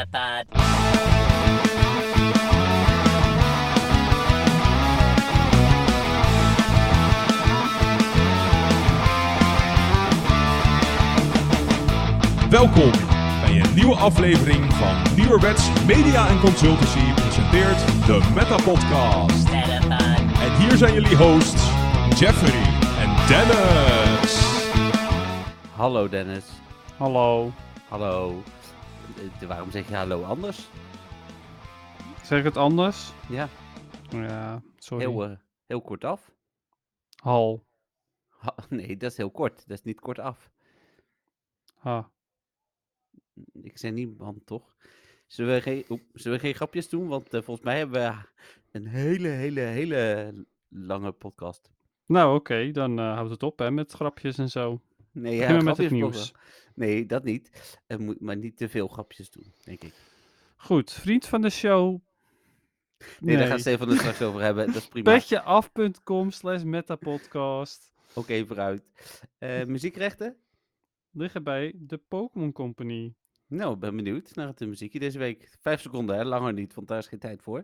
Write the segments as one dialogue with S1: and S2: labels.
S1: Pteropod.
S2: Welkom bij een nieuwe aflevering van Nieuwerwets Media en Consultancy presenteert de Meta Podcast.
S1: Pteropod.
S2: En hier zijn jullie hosts Jeffrey en Dennis.
S3: Hallo Dennis.
S4: Hallo.
S3: Hallo. Waarom zeg je hallo anders?
S4: Zeg ik het anders?
S3: Ja,
S4: Ja, sorry.
S3: heel kort af.
S4: Hal.
S3: Nee, dat is heel kort. Dat is niet kort af.
S4: Ha.
S3: Ik zei niemand, toch? Zullen we geen grapjes doen? Want volgens mij hebben we een hele lange podcast.
S4: Nou, oké, dan houdt het op hè, met grapjes en zo.
S3: Nee,
S4: Beginnen we met
S3: grapjes
S4: het
S3: mogen
S4: nieuws.
S3: we. Nee, dat niet. Maar niet te veel grapjes doen, denk ik.
S4: Goed, vriend van de show.
S3: Nee, daar gaat Stefan het straks over hebben. Dat is prima.
S4: Petjeaf.com/metapodcast.
S3: Oké, vooruit. Muziekrechten?
S4: Liggen bij de Pokémon Company.
S3: Nou, ik ben benieuwd naar het muziekje deze week. 5 seconden, hè? Langer niet, want daar is geen tijd voor.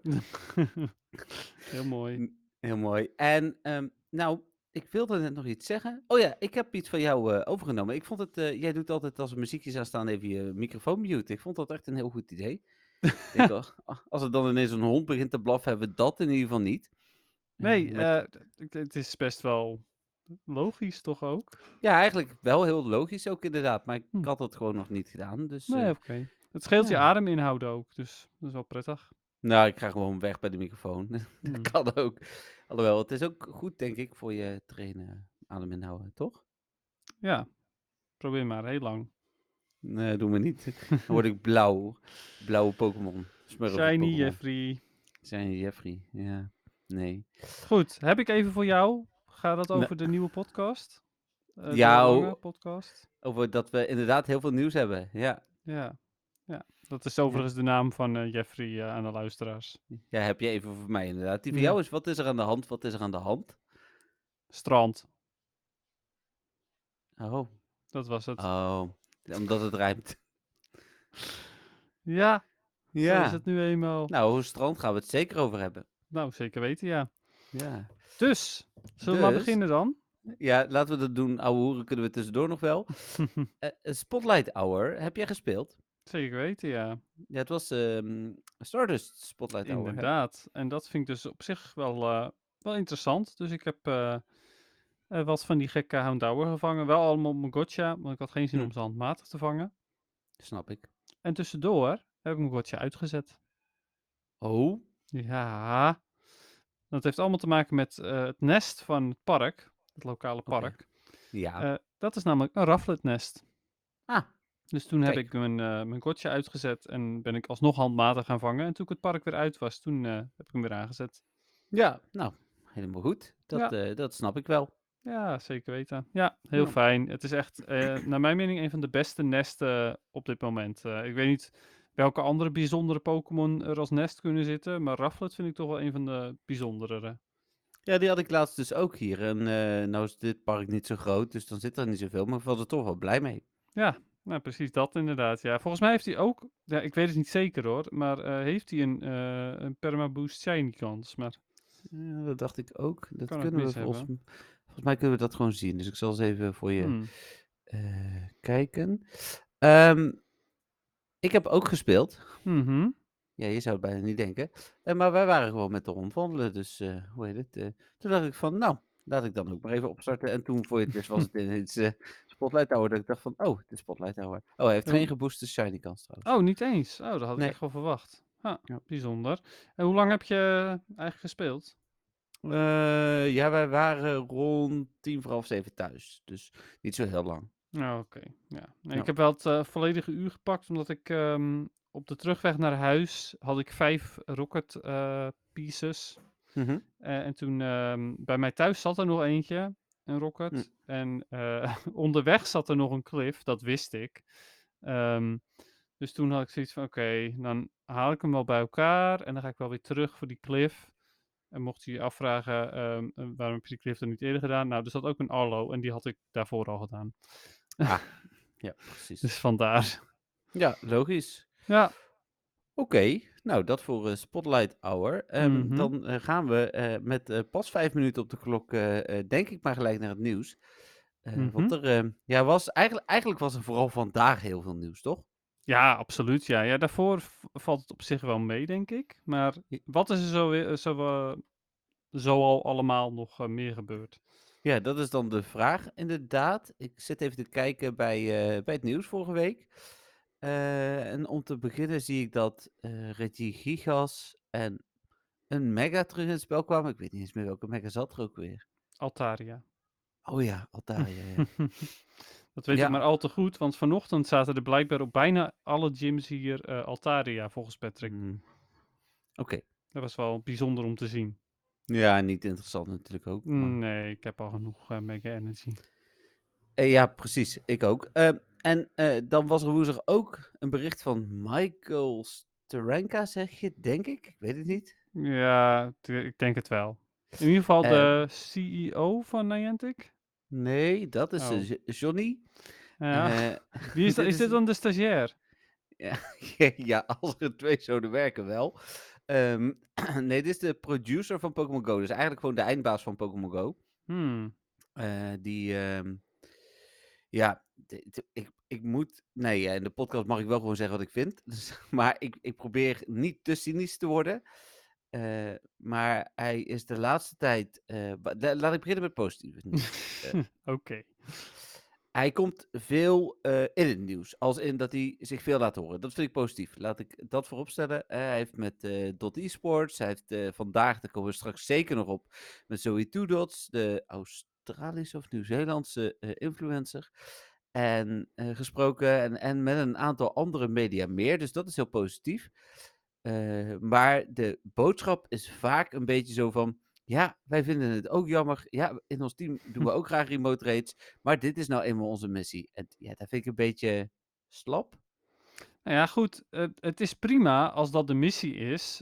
S4: Heel mooi.
S3: Heel mooi. En, nou, ik wilde net nog iets zeggen. Oh ja, ik heb iets van jou overgenomen. Ik vond het, jij doet altijd als er muziekjes aan staan even je microfoon mute. Ik vond dat echt een heel goed idee. Ik denk, als er dan ineens een hond begint te blaffen, hebben we dat in ieder geval niet.
S4: Nee,
S3: Met-
S4: het is best wel logisch toch ook?
S3: Ja, eigenlijk wel heel logisch ook inderdaad, maar ik
S4: Hm.
S3: had dat gewoon nog niet gedaan. Dus,
S4: Nee, oké. Het scheelt je
S3: ja.
S4: ademinhoud ook, dus dat is wel prettig.
S3: Nou, ik ga gewoon weg bij de microfoon.
S4: Hm.
S3: Dat kan ook. Alhoewel, het is ook goed, denk ik, voor je trainen, adem inhouden, toch?
S4: Ja, probeer maar, heel lang.
S3: Nee, doe me niet. Dan word ik blauw. Blauwe Pokémon. Smurfen
S4: Shiny
S3: Pokémon.
S4: Jeffrey.
S3: Zijn Jeffrey, ja. Nee.
S4: Goed, heb ik even voor jou. Gaat dat
S3: Nou.
S4: over de nieuwe podcast?
S3: Ja,
S4: de lange podcast?
S3: Over dat we inderdaad heel veel nieuws hebben. Ja.
S4: Ja, ja. Dat is overigens de naam van Jeffrey aan de luisteraars.
S3: Ja, heb je even voor mij inderdaad. Die van
S4: Ja.
S3: jou is, wat is er aan de hand? Wat is er aan de hand?
S4: Strand,
S3: Oh.
S4: dat was het.
S3: Oh. Omdat het rijmt.
S4: Ja, zo is
S3: Ja.
S4: het nu eenmaal.
S3: Nou, strand gaan we het zeker over hebben.
S4: Nou, zeker weten, ja.
S3: Ja.
S4: Dus, zullen we maar
S3: Dus?
S4: beginnen dan?
S3: Ja, laten we dat doen. Ouwe hoeren kunnen we tussendoor nog wel. Spotlight Hour, heb jij gespeeld?
S4: Zeker weten, ja.
S3: Ja, het was Stardust Spotlight Hour. Hè?
S4: Inderdaad. En dat vind ik dus op zich wel interessant. Dus ik heb wat van die gekke Houndour gevangen. Wel allemaal op mijn gotcha, want ik had geen zin om ze handmatig te vangen.
S3: Snap ik.
S4: En tussendoor heb ik mijn gotcha uitgezet.
S3: Oh?
S4: Ja, dat heeft allemaal te maken met het nest van het park, het lokale
S3: Oké.
S4: park.
S3: Ja.
S4: Dat is namelijk een rafletnest.
S3: Ah,
S4: Dus toen heb
S3: Kijk.
S4: ik mijn gotcha uitgezet en ben ik alsnog handmatig gaan vangen. En toen ik het park weer uit was, toen heb ik hem weer aangezet.
S3: ja. Nou, helemaal goed. Dat snap ik wel.
S4: Ja, zeker weten. Ja, heel
S3: Ja.
S4: fijn. Het is echt, naar mijn mening, een van de beste nesten op dit moment. Ik weet niet welke andere bijzondere Pokémon er als nest kunnen zitten, maar Raflet vind ik toch wel een van de bijzonderere.
S3: Ja, die had ik laatst dus ook hier. En nou is dit park niet zo groot, dus dan zit er niet zoveel. Maar ik was er toch wel blij mee.
S4: Ja, nou precies dat inderdaad. Ja, volgens mij heeft hij ook, ja, ik weet het niet zeker hoor, maar heeft hij een Permaboost Shiny kans. Maar
S3: Ja, dat dacht ik ook. Dat
S4: Kan ik
S3: kunnen we
S4: mis
S3: volgens mij kunnen we dat gewoon zien. Dus ik zal eens even voor je
S4: hmm,
S3: kijken. Ik heb ook gespeeld.
S4: mhm.
S3: Ja, je zou het bijna niet denken. Maar wij waren gewoon met de hond wandelen. Dus hoe heet het? Toen dacht ik van, nou, laat ik dan ook maar even opstarten. En toen voor je het wist was het ineens Spotlight Hour. Dat ik dacht van, oh, het is Spotlight Hour. Oh, hij heeft
S4: Oh.
S3: geen gebooste shiny kans trouwens.
S4: Oh, niet eens. Oh, dat had ik
S3: Nee.
S4: echt wel verwacht.
S3: Ja.
S4: Bijzonder. En hoe lang heb je eigenlijk gespeeld?
S3: Ja, wij waren rond 7:45 thuis. Dus niet zo heel lang.
S4: Oh, oké. Ja. Nee,
S3: Ja.
S4: ik heb wel het volledige uur gepakt, omdat ik op de terugweg naar huis had ik 5 rocket pieces.
S3: Mhm.
S4: En toen bij mij thuis zat er nog eentje, een rocket.
S3: Hm.
S4: En onderweg zat er nog een cliff, dat wist ik. Dus toen had ik zoiets van, oké, dan haal ik hem wel bij elkaar en dan ga ik wel weer terug voor die cliff. En mocht je je afvragen, waarom heb je die cliff dan niet eerder gedaan? Nou, er zat ook een Arlo en die had ik daarvoor al gedaan.
S3: Ah, ja, precies.
S4: Dus vandaar.
S3: Ja, logisch.
S4: Ja,
S3: Oké, nou dat voor Spotlight Hour.
S4: Mhm.
S3: Dan gaan we met pas 5 minuten op de klok, denk ik maar gelijk naar het nieuws.
S4: Mhm.
S3: Want eigenlijk was er vooral vandaag heel veel nieuws, toch?
S4: Ja, absoluut. Ja, ja daarvoor valt het op zich wel mee, denk ik. Maar
S3: J-
S4: wat is er zo al allemaal nog meer gebeurd?
S3: Ja, dat is dan de vraag, inderdaad. Ik zit even te kijken bij het nieuws vorige week. En om te beginnen zie ik dat Reggie Gigas en een Mega terug in het spel kwamen. Ik weet niet eens meer welke Mega zat er ook weer.
S4: Altaria.
S3: Oh ja, Altaria, ja.
S4: Dat weet ik maar
S3: Ja,
S4: al te goed, want vanochtend zaten er blijkbaar op bijna alle gyms hier Altaria, volgens Patrick.
S3: mm, oké.
S4: Dat was wel bijzonder om te zien.
S3: Ja, niet interessant natuurlijk ook, maar...
S4: Nee, ik heb al genoeg Mega Energy.
S3: Ja, precies. Ik ook. Dan was er woensdag ook een bericht van Michael Steranka, zeg je, denk ik. Ik weet het niet.
S4: Ja, ik denk het wel. In ieder geval
S3: Eh,
S4: de CEO van Niantic.
S3: nee, dat is
S4: Oh,
S3: Johnny.
S4: ja.
S3: Eh,
S4: Wie is dat?
S3: dit
S4: Is
S3: is...
S4: dit dan de stagiair?
S3: Ja, ja, als er twee zouden werken wel. Ehm, nee, dit is de producer van Pokémon Go. Dus eigenlijk gewoon de eindbaas van Pokémon Go.
S4: Hmm.
S3: Die... Ja, ik moet. Nee, ja, in de podcast mag ik wel gewoon zeggen wat ik vind. Dus, maar ik probeer niet te cynisch te worden. Maar hij is de laatste tijd. Laat ik beginnen met positief nieuws.
S4: Oké.
S3: Hij komt veel in het nieuws. Als in dat hij zich veel laat horen. Dat vind ik positief. Laat ik dat vooropstellen. Hij heeft met Dot Esports. Hij heeft vandaag, daar komen we straks zeker nog op. Met Zoe Two Dots, de Australische of Nieuw-Zeelandse influencer. En gesproken en met een aantal andere media meer. Dus dat is heel positief. Maar de boodschap is vaak een beetje zo van. Ja, wij vinden het ook jammer. Ja, in ons team doen we ook graag remote raids. Maar dit is nou eenmaal onze missie. En ja, dat vind ik een beetje slap.
S4: Nou ja, goed. Het is prima als dat de missie is.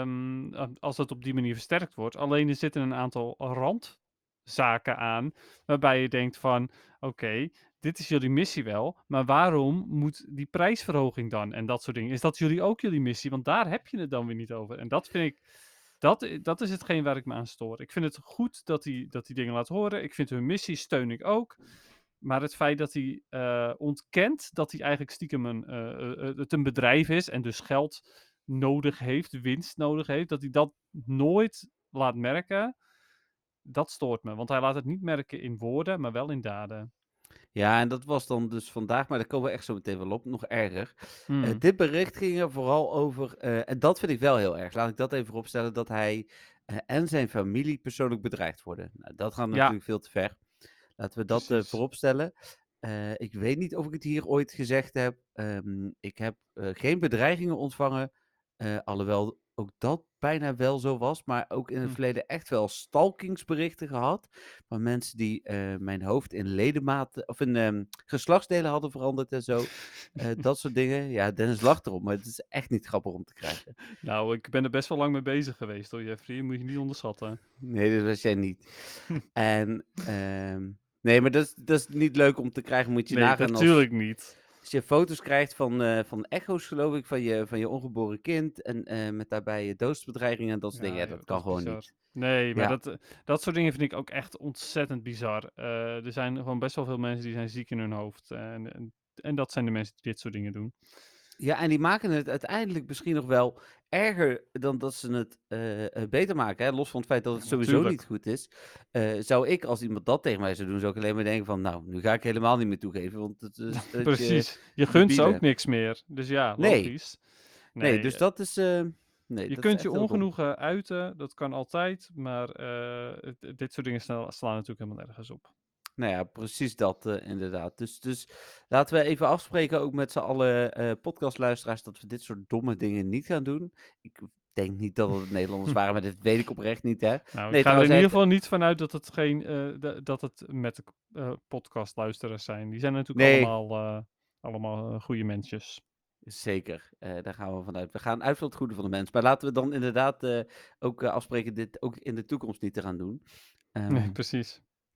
S4: Als dat op die manier versterkt wordt. Alleen er zitten een aantal randzaken aan. Waarbij je denkt van, oké, dit is jullie missie wel. Maar waarom moet die prijsverhoging dan? En dat soort dingen. Is dat jullie ook jullie missie? Want daar heb je het dan weer niet over. En dat vind ik... Dat is hetgeen waar ik me aan stoor. Ik vind het goed dat die dingen laat horen. Ik vind hun missie steun ik ook. Maar het feit dat hij ontkent dat hij eigenlijk stiekem het een bedrijf is en dus geld nodig heeft, winst nodig heeft, dat hij dat nooit laat merken, dat stoort me. Want hij laat het niet merken in woorden, maar wel in daden.
S3: Ja, en dat was dan dus vandaag, maar daar komen we echt zo meteen wel op, nog erger.
S4: Hmm.
S3: Dit bericht ging er vooral over, en dat vind ik wel heel erg. Laat ik dat even opstellen, dat hij en zijn familie persoonlijk bedreigd worden. Nou, dat gaat
S4: Ja,
S3: natuurlijk veel te ver. Laten we dat
S4: precies.
S3: vooropstellen. Ik weet niet of ik het hier ooit gezegd heb. Ik heb geen bedreigingen ontvangen. Alhoewel ook dat bijna wel zo was. Maar ook in het
S4: Hm.
S3: verleden echt wel stalkingsberichten gehad. Van mensen die mijn hoofd in ledematen of in geslachtsdelen hadden veranderd en zo. Dat soort dingen. Ja, Dennis lacht erop, maar het is echt niet grappig om te krijgen.
S4: Nou, ik ben er best wel lang mee bezig geweest hoor, Jeffrey. Moet je niet onderschatten.
S3: Nee, dat was jij niet. En nee, maar dat is niet leuk om te krijgen. Moet je
S4: Nee,
S3: nagaan als,
S4: natuurlijk niet.
S3: als je foto's krijgt van echo's, geloof ik, van je ongeboren kind. En met daarbij doodsbedreigingen en dat soort dingen.
S4: Ja,
S3: Ja,
S4: joh,
S3: dat
S4: dat
S3: kan
S4: is
S3: gewoon
S4: bizar.
S3: niet.
S4: Nee, maar
S3: Ja,
S4: dat soort dingen vind ik ook echt ontzettend bizar. Er zijn gewoon best wel veel mensen die zijn ziek in hun hoofd. En dat zijn de mensen die dit soort dingen doen.
S3: ja, en die maken het uiteindelijk misschien nog wel erger dan dat ze het beter maken. Hè? Los van het feit dat
S4: Ja,
S3: het sowieso niet
S4: natuurlijk.
S3: goed is. Zou ik, als iemand dat tegen mij zou doen, zou ik alleen maar denken van, nou, nu ga ik helemaal niet meer toegeven. Want het is dat je
S4: Precies. Je gunt ze ook
S3: debielen.
S4: niks meer. Dus ja,
S3: Nee,
S4: logisch.
S3: nee,
S4: Nee,
S3: dus dat is, nee,
S4: je
S3: dat is
S4: kunt je
S3: echt heel dom.
S4: ongenoegen uiten. Dat kan altijd. Maar dit soort dingen slaan natuurlijk helemaal nergens op.
S3: Nou ja, precies dat inderdaad. Dus laten we even afspreken, ook met z'n allen podcastluisteraars, dat we dit soort domme dingen niet gaan doen. Ik denk niet dat het Nederlanders waren, maar dit weet ik oprecht niet, hè.
S4: Nou, ik
S3: Nee,
S4: ga er
S3: trouwens,
S4: in ieder geval niet vanuit dat het geen dat het met podcastluisteraars zijn. Die zijn natuurlijk
S3: nee,
S4: allemaal goede mensjes.
S3: zeker. Daar gaan we vanuit. We gaan uit van het goede van de mens. Maar laten we dan inderdaad ook afspreken dit ook in de toekomst niet te gaan doen.
S4: Nee,
S3: Ehm,
S4: precies.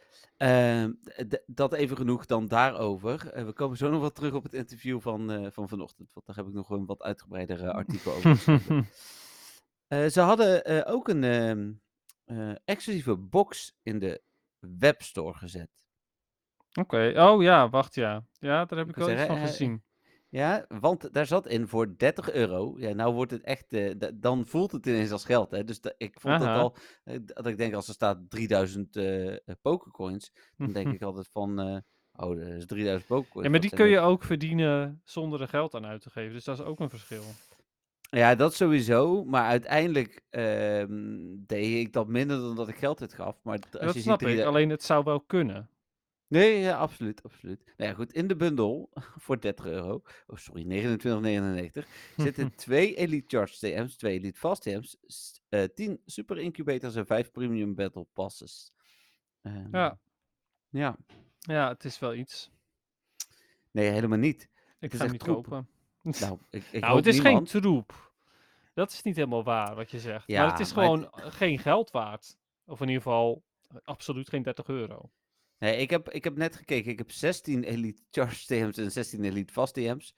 S3: Dat even genoeg dan daarover. We komen zo nog wat terug op het interview van vanochtend. Want daar heb ik nog een wat uitgebreider artikel over geschreven. Ze hadden ook een exclusieve box in de webstore gezet.
S4: Oké. Oh ja, wacht ja. Ja, daar heb
S3: Ik
S4: ik
S3: wil
S4: wel iets
S3: zeggen,
S4: van gezien.
S3: ja, want daar zat in voor €30. Ja, nou wordt het echt, dan voelt het ineens als geld, hè. Dus ik vond dat
S4: Aha.
S3: al, dat ik denk als er staat 3000 pokercoins, dan denk ik altijd van, oh, dat is 3000
S4: Ja,
S3: pokercoins.
S4: maar
S3: Wat
S4: die
S3: zijn
S4: kun je
S3: dat?
S4: ook verdienen zonder er geld aan uit te geven. Dus dat is ook een verschil.
S3: Ja, dat sowieso, maar uiteindelijk deed ik dat minder dan dat ik geld uitgaf. Maar
S4: En
S3: als
S4: dat
S3: je ziet
S4: snap ik. Alleen het zou wel kunnen.
S3: Nee, ja, absoluut, absoluut. Nou ja, goed, in de bundel voor €30, oh sorry, 29,99 zitten 2 Elite Charge TM's, 2 Elite Fast TM's, 10 Super Incubators en 5 Premium Battle Passes.
S4: Ja.
S3: Ja,
S4: Ja, het is wel iets.
S3: nee, helemaal niet.
S4: Ik
S3: Het is
S4: ga hem
S3: echt
S4: niet
S3: troep.
S4: kopen.
S3: Nou, ik
S4: Nou, het
S3: hoop
S4: is geen
S3: niemand.
S4: troep. Dat is niet helemaal waar wat je zegt. Maar het
S3: Ja,
S4: is
S3: maar
S4: gewoon geen geld waard. Of in ieder geval absoluut geen €30.
S3: nee, ik heb net gekeken. Ik heb 16 Elite Charge TM's en 16 Elite Fast TM's.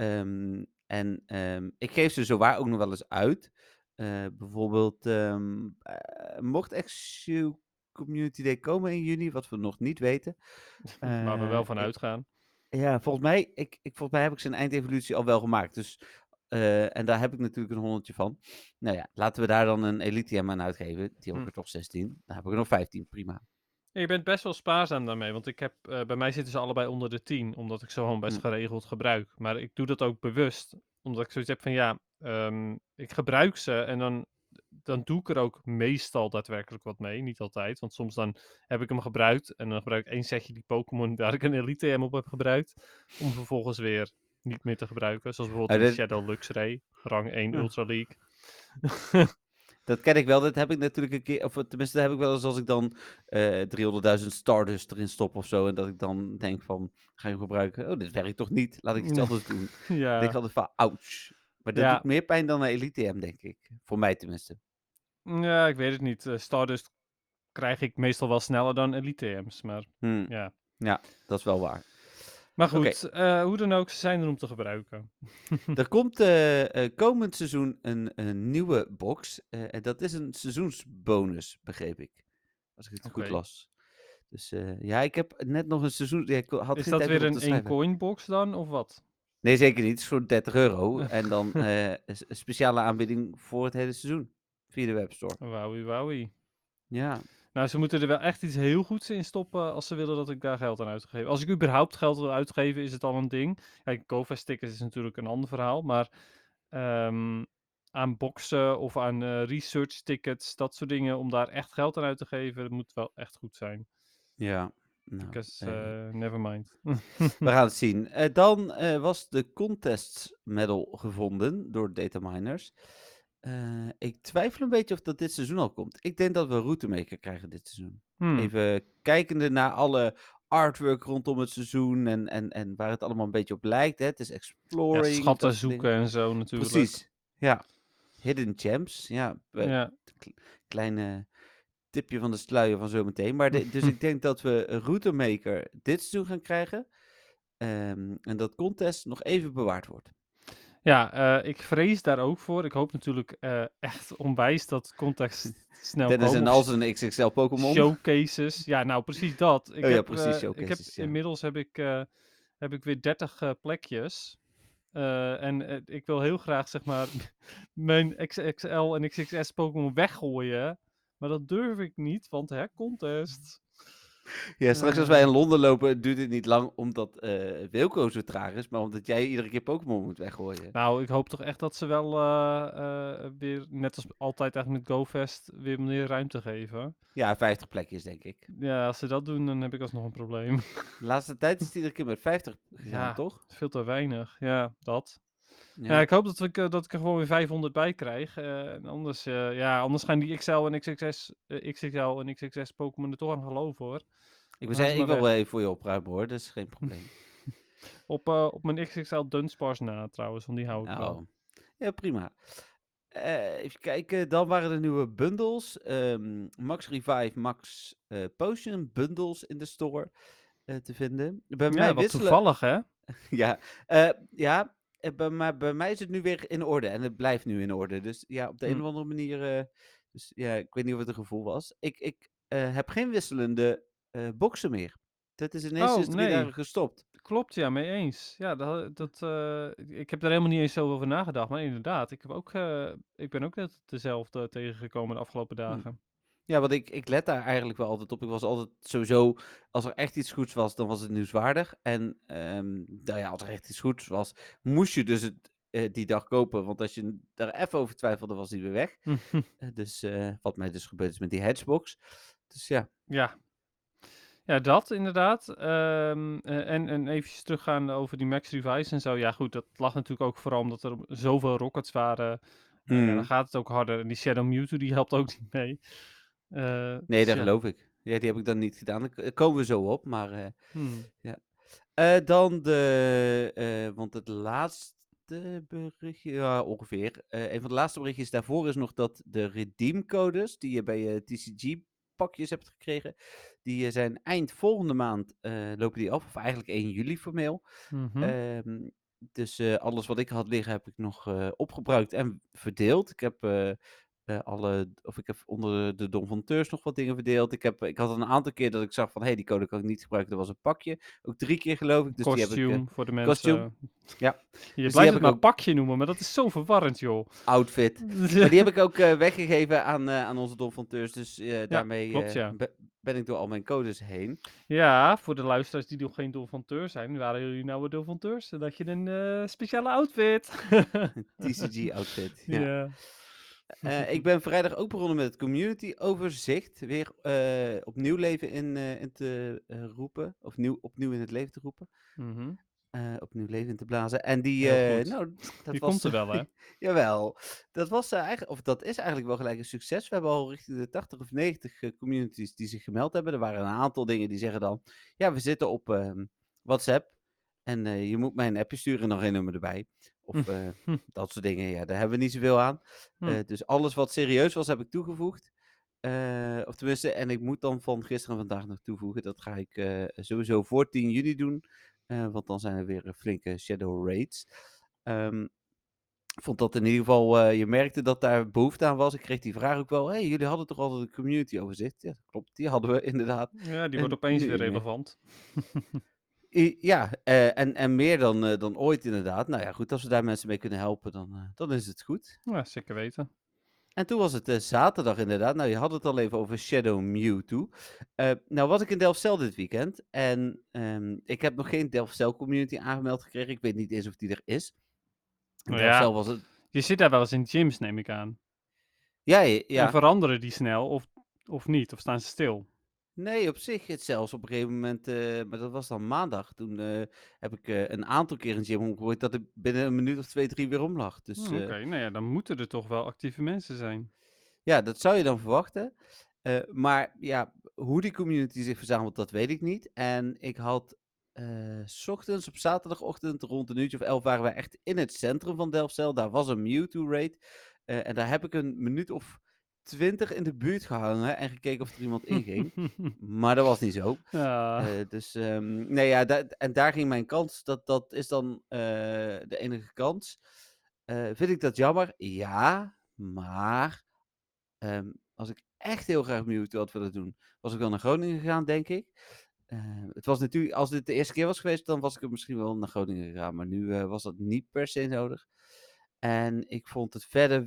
S3: Ik geef ze zowaar ook nog wel eens uit. Bijvoorbeeld, mocht XU Community Day komen in juni, wat we nog niet weten.
S4: Waar we wel van
S3: Ik,
S4: uitgaan.
S3: ja, volgens mij heb ik zijn eindevolutie al wel gemaakt. Dus, en daar heb ik natuurlijk een 100 van. Nou ja, laten we daar dan een Elite TM aan uitgeven. Die heb ik er toch 16. Dan heb ik er nog 15. Prima.
S4: Ja, je bent best wel spaarzaam daarmee, want ik heb, bij mij zitten ze allebei onder de 10, omdat ik ze gewoon best
S3: Hm.
S4: geregeld gebruik. Maar ik doe dat ook bewust, omdat ik zoiets heb van ja, ik gebruik ze en dan doe ik er ook meestal daadwerkelijk wat mee. Niet altijd, want soms dan heb ik hem gebruikt en dan gebruik ik één setje die Pokémon waar ik een Elite TM op heb gebruikt, om vervolgens weer niet meer te gebruiken. Zoals bijvoorbeeld een Shadow Luxray, rang 1
S3: Ja.
S4: Ultra League.
S3: Dat ken ik wel. Dat heb ik natuurlijk een keer. Of tenminste, dat heb ik wel eens als ik dan 300.000 Stardust erin stop of zo. En dat ik dan denk van, ga je hem gebruiken? Oh, dit werkt toch niet? Laat ik iets
S4: Nee.
S3: anders doen. Dan denk
S4: Ja,
S3: ik altijd van, ouch. Maar dat
S4: ja.
S3: doet meer pijn dan een Elite M, denk ik. Voor mij tenminste.
S4: Ja, ik weet het niet. Stardust krijg ik meestal wel sneller dan Elite TM's, maar ja.
S3: Ja, dat is wel waar.
S4: Maar
S3: Oké.
S4: goed, hoe dan ook, ze zijn er om te gebruiken.
S3: Er komt komend seizoen een nieuwe box. En dat is een seizoensbonus, begreep ik. Als ik het goed
S4: Oké.
S3: las. Dus ja, ik heb net nog een seizoen. Ja, ik had
S4: Is
S3: geen
S4: dat
S3: tijd meer
S4: weer
S3: om te
S4: een
S3: schrijven.
S4: 1-coin box dan, of wat?
S3: Nee, zeker niet. Het is voor €30. En dan een speciale aanbieding voor het hele seizoen. Via de webstore.
S4: Wowie, wowie.
S3: Ja.
S4: Nou, ze moeten er wel echt iets heel goeds in stoppen als ze willen dat ik daar geld aan uitgeef. Als ik überhaupt geld wil uitgeven, is het al een ding. Kijk, GoFest tickets is natuurlijk een ander verhaal, maar aan boxen of aan research tickets, dat soort dingen, om daar echt geld aan uit te geven, dat moet wel echt goed zijn.
S3: Ja. Nou,
S4: Because, never mind.
S3: we gaan het zien. Dan was de contest medal gevonden door dataminers. Ik twijfel een beetje of dat dit seizoen al komt. Ik denk dat we Routemaker krijgen dit seizoen. Even kijkende naar alle artwork rondom het seizoen en waar het allemaal een beetje op lijkt. Hè. Het is
S4: Ja,
S3: exploring.
S4: schatten
S3: dat soort dingen.
S4: zoeken en zo natuurlijk.
S3: Precies. Ja. Hidden gems. Ja.
S4: Ja.
S3: Kleine tipje van de sluier van zometeen. Maar dus ik denk dat we Routemaker dit seizoen gaan krijgen. En dat contest nog even bewaard wordt.
S4: Ja, ik vrees daar ook voor. Ik hoop natuurlijk echt onwijs dat context snel
S3: Dennis
S4: komen.
S3: en al zijn XXL Pokémon.
S4: Showcases. Ja, nou precies dat.
S3: Showcases. Ja.
S4: Inmiddels heb ik weer 30 plekjes. En ik wil heel graag, zeg maar, mijn XXL en XXS Pokémon weggooien. Maar dat durf ik niet, want contest.
S3: Ja, straks als wij in Londen lopen, duurt het niet lang omdat Wilco zo traag is, maar omdat jij iedere keer Pokémon moet weggooien.
S4: Nou, ik hoop toch echt dat ze wel weer, net als altijd eigenlijk met GoFest, weer meer ruimte geven.
S3: Ja, 50 plekjes denk ik.
S4: Ja, als ze dat doen, dan heb ik alsnog een probleem.
S3: De laatste tijd is het iedere keer met 50 gegaan,
S4: Ja,
S3: toch?
S4: veel te weinig. Ja, dat.
S3: Ja.
S4: Ja, ik hoop dat ik er gewoon weer 500 bij krijg. En anders, anders gaan die XL en XXL en XXS Pokémon er toch aan geloven, hoor.
S3: Ik wil
S4: Gaan
S3: zeggen,
S4: ze
S3: ik
S4: maar
S3: wil wel
S4: weg.
S3: even voor je opruimen hoor, dat is geen probleem.
S4: Op mijn XXL Dunsparce na, trouwens, want die hou ik wel.
S3: Nou, ja, prima. Even kijken, dan waren er nieuwe bundles. Max Revive, Max Potion bundles in de store te vinden. Bij
S4: Ja,
S3: mij
S4: wat
S3: wisselen...
S4: toevallig, hè?
S3: Ja, ja, maar bij mij is het nu weer in orde en het blijft nu in orde. Dus ja, op de een
S4: Hm.
S3: of andere manier... dus ja, ik weet niet of het een gevoel was. Ik heb geen wisselende boxen meer. Dat is ineens
S4: Oh,
S3: sinds 3
S4: nee.
S3: dagen gestopt.
S4: Klopt, ja, mee eens. Ja, ik heb daar helemaal niet eens zo over nagedacht, maar inderdaad, ik ben ook net dezelfde tegengekomen de afgelopen
S3: Hm.
S4: dagen.
S3: Ja, want ik let daar eigenlijk wel altijd op. Ik was altijd sowieso, als er echt iets goeds was, dan was het nieuwswaardig. En nou ja, als er echt iets goeds was, moest je dus het die dag kopen. Want als je daar even over twijfelde, was die weer weg. Dus wat mij dus gebeurd is met die Hatchbox. Dus ja.
S4: Ja. Ja, dat inderdaad. En eventjes teruggaan over die Max Revise en zo. Ja, goed, dat lag natuurlijk ook vooral omdat er zoveel rockets waren. Ja, dan
S3: Mm.
S4: gaat het ook harder. En die Shadow Mewtwo, die helpt ook niet mee.
S3: Nee,
S4: Dus
S3: dat
S4: ja.
S3: geloof ik. Ja, die heb ik dan niet gedaan. Daar komen we zo op. Maar
S4: Hmm.
S3: ja. Dan want het laatste berichtje, ja, ongeveer. Een van de laatste berichtjes daarvoor is nog dat de redeemcodes die je bij je TCG-pakjes hebt gekregen, die zijn eind volgende maand lopen die af, of eigenlijk 1 juli formeel.
S4: Mhm.
S3: Dus alles wat ik had liggen heb ik nog opgebruikt en verdeeld. Ik heb onder de Don van Teurs nog wat dingen verdeeld. Ik had een aantal keer dat ik zag van, hé, die code kan ik niet gebruiken. Dat was een pakje. Ook 3 keer geloof ik. Dus die heb ik...
S4: Costume voor de
S3: Costume,
S4: mensen.
S3: ja.
S4: Je
S3: Dus die
S4: blijft
S3: heb
S4: het
S3: ik
S4: maar
S3: ook...
S4: pakje noemen, maar dat is zo verwarrend, joh.
S3: Outfit. Maar die heb ik ook weggegeven aan onze Don van Teurs. Dus
S4: Ja,
S3: daarmee
S4: klopt, ja.
S3: ben ik door al mijn codes heen.
S4: Ja, voor de luisteraars die nog geen Dolfanteur zijn, waren jullie nou een Dolfanteurs? Dan had je een speciale outfit.
S3: TCG outfit, ja.
S4: Ja.
S3: Ik ben vrijdag ook begonnen met het community overzicht. Weer opnieuw leven in te roepen. Of opnieuw in het leven te roepen.
S4: Mhm.
S3: Opnieuw leven in te blazen. En die,
S4: Heel goed.
S3: nou, dat
S4: Je
S3: was...
S4: komt er wel, hè?
S3: jawel. Dat was eigenlijk, of dat is eigenlijk wel gelijk een succes. We hebben al richting de 80 of 90 communities die zich gemeld hebben. Er waren een aantal dingen die zeggen dan... Ja, we zitten op WhatsApp. En je moet mij een appje sturen en nog een nummer erbij. Of dat soort dingen. Ja, daar hebben we niet zoveel aan.
S4: Hm.
S3: Dus alles wat serieus was, heb ik toegevoegd. Of tenminste, en ik moet dan van gisteren en vandaag nog toevoegen. Dat ga ik sowieso voor 10 juni doen. Want dan zijn er weer flinke shadow raids. Ik vond dat in ieder geval, je merkte dat daar behoefte aan was. Ik kreeg die vraag ook wel. Hey, jullie hadden toch altijd een community overzicht? Ja, dat klopt. Die hadden we inderdaad.
S4: Ja, die wordt
S3: En
S4: opeens
S3: nu
S4: weer
S3: niet meer.
S4: relevant.
S3: Ja, en meer dan ooit inderdaad. Nou ja, goed, als we daar mensen mee kunnen helpen, dan is het goed.
S4: Ja, zeker weten.
S3: En toen was het zaterdag inderdaad. Nou, je had het al even over Shadow Mewtwo. Nou was ik in Delfzijl dit weekend. En ik heb nog geen Delfzijl community aangemeld gekregen. Ik weet niet eens of die er is. In
S4: Nou ja,
S3: Delfzijl was het...
S4: je zit daar wel eens in gyms, neem ik aan.
S3: Ja,
S4: En
S3: ja.
S4: veranderen die snel of niet? Of staan ze stil?
S3: Nee, op zich het zelfs op een gegeven moment, maar dat was dan maandag. Toen heb ik een aantal keer een gym omgegooid dat ik binnen een minuut of 2, 3 weer om lag. Dus
S4: Oké, nou ja, dan moeten er toch wel actieve mensen zijn.
S3: ja, dat zou je dan verwachten. Maar ja, hoe die community zich verzamelt, dat weet ik niet. En ik had 's ochtends op zaterdagochtend rond een uurtje of 11 waren we echt in het centrum van Delfzijl. Daar was een Mewtwo raid. En daar heb ik een minuut of 20 in de buurt gehangen en gekeken of er iemand inging. Maar dat was niet zo.
S4: Ja.
S3: Dus nee, ja, en daar ging mijn kans. Dat is dan de enige kans. Vind ik dat jammer? Ja, maar als ik echt heel graag Mewtwo had willen doen, was ik wel naar Groningen gegaan, denk ik. Het was natuurlijk, als dit de eerste keer was geweest, dan was ik er misschien wel naar Groningen gegaan. Maar nu was dat niet per se nodig. En ik vond het verder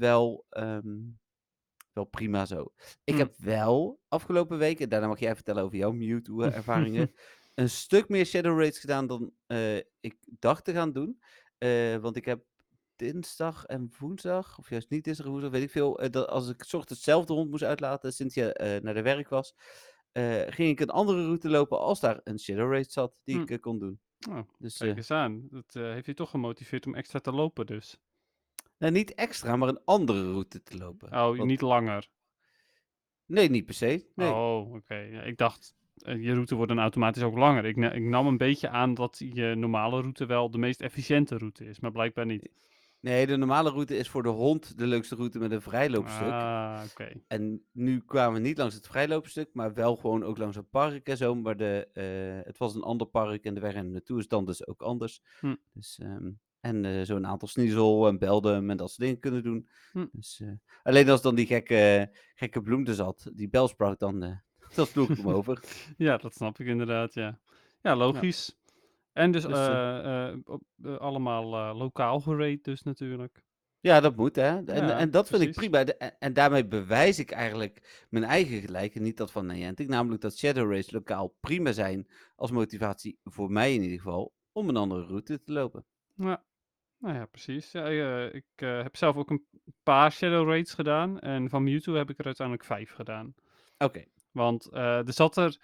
S3: wel prima zo. Ik
S4: Hm.
S3: heb wel afgelopen week, en daarna mag jij vertellen over jouw Mewtwo-ervaringen, een stuk meer Shadow Raids gedaan dan ik dacht te gaan doen. Want ik heb dinsdag en woensdag, of juist niet dinsdag en woensdag, weet ik veel, dat als ik 's ochtends zelf de hond moest uitlaten, Cynthia naar de werk was, ging ik een andere route lopen als daar een Shadow Raid zat die
S4: Hm.
S3: ik kon doen.
S4: Oh,
S3: Dus
S4: kijk eens aan. Dat heeft je toch gemotiveerd om extra te lopen dus.
S3: nou, niet extra, maar een andere route te lopen.
S4: Oh,
S3: Want,
S4: niet langer.
S3: nee, niet per se. Nee.
S4: Oh, oké. Ja, ik dacht, je route wordt dan automatisch ook langer. Ik nam een beetje aan dat je normale route wel de meest efficiënte route is, maar blijkbaar niet.
S3: Nee, de normale route is voor de hond de leukste route met een vrijloopstuk.
S4: Ah, oké.
S3: En nu kwamen we niet langs het vrijloopstuk, maar wel gewoon ook langs een park en zo. Maar het was een ander park en de weg er naartoe is dan dus ook anders.
S4: Hm,
S3: Dus, zo'n aantal Sneasel en Beldum en dat soort dingen kunnen doen.
S4: hm.
S3: Dus, alleen als dan die gekke bloem er zat, die Bellsprout, dan sloeg ik hem over.
S4: Ja, dat snap ik inderdaad, ja. Ja,
S3: Ja,
S4: logisch. En dus
S3: dus,
S4: allemaal lokaal gerate dus natuurlijk.
S3: ja, dat moet, hè.
S4: Ja,
S3: En dat vind ik
S4: precies.
S3: prima. En daarmee bewijs ik eigenlijk mijn eigen gelijk en niet dat van Niantic. Namelijk dat Shadow Race lokaal prima zijn als motivatie, voor mij in ieder geval, om een andere route te lopen.
S4: Ja, nou ja, precies. Ja, ik heb zelf ook een paar Shadow Raids gedaan. En van Mewtwo heb ik er uiteindelijk 5 gedaan.
S3: Oké.
S4: Want er zat er.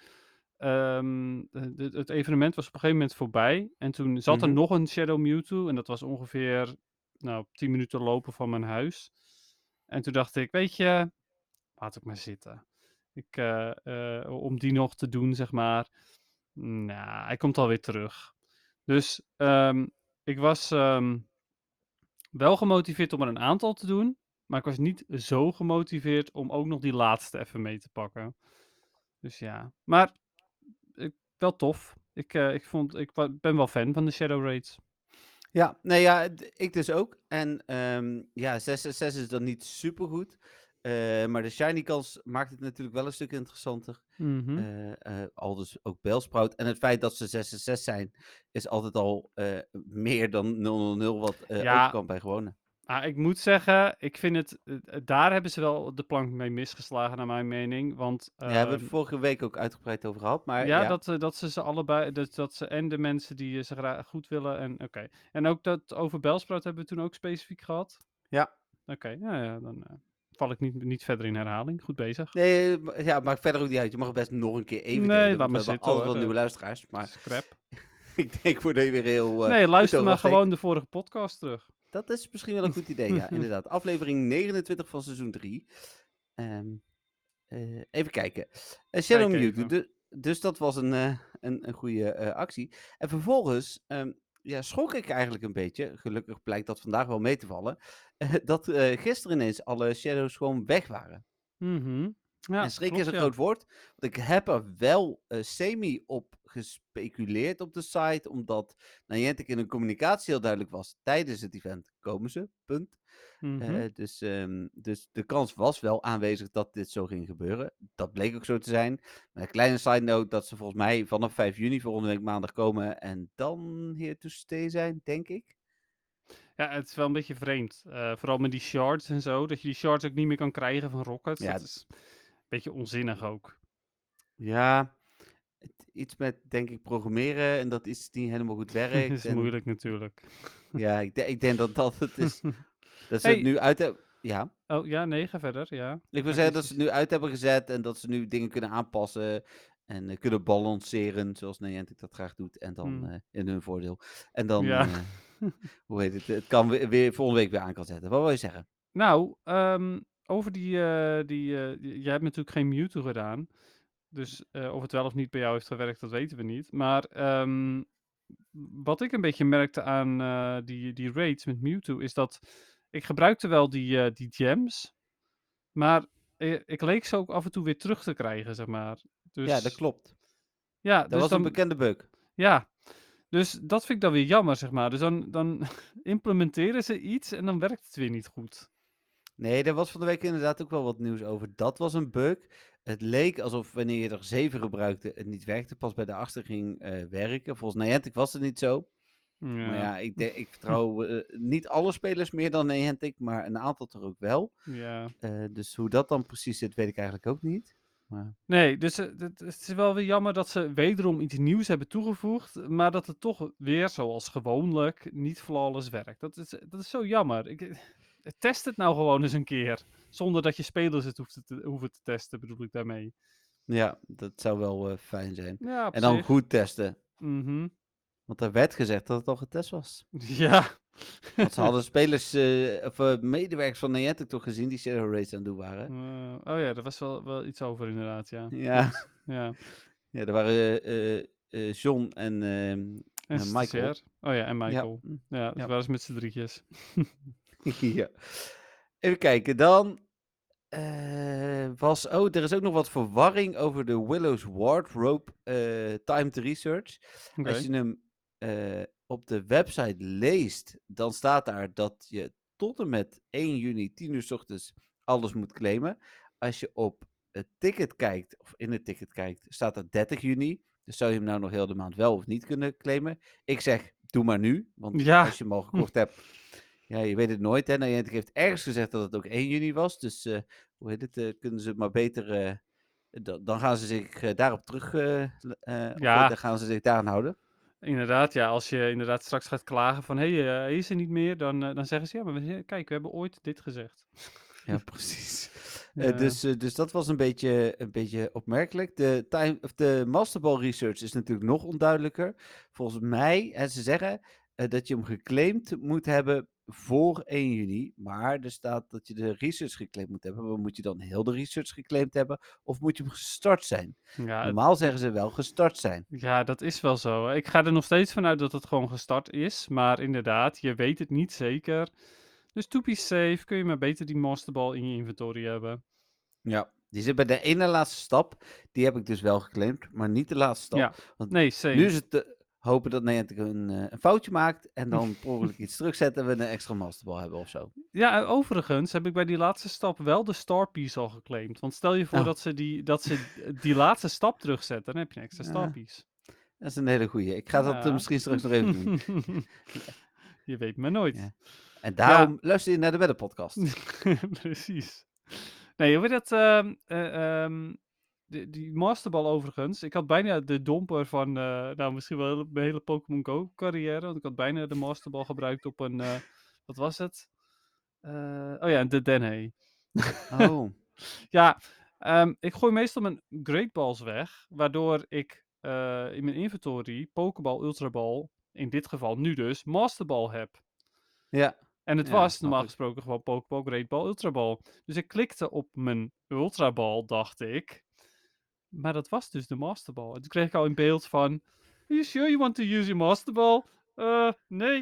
S4: Het evenement was op een gegeven moment voorbij. En toen zat er
S3: Mhm.
S4: nog een Shadow Mewtwo. En dat was ongeveer 10 minuten lopen van mijn huis. En toen dacht ik, weet je, laat ik maar zitten. Om die nog te doen, zeg maar. Nou, hij komt alweer terug. Dus ik was wel gemotiveerd om er een aantal te doen. Maar ik was niet zo gemotiveerd om ook nog die laatste even mee te pakken. Dus ja. Maar wel tof. Ben wel fan van de Shadow Raids.
S3: Ja, nee, ja, ik dus ook. En ja, 666 is dan niet supergoed. Maar de shiny kans maakt het natuurlijk wel een stuk interessanter.
S4: Mhm.
S3: Al dus ook Bellsprout. En het feit dat ze 666 zijn, is altijd al meer dan 000, wat ook
S4: Ja,
S3: kan bij gewone.
S4: ik moet zeggen, ik vind daar hebben ze wel de plank mee misgeslagen, naar mijn mening. Want
S3: Ja, hebben we het vorige week ook uitgebreid over gehad. Maar
S4: ja,
S3: ja,
S4: dat ze allebei, dat ze en de mensen die ze graag goed willen en oké. En ook dat over Bellsprout hebben we toen ook specifiek gehad.
S3: ja.
S4: Oké, ja, dan val ik niet verder in herhaling. Goed bezig.
S3: Nee, ja, maakt verder ook niet uit. Je mag het best nog een keer even
S4: Nee,
S3: delen.
S4: laat
S3: Want we
S4: maar
S3: hebben
S4: zitten
S3: altijd
S4: hoor.
S3: wel nieuwe luisteraars. Maar
S4: Scrap.
S3: ik denk voor je weer heel
S4: Nee,
S3: goed
S4: luister
S3: over
S4: maar
S3: afsteekt.
S4: gewoon de vorige podcast terug.
S3: Dat is misschien wel een goed idee, ja, inderdaad. Aflevering 29 van seizoen 3. Even kijken. Shadow
S4: Kijk
S3: Mewtwo.
S4: even.
S3: Dus dat was een goede actie. En vervolgens ja, schrok ik eigenlijk een beetje. Gelukkig blijkt dat vandaag wel mee te vallen. Dat gisteren ineens alle Shadows gewoon weg waren.
S4: Mhm. Ja,
S3: En schrik is
S4: klopt
S3: een
S4: ja.
S3: groot woord. Want ik heb er wel semi op gespeculeerd op de site. Omdat Niantic in een communicatie heel duidelijk was. Tijdens het event komen ze. Punt.
S4: Mhm.
S3: Dus de kans was wel aanwezig dat dit zo ging gebeuren. Dat bleek ook zo te zijn. Met een kleine side note dat ze volgens mij vanaf 5 juni volgende week maandag komen. En dan here to stay zijn, denk ik.
S4: Ja, het is wel een beetje vreemd. Vooral met die shards en zo. Dat je die shards ook niet meer kan krijgen van rockets.
S3: Ja,
S4: Dat is een beetje onzinnig ook.
S3: ja, iets met, denk ik, programmeren en dat iets niet helemaal goed
S4: Dat
S3: werkt.
S4: is
S3: En
S4: moeilijk natuurlijk.
S3: ja, ik denk dat dat het is. Dat ze het
S4: Hey,
S3: nu uit hebben. Ja,
S4: oh ja, nee, ga verder. Ja,
S3: ik wil
S4: maak
S3: zeggen
S4: eens
S3: dat ze
S4: iets.
S3: het nu uit hebben gezet en dat ze nu dingen kunnen aanpassen en kunnen balanceren, zoals Niantic dat graag doet, en dan
S4: Hmm.
S3: in hun voordeel. En dan,
S4: Ja.
S3: hoe heet het, het kan weer volgende week weer aan kan zetten. Wat wil je zeggen?
S4: Nou, over jij hebt natuurlijk geen Mewtwo gedaan. Dus of het wel of niet bij jou heeft gewerkt, dat weten we niet. Maar wat ik een beetje merkte aan die raids met Mewtwo, is dat ik gebruikte wel die gems, maar ik leek ze ook af en toe weer terug te krijgen, zeg maar.
S3: Ja, dat
S4: Dus
S3: klopt.
S4: ja,
S3: Dat was een bekende bug.
S4: ja, dus dat vind ik dan weer jammer, zeg maar. Dus dan implementeren ze iets en dan werkt het weer niet goed.
S3: Nee, daar was van de week inderdaad ook wel wat nieuws over. Dat was een bug. Het leek alsof wanneer je er 7 gebruikte, het niet werkte. Pas bij de achtste ging werken. Volgens Niantic was het niet zo. Maar
S4: Ja,
S3: ja, ik vertrouw niet alle spelers meer dan Niantic, maar een aantal toch ook wel.
S4: ja.
S3: Dus hoe dat dan precies zit, weet ik eigenlijk ook niet. Maar
S4: Nee, dus het is wel weer jammer dat ze wederom iets nieuws hebben toegevoegd, maar dat het toch weer zoals gewoonlijk niet flawless werkt. Dat is zo jammer. Test het nou gewoon eens een keer, zonder dat je spelers het hoeven te testen, bedoel ik daarmee.
S3: ja, dat zou wel fijn zijn.
S4: Ja, op
S3: En dan
S4: zich.
S3: goed testen.
S4: Mhm.
S3: Want er werd gezegd dat het al getest was.
S4: Ja.
S3: Want ze hadden spelers, of medewerkers van Niantic toch gezien die Shadow Race aan het doen waren.
S4: Oh ja, daar was wel iets over inderdaad, ja.
S3: Ja,
S4: Klopt. Ja.
S3: ja, er waren John en
S4: En
S3: Michael.
S4: stagiair. Oh ja, en
S3: Ja.
S4: Michael. Ja, ze
S3: Ja.
S4: waren ze met z'n drietjes.
S3: Ja. Even kijken, dan er is ook nog wat verwarring over de Willow's Wardrobe timed research. Als
S4: Oké.
S3: je hem op de website leest, dan staat daar dat je tot en met 1 juni 10 uur 's ochtends alles moet claimen. Als je op het ticket kijkt, of in het ticket kijkt, staat er 30 juni. Dus zou je hem nou nog heel de maand wel of niet kunnen claimen? Ik zeg, doe maar nu, want
S4: Ja.
S3: als je hem al gekocht hebt, ja, je weet het nooit, hè. Niantic heeft ergens gezegd dat het ook 1 juni was. Dus, hoe heet het, kunnen ze maar beter... dan gaan ze zich daarop terug...
S4: Ja.
S3: dan gaan ze zich daaraan houden.
S4: Inderdaad, ja. Als je inderdaad straks gaat klagen van... Hé, hij is er niet meer. Dan zeggen ze... Ja, maar kijk, we hebben ooit dit gezegd.
S3: Ja, precies.
S4: Ja.
S3: Dus dat was een beetje opmerkelijk. De Masterball Research is natuurlijk nog onduidelijker. Volgens mij, ze zeggen dat je hem geclaimd moet hebben voor 1 juni. Maar er staat dat je de research geclaimd moet hebben. Maar moet je dan heel de research geclaimd hebben? Of moet je hem gestart zijn?
S4: Ja,
S3: Normaal zeggen ze wel gestart zijn.
S4: ja, dat is wel zo. Ik ga er nog steeds vanuit dat het gewoon gestart is. Maar inderdaad, je weet het niet zeker. Dus to be safe kun je maar beter die Masterball in je inventory hebben.
S3: Ja, die zit bij de ene laatste stap. Die heb ik dus wel geclaimd, maar niet de laatste stap.
S4: Ja,
S3: Want
S4: nee,
S3: nu
S4: same.
S3: is het te hopen dat Niantic een foutje maakt en dan per ongeluk iets terugzetten en we een extra masterball hebben of zo.
S4: Ja, overigens heb ik bij die laatste stap wel de Star Piece al geclaimd. Want stel je voor
S3: Oh.
S4: dat ze die laatste stap terugzetten, dan heb je een extra Star
S3: Ja.
S4: Piece.
S3: Dat is een hele goeie. Ik ga dat
S4: Ja.
S3: misschien straks nog even doen.
S4: Je weet maar nooit.
S3: Ja. En daarom luister je naar de Wedden podcast.
S4: Precies. Nee, hoe weet dat? Die Masterball overigens. Ik had bijna de domper van, nou misschien wel mijn hele Pokémon Go carrière. Want ik had bijna de Masterball gebruikt op een, wat was het? Oh ja, de Denhei.
S3: Oh.
S4: Ja, ik gooi meestal mijn Great Balls weg. Waardoor ik in mijn inventory Pokéball, Ultra Ball, in dit geval nu dus, Masterball heb.
S3: Ja.
S4: En het
S3: Ja,
S4: was
S3: snap
S4: normaal
S3: ik.
S4: gesproken gewoon Pokéball, Great Ball, Ultra Ball. Dus ik klikte op mijn Ultra Ball, dacht ik. Maar dat was dus de Master Ball. En toen kreeg ik al in beeld van... Are you sure you want to use your Master Ball? Nee.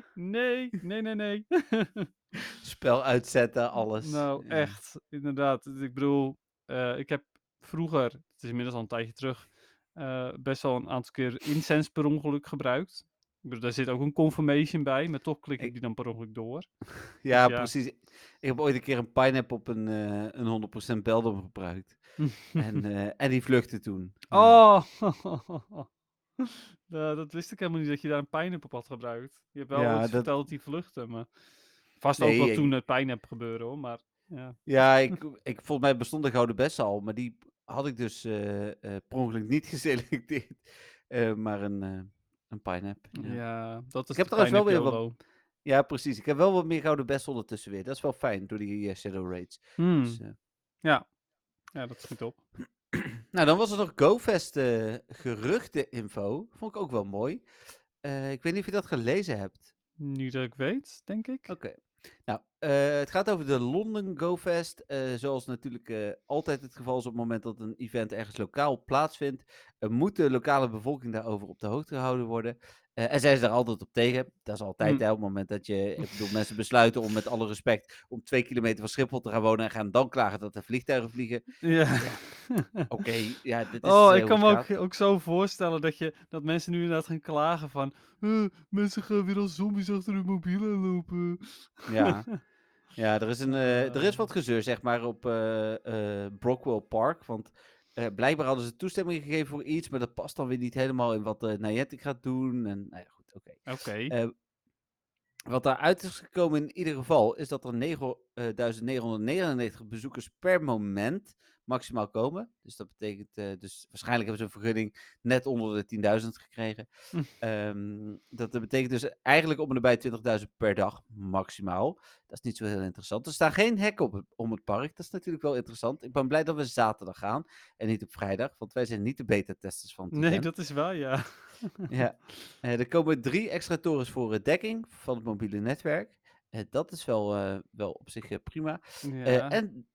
S3: Spel uitzetten, alles.
S4: Nou,
S3: Ja.
S4: echt. Inderdaad. Dus ik bedoel, ik heb vroeger, het is inmiddels al een tijdje terug, best wel een aantal keer Incense per ongeluk gebruikt. Ik bedoel, daar zit ook een confirmation bij, maar toch klik ik die dan per ongeluk door.
S3: Ja,
S4: Dus ja.
S3: precies. Ik heb ooit een keer een pineapple op een 100% Beldum gebruikt. En die vluchtte toen. Ja.
S4: Oh! Nou, dat wist ik helemaal niet dat je daar een pineapple op had gebruikt. Je hebt wel
S3: Ja,
S4: eens
S3: dat-
S4: verteld dat die vluchtte, maar... Vast ook
S3: Nee,
S4: wel
S3: ik-
S4: toen het pineapple gebeurde hoor, maar... Ja.
S3: Ja, volgens mij bestond de Gouden Bessen al, maar die had ik dus per ongeluk niet geselecteerd. Maar een pineapple. Ja.
S4: Ja, dat is
S3: Ik heb
S4: de
S3: trouwens wel
S4: pineapple
S3: weer
S4: YOLO.
S3: Ja, precies. Ik heb wel wat meer Gouden Bessen ondertussen weer. Dat is wel fijn, door die Shadow Raids. Dus,
S4: Ja, dat schiet op.
S3: nou, dan was er nog GoFest geruchten-info. Vond ik ook wel mooi. Ik weet niet of je dat gelezen hebt.
S4: Nu dat ik weet, denk ik.
S3: Oké. Nou, het gaat over de London GoFest. Zoals natuurlijk altijd het geval is op het moment dat een event ergens lokaal plaatsvindt, moet de lokale bevolking daarover op de hoogte gehouden worden. En zij is daar altijd op tegen. Dat is altijd hè, op het moment dat ik bedoel, mensen besluiten om met alle respect om 2 kilometer van Schiphol te gaan wonen en gaan dan klagen dat er vliegtuigen vliegen.
S4: Ja.
S3: Oké, ja, dit is
S4: Oh, ik
S3: hoe
S4: kan
S3: het
S4: me
S3: gaat.
S4: ook zo voorstellen dat mensen nu inderdaad gaan klagen van... mensen gaan weer als zombies achter hun mobiel aanlopen.
S3: Ja. Ja, er is wat gezeur, zeg maar, op Brockwell Park. Want blijkbaar hadden ze toestemming gegeven voor iets, maar dat past dan weer niet helemaal in wat Niantic gaat doen. En, nou ja, goed, oké.
S4: Oké.
S3: Wat daaruit is gekomen in ieder geval, is dat er 9.999 bezoekers per moment maximaal komen. Dus dat betekent, dus waarschijnlijk hebben ze een vergunning net onder de 10.000 gekregen. Dat betekent dus eigenlijk om en nabij 20.000 per dag maximaal. Dat is niet zo heel interessant. Er staan geen hekken om het park. Dat is natuurlijk wel interessant. Ik ben blij dat we zaterdag gaan en niet op vrijdag, want wij zijn niet de beta-testers van het
S4: Nee,
S3: event.
S4: dat is waar, ja.
S3: Ja, er komen 3 extra torens voor dekking van het mobiele netwerk. Dat is wel op zich prima.
S4: Ja,
S3: En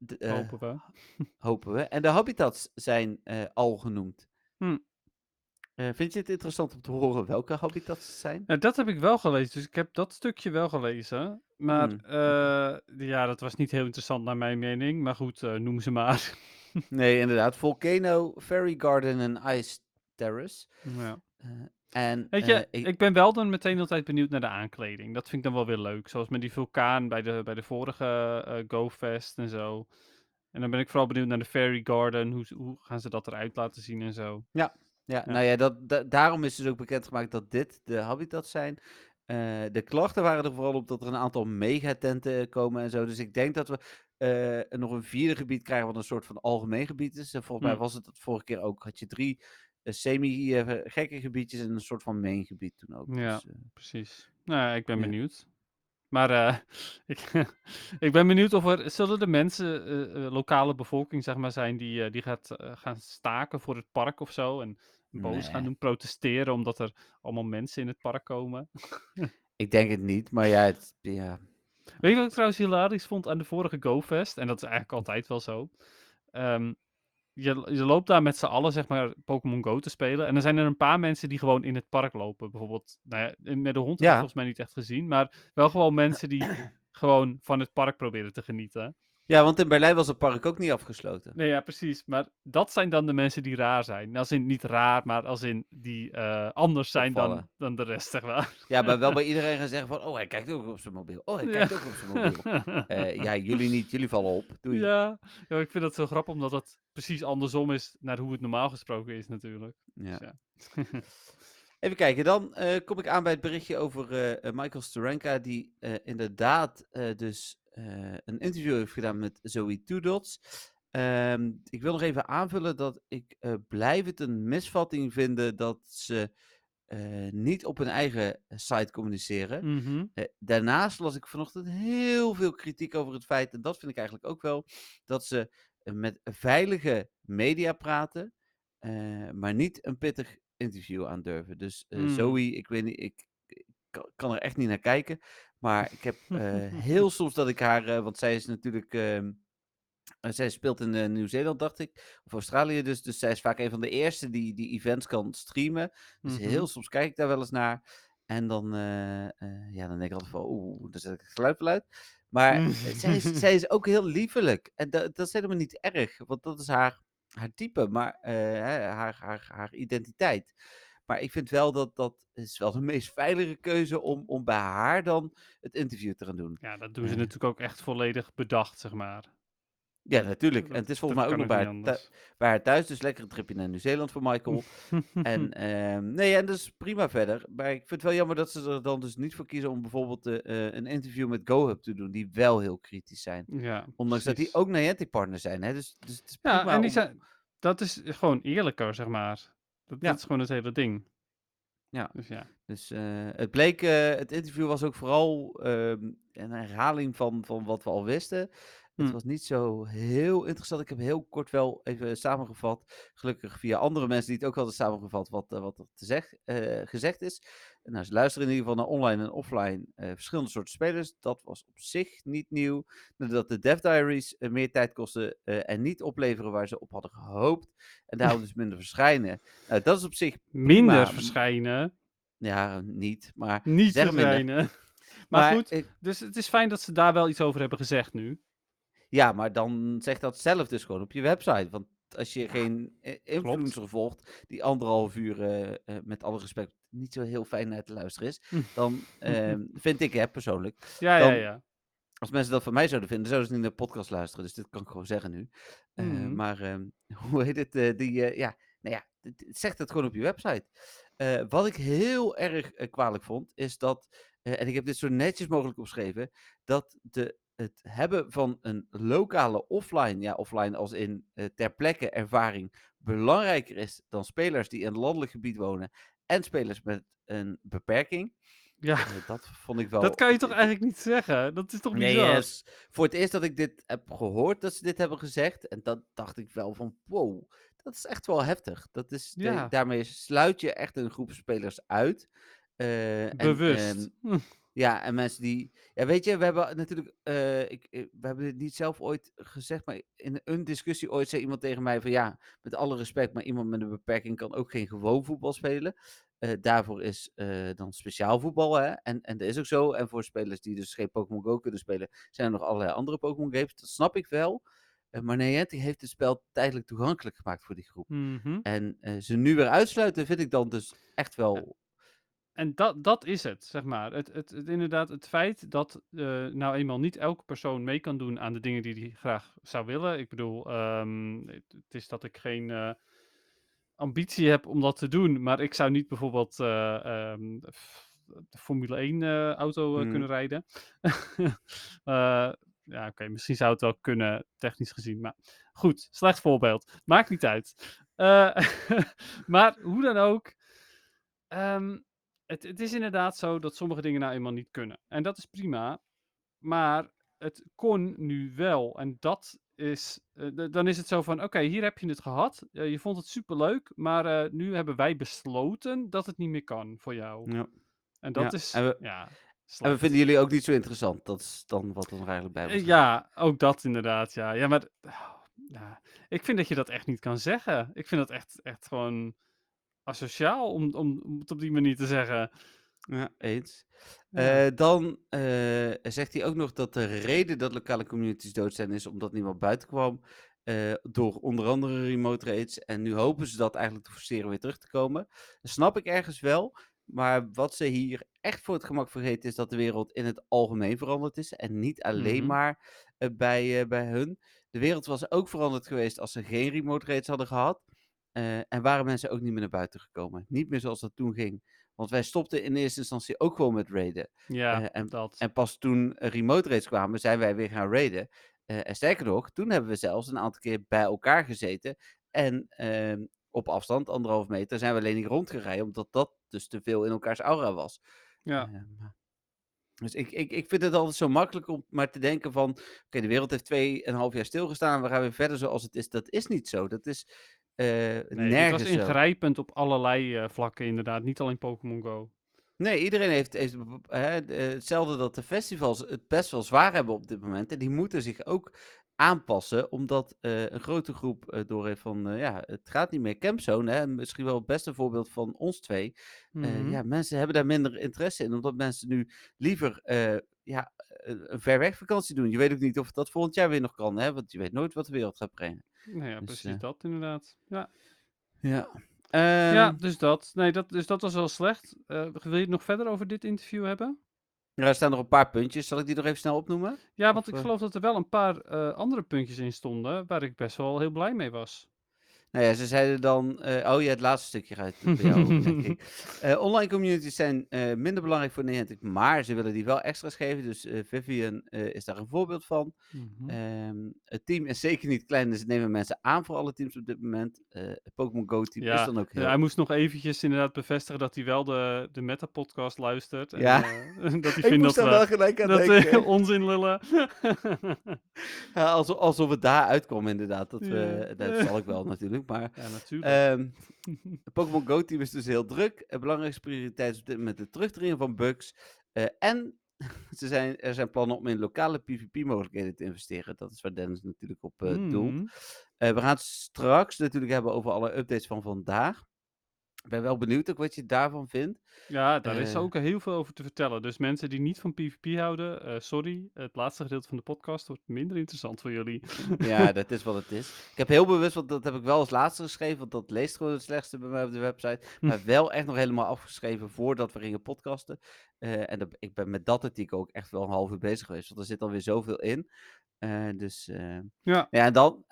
S4: hopen we.
S3: hopen we. En de habitats zijn al genoemd. Vind je het interessant om te horen welke habitats het zijn?
S4: Nou, dat heb ik wel gelezen, dus ik heb dat stukje wel gelezen. Maar
S3: Oké.
S4: ja, dat was niet heel interessant naar mijn mening. Maar goed, noem ze maar.
S3: Nee, inderdaad. Volcano, Fairy Garden en Ice Terrace.
S4: Ja.
S3: Eh, en
S4: Weet je, ik ben wel dan meteen altijd benieuwd naar de aankleding. Dat vind ik dan wel weer leuk. Zoals met die vulkaan bij de vorige GoFest en zo. En dan ben ik vooral benieuwd naar de Fairy Garden. Hoe gaan ze dat eruit laten zien en zo.
S3: ja,
S4: Ja.
S3: nou ja, daarom is dus ook bekendgemaakt dat dit de habitats zijn. De klachten waren er vooral op dat er een aantal megatenten komen en zo. Dus ik denk dat we nog een vierde gebied krijgen wat een soort van algemeen gebied is. En volgens mij was het dat vorige keer ook. Had je 3 semi-gekke gebiedjes en een soort van main gebied toen ook.
S4: Ja,
S3: Dus,
S4: precies. Nou, ja, ik ben
S3: ja.
S4: benieuwd. Maar ik, ik ben benieuwd of zullen de mensen, lokale bevolking zeg maar zijn die gaat gaan staken voor het park of zo en boos gaan
S3: Nee,
S4: doen, protesteren omdat er allemaal mensen in het park komen.
S3: ik denk het niet. Maar ja, ja.
S4: Weet je wat ik trouwens hilarisch vond aan de vorige GoFest? En dat is eigenlijk altijd wel zo. Ehm, je loopt daar met z'n allen, zeg maar, Pokémon Go te spelen. En dan zijn er een paar mensen die gewoon in het park lopen. Bijvoorbeeld, nou ja, met de hond heb ik
S3: Ja.
S4: volgens mij niet echt gezien. Maar wel gewoon mensen die gewoon van het park proberen te genieten.
S3: Ja, want in Berlijn was het park ook niet afgesloten.
S4: Nee, ja, precies. Maar dat zijn dan de mensen die raar zijn. Als in niet raar, maar als in die anders zijn
S3: Opvallen.
S4: dan de rest, zeg maar.
S3: Ja, maar wel bij iedereen gaan zeggen van, oh, hij kijkt ook op zijn mobiel. Oh, hij
S4: Ja.
S3: kijkt ook op zijn mobiel. Ja, jullie niet. Jullie vallen op. Doei.
S4: Ja, ik vind dat zo grappig, omdat dat precies andersom is naar hoe het normaal gesproken is natuurlijk.
S3: Ja.
S4: Dus ja.
S3: Even kijken, dan kom ik aan bij het berichtje over Michael Steranka, die inderdaad dus een interview heeft gedaan met Zoe Two Dots. Ik wil nog even aanvullen dat ik blijf het een misvatting vinden dat ze niet op hun eigen site communiceren.
S4: Mhm.
S3: Daarnaast las ik vanochtend heel veel kritiek over het feit, en dat vind ik eigenlijk ook wel, dat ze met veilige media praten, maar niet een pittig interview aandurven. Dus Zoe, ik weet niet, ik kan er echt niet naar kijken. Maar ik heb heel soms dat ik haar, want zij is natuurlijk, zij speelt in Nieuw-Zeeland, dacht ik, of Australië dus. Dus zij is vaak een van de eerste die events kan streamen. Dus heel soms kijk ik daar wel eens naar. En dan, ja, dan denk ik altijd van, oeh, daar zet ik het geluid wel uit. Maar zij is ook heel liefelijk. En dat is helemaal niet erg, want dat is haar type, maar haar identiteit. Maar ik vind wel dat is wel de meest veilige keuze om bij haar dan het interview te gaan doen.
S4: Ja, dat doen ze natuurlijk ook echt volledig bedacht, zeg maar.
S3: Ja, natuurlijk. En
S4: Dat,
S3: het is volgens
S4: dat
S3: mij ook
S4: kan
S3: nog
S4: ook niet anders.
S3: bij haar thuis. Dus lekker een tripje naar Nieuw-Zeeland voor Michael. En nee, en dat is prima verder. Maar ik vind het wel jammer dat ze er dan dus niet voor kiezen om bijvoorbeeld een interview met GoHub te doen. Die wel heel kritisch zijn.
S4: Ja,
S3: Ondanks dat die
S4: precies.
S3: ook Niantic partner zijn. Hè? Dus het is
S4: Ja,
S3: prima
S4: en
S3: om...
S4: dat is gewoon eerlijker, zeg maar. Dat
S3: Ja,
S4: is gewoon het hele ding.
S3: ja.
S4: Dus ja.
S3: Dus het bleek, het interview was ook vooral een herhaling van wat we al wisten. Het was niet zo heel interessant. Ik heb heel kort wel even samengevat. Gelukkig via andere mensen die het ook hadden samengevat wat er gezegd is. Nou, ze luisteren in ieder geval naar online en offline verschillende soorten spelers. Dat was op zich niet nieuw. Dat de Dev Diaries meer tijd kosten en niet opleveren waar ze op hadden gehoopt. En daarom dus minder verschijnen. Nou, dat is op zich
S4: Minder
S3: prima.
S4: verschijnen.
S3: Ja, niet, maar
S4: Niet
S3: zeg minder.
S4: verschijnen. Maar goed,
S3: ik,
S4: dus het is fijn dat ze daar wel iets over hebben gezegd nu.
S3: ja, maar dan zeg dat zelf dus gewoon op je website. Want als je geen influencer volgt die 1,5 uur, met alle respect, niet zo heel fijn naar te luisteren is, dan vind ik, persoonlijk,
S4: Ja,
S3: dan,
S4: ja.
S3: als mensen dat van mij zouden vinden, zouden ze niet naar de podcast luisteren. Dus dit kan ik gewoon zeggen nu. Maar hoe heet het? Ja, nou ja, zeg het gewoon op je website. Wat ik heel erg kwalijk vond, is dat, en ik heb dit zo netjes mogelijk opgeschreven, dat het hebben van een lokale offline, ja, offline als in ter plekke ervaring, belangrijker is dan spelers die in een landelijk gebied wonen en spelers met een beperking.
S4: Ja,
S3: Dat vond ik wel...
S4: dat kan je toch eigenlijk niet zeggen? Dat is toch
S3: Nee,
S4: bizar?
S3: yes. Voor het eerst dat ik dit heb gehoord dat ze dit hebben gezegd. En dat dacht ik wel van, wow, dat is echt wel heftig. Dat is,
S4: Ja.
S3: daarmee sluit je echt een groep spelers uit.
S4: Bewust.
S3: Ja, en mensen die... Ja, weet je, we hebben natuurlijk... we hebben dit niet zelf ooit gezegd, maar in een discussie ooit zei iemand tegen mij van... Ja, met alle respect, maar iemand met een beperking kan ook geen gewoon voetbal spelen. Daarvoor is dan speciaal voetbal, hè. En dat is ook zo. En voor spelers die dus geen Pokémon Go kunnen spelen... zijn er nog allerlei andere Pokémon games. Dat snap ik wel. Maar Niantic heeft het spel tijdelijk toegankelijk gemaakt voor die groep.
S4: Mhm.
S3: En ze nu weer uitsluiten, vind ik dan dus echt wel...
S4: En dat is het, zeg maar. Inderdaad, het feit dat nou eenmaal niet elke persoon mee kan doen aan de dingen die hij graag zou willen. Ik bedoel, het is dat ik geen ambitie heb om dat te doen, maar ik zou niet bijvoorbeeld de Formule 1 auto
S3: Mm,
S4: kunnen rijden. Eh, ja, oké, misschien zou het wel kunnen, technisch gezien. Maar goed, slecht voorbeeld. Maakt niet uit. Eh, maar hoe dan ook. ehm, het is inderdaad zo dat sommige dingen nou eenmaal niet kunnen. En dat is prima. Maar het kon nu wel. En dat is. Dan is het zo van: oké, hier heb je het gehad. Je vond het superleuk. Maar nu hebben wij besloten dat het niet meer kan voor jou.
S3: ja.
S4: En dat
S3: Ja,
S4: is. Ja,
S3: en we
S4: slecht.
S3: vinden jullie ook niet zo interessant. Dat is dan wat er nog eigenlijk bij was gezegd.
S4: Ja, ook dat inderdaad. Ja, ja maar. Ja, ik vind dat je dat echt niet kan zeggen. Ik vind dat echt gewoon asociaal om het op die manier te zeggen.
S3: Ja, eens.
S4: Ja.
S3: Dan zegt hij ook nog dat de reden dat lokale communities dood zijn is omdat niemand buiten kwam. Door onder andere remote raids. En nu hopen ze dat eigenlijk te forceren weer terug te komen. Dat snap ik ergens wel. Maar wat ze hier echt voor het gemak vergeten is dat de wereld in het algemeen veranderd is. En niet alleen
S4: Mhm.
S3: maar bij hun. De wereld was ook veranderd geweest als ze geen remote raids hadden gehad. En waren mensen ook niet meer naar buiten gekomen. Niet meer zoals dat toen ging. Want wij stopten in eerste instantie ook gewoon met raiden.
S4: Ja,
S3: En,
S4: dat.
S3: en pas toen remote raids kwamen, zijn wij weer gaan raiden. En sterker nog, toen hebben we zelfs een aantal keer bij elkaar gezeten. En op afstand, 1,5 meter, zijn we alleen niet rondgereden. Omdat dat dus te veel in elkaars aura was.
S4: Ja.
S3: Dus ik vind het altijd zo makkelijk om maar te denken van... Oké, de wereld heeft 2,5 jaar stilgestaan. We gaan weer verder zoals het is. Dat is niet zo. Dat is
S4: Nee, dit was
S3: nergens zo.
S4: ingrijpend op allerlei vlakken inderdaad. Niet alleen Pokémon Go.
S3: Nee, iedereen heeft hetzelfde dat de festivals het best wel zwaar hebben op dit moment. En die moeten zich ook aanpassen, omdat een grote groep doorheeft van, ja, het gaat niet meer. Campzone, hè, misschien wel het beste voorbeeld van ons twee.
S4: Mhm.
S3: Ja, mensen hebben daar minder interesse in, omdat mensen nu liever ja, een ver weg vakantie doen. Je weet ook niet of dat volgend jaar weer nog kan, hè, want je weet nooit wat de wereld gaat brengen.
S4: Nou ja,
S3: Dus
S4: precies dat inderdaad. Ja.
S3: ja.
S4: Ja, dus dat. Nee, dus dat was wel slecht. Wil je het nog verder over dit interview hebben?
S3: Ja, er staan nog een paar puntjes. Zal ik die nog even snel opnoemen?
S4: Ja, want
S3: Of,
S4: ik geloof dat er wel een paar andere puntjes in stonden waar ik best wel heel blij mee was.
S3: Nou ja, ze zeiden dan... oh ja, het laatste stukje gaat bij jou over, denk ik. Online communities zijn minder belangrijk voor Niantic, maar ze willen die wel extra's geven. Dus Vivian is daar een voorbeeld van.
S4: Mhm.
S3: Het team is zeker niet klein, dus ze nemen mensen aan voor alle teams op dit moment. Het Pokémon Go team is
S4: Ja,
S3: dan ook
S4: hij
S3: heel...
S4: moest nog eventjes inderdaad bevestigen dat hij wel de Meta-podcast luistert. En
S3: Ja,
S4: dat hij
S3: ik
S4: vindt
S3: moest
S4: dat
S3: daar wel gelijk aan
S4: dat
S3: denken.
S4: we onzin lullen.
S3: Ja, alsof het daar uitkwam inderdaad.
S4: Ja.
S3: Dat zal ik wel natuurlijk, maar...
S4: Ja, natuurlijk.
S3: Het Pokémon Go team is dus heel druk. De belangrijkste prioriteit is op dit moment de terugdringen van bugs. En er zijn plannen om in lokale PvP-mogelijkheden te investeren. Dat is waar Dennis natuurlijk op doelt.
S4: Mm.
S3: We gaan het straks natuurlijk hebben over alle updates van vandaag. Ik ben wel benieuwd ook wat je daarvan vindt.
S4: Ja, daar is
S3: Eh,
S4: ook heel veel over te vertellen. Dus mensen die niet van PvP houden, sorry, het laatste gedeelte van de podcast wordt minder interessant voor jullie.
S3: Ja, dat is wat het is. Ik heb heel bewust, want dat heb ik wel als laatste geschreven, want dat leest gewoon het slechtste bij mij op de website. Maar wel echt nog helemaal afgeschreven voordat we gingen podcasten. Ik ben met dat artikel ook echt wel een half uur bezig geweest, want er zit alweer zoveel in.
S4: Ja,
S3: Ja,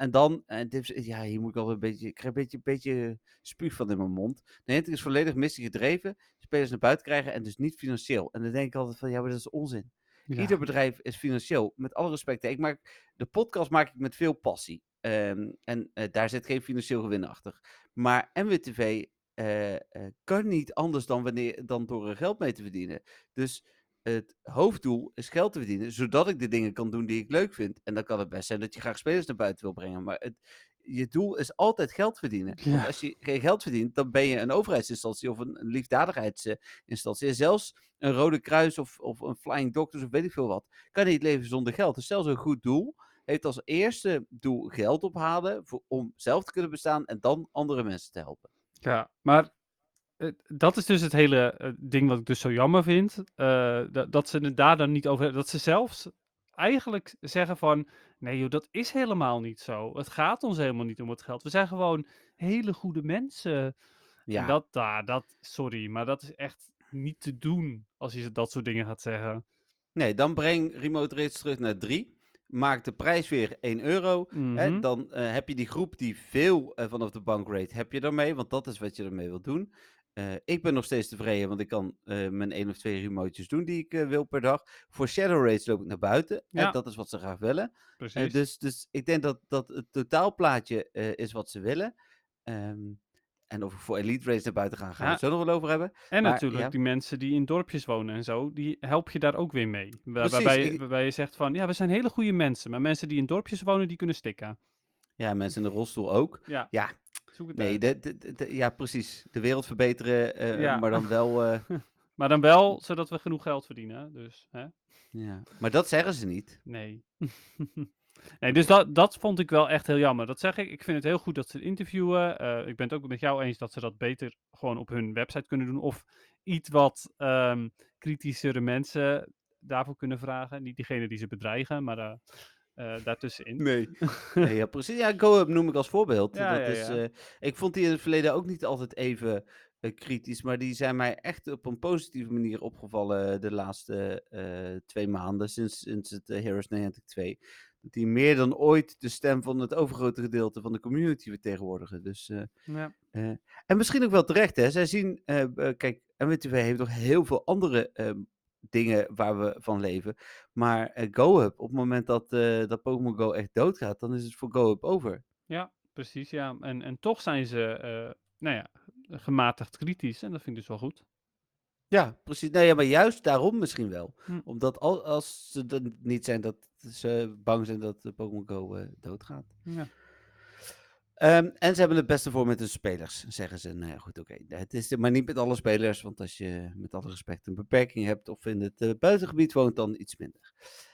S3: ja, hier moet ik al een beetje, ik krijg een beetje spuug van in mijn mond. Niantic is volledig missie gedreven, spelers naar buiten krijgen en dus niet financieel. En dan denk ik altijd van, ja, maar dat is onzin.
S4: ja,
S3: Ieder bedrijf is financieel, met alle respect. De podcast maak ik met veel passie. Daar zit geen financieel gewin achter. Maar MWTV kan niet anders dan door er geld mee te verdienen. Dus het hoofddoel is geld te verdienen, zodat ik de dingen kan doen die ik leuk vind. En dan kan het best zijn dat je graag spelers naar buiten wil brengen. Maar je doel is altijd geld verdienen. Want
S4: Ja.
S3: als je geen geld verdient, dan ben je een overheidsinstantie of een liefdadigheidsinstantie. En zelfs een Rode Kruis of een Flying Doctors of weet ik veel wat, kan niet leven zonder geld. Dus zelfs een goed doel heeft als eerste doel geld ophalen om zelf te kunnen bestaan en dan andere mensen te helpen.
S4: Ja, maar dat is dus het hele ding wat ik dus zo jammer vind. Dat ze het daar dan niet over hebben. Dat ze zelfs eigenlijk zeggen van... Nee joh, dat is helemaal niet zo. Het gaat ons helemaal niet om het geld. We zijn gewoon hele goede mensen. En
S3: Ja,
S4: sorry, maar dat is echt niet te doen als je dat soort dingen gaat zeggen.
S3: nee, dan breng remote rates terug naar 3. Maak de prijs weer 1 euro. Hè,
S4: Mhm.
S3: dan heb je die groep die veel vanaf de bankrate heb je daarmee, want dat is wat je ermee wilt doen. Ik ben nog steeds tevreden, want ik kan mijn 1 of 2 remotejes doen die ik wil per dag. Voor shadow rates loop ik naar buiten.
S4: Ja,
S3: Dat is wat ze graag willen.
S4: precies.
S3: Dus ik denk dat het totaalplaatje is wat ze willen. Ehm, en of ik voor elite rates naar buiten ga, gaan we
S4: Ja,
S3: het zo nog wel over hebben.
S4: en
S3: Maar
S4: natuurlijk
S3: ja,
S4: die mensen die in dorpjes wonen en zo, die help je daar ook weer mee.
S3: precies.
S4: Waarbij je zegt van, ja, we zijn hele goede mensen, maar mensen die in dorpjes wonen, die kunnen stikken.
S3: Ja, mensen in de rolstoel ook.
S4: Ja,
S3: Ja,
S4: zoek het
S3: nee,
S4: uit.
S3: ja, precies. De wereld verbeteren,
S4: Ja,
S3: maar dan wel.
S4: maar dan wel zodat we genoeg geld verdienen, dus, hè?
S3: Ja. Maar dat zeggen ze niet.
S4: Nee. Nee, dus dat vond ik wel echt heel jammer. Dat zeg ik. Ik vind het heel goed dat ze het interviewen. Ik ben het ook met jou eens dat ze dat beter gewoon op hun website kunnen doen. Of iets wat kritischere mensen daarvoor kunnen vragen. Niet diegene die ze bedreigen, maar daartussenin.
S3: Nee. Nee, ja, precies. Ja, GoUp noem ik als voorbeeld.
S4: Ja,
S3: Dat
S4: ja,
S3: is,
S4: ja.
S3: ik vond die in het verleden ook niet altijd even kritisch, maar die zijn mij echt op een positieve manier opgevallen de laatste 2 maanden sinds het Heroes Niantic 2. Dat die meer dan ooit de stem van het overgrote gedeelte van de community vertegenwoordigen. Dus,
S4: Ja,
S3: en misschien ook wel terecht, hè. Zij zien, kijk, MWTV heeft nog heel veel andere dingen waar we van leven. Maar GoHub, op het moment dat Pokémon Go echt doodgaat, dan is het voor GoHub over.
S4: ja, precies. Ja. En toch zijn ze, nou ja, gematigd kritisch. En dat vind ik dus wel goed.
S3: Ja, precies. Nee, ja, maar juist daarom misschien wel.
S4: Hm.
S3: Omdat als ze er niet zijn dat ze bang zijn dat Pokémon Go doodgaat.
S4: Ja.
S3: En ze hebben het beste voor met hun spelers, zeggen ze. Nou ja, goed, oké. Het is maar niet met alle spelers, want als je met alle respect een beperking hebt of in het buitengebied woont, dan iets minder.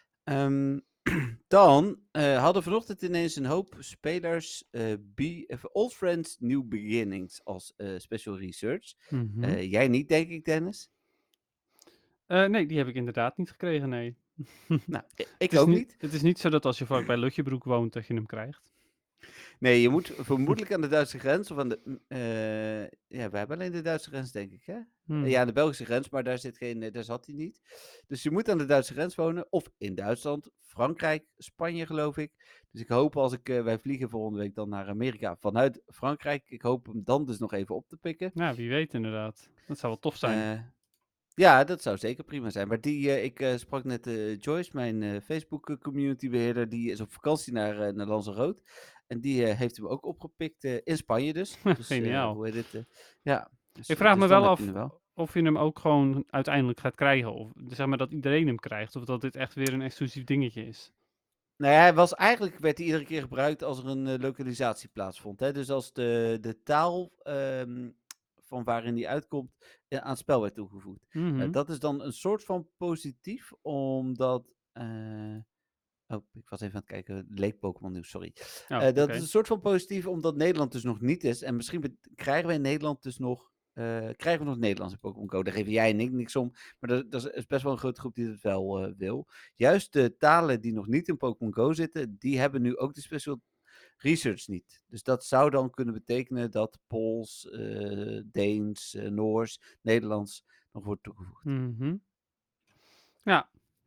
S3: Dan hadden vanochtend ineens een hoop spelers Old Friends New Beginnings als special research.
S4: Mhm.
S3: Jij niet, denk ik, Dennis?
S4: Nee, die heb ik inderdaad niet gekregen, nee.
S3: Nou,
S4: Het
S3: ik
S4: is
S3: ook
S4: niet,
S3: niet.
S4: het is niet zo dat als je vlak bij Lutjebroek woont, dat je hem krijgt.
S3: Nee, je moet vermoedelijk aan de Duitse grens of aan de... ja, we hebben alleen de Duitse grens, denk ik, hè?
S4: Hmm.
S3: Ja, aan de Belgische grens, maar daar zat hij niet. Dus je moet aan de Duitse grens wonen, of in Duitsland, Frankrijk, Spanje, geloof ik. Dus ik hoop als wij vliegen volgende week dan naar Amerika vanuit Frankrijk. Ik hoop hem dan dus nog even op te pikken.
S4: Ja, wie weet inderdaad. Dat zou wel tof zijn.
S3: Ja, dat zou zeker prima zijn. Maar ik sprak net Joyce, mijn Facebook community beheerder, die is op vakantie naar Lanzarote. En die heeft hem ook opgepikt in Spanje dus. Dus
S4: Geniaal.
S3: hoe heet het? Ja. Dus,
S4: Ik vraag
S3: dus
S4: me
S3: dan
S4: wel
S3: heb je
S4: af
S3: hem wel.
S4: of je hem ook gewoon uiteindelijk gaat krijgen. Of zeg maar dat iedereen hem krijgt. Of dat dit echt weer een exclusief dingetje is.
S3: Nou ja, werd hij iedere keer gebruikt als er een lokalisatie plaatsvond. Hè? Dus als de taal van waarin die uitkomt aan het spel werd toegevoegd.
S4: Mhm.
S3: Dat is dan een soort van positief, omdat... oh, ik was even aan het kijken. Leek Pokémon nieuws, sorry.
S4: Oh,
S3: Dat
S4: oké.
S3: is een soort van positief, omdat Nederland dus nog niet is. En misschien krijgen we in Nederland dus nog... krijgen we nog Nederlandse Pokémon Go. Daar geven jij en ik niks om. Maar dat is best wel een grote groep die het wel wil. Juist de talen die nog niet in Pokémon Go zitten, die hebben nu ook de special research niet. Dus dat zou dan kunnen betekenen dat Pools, Deens, Noors, Nederlands nog wordt toegevoegd.
S4: Mhm. Ja.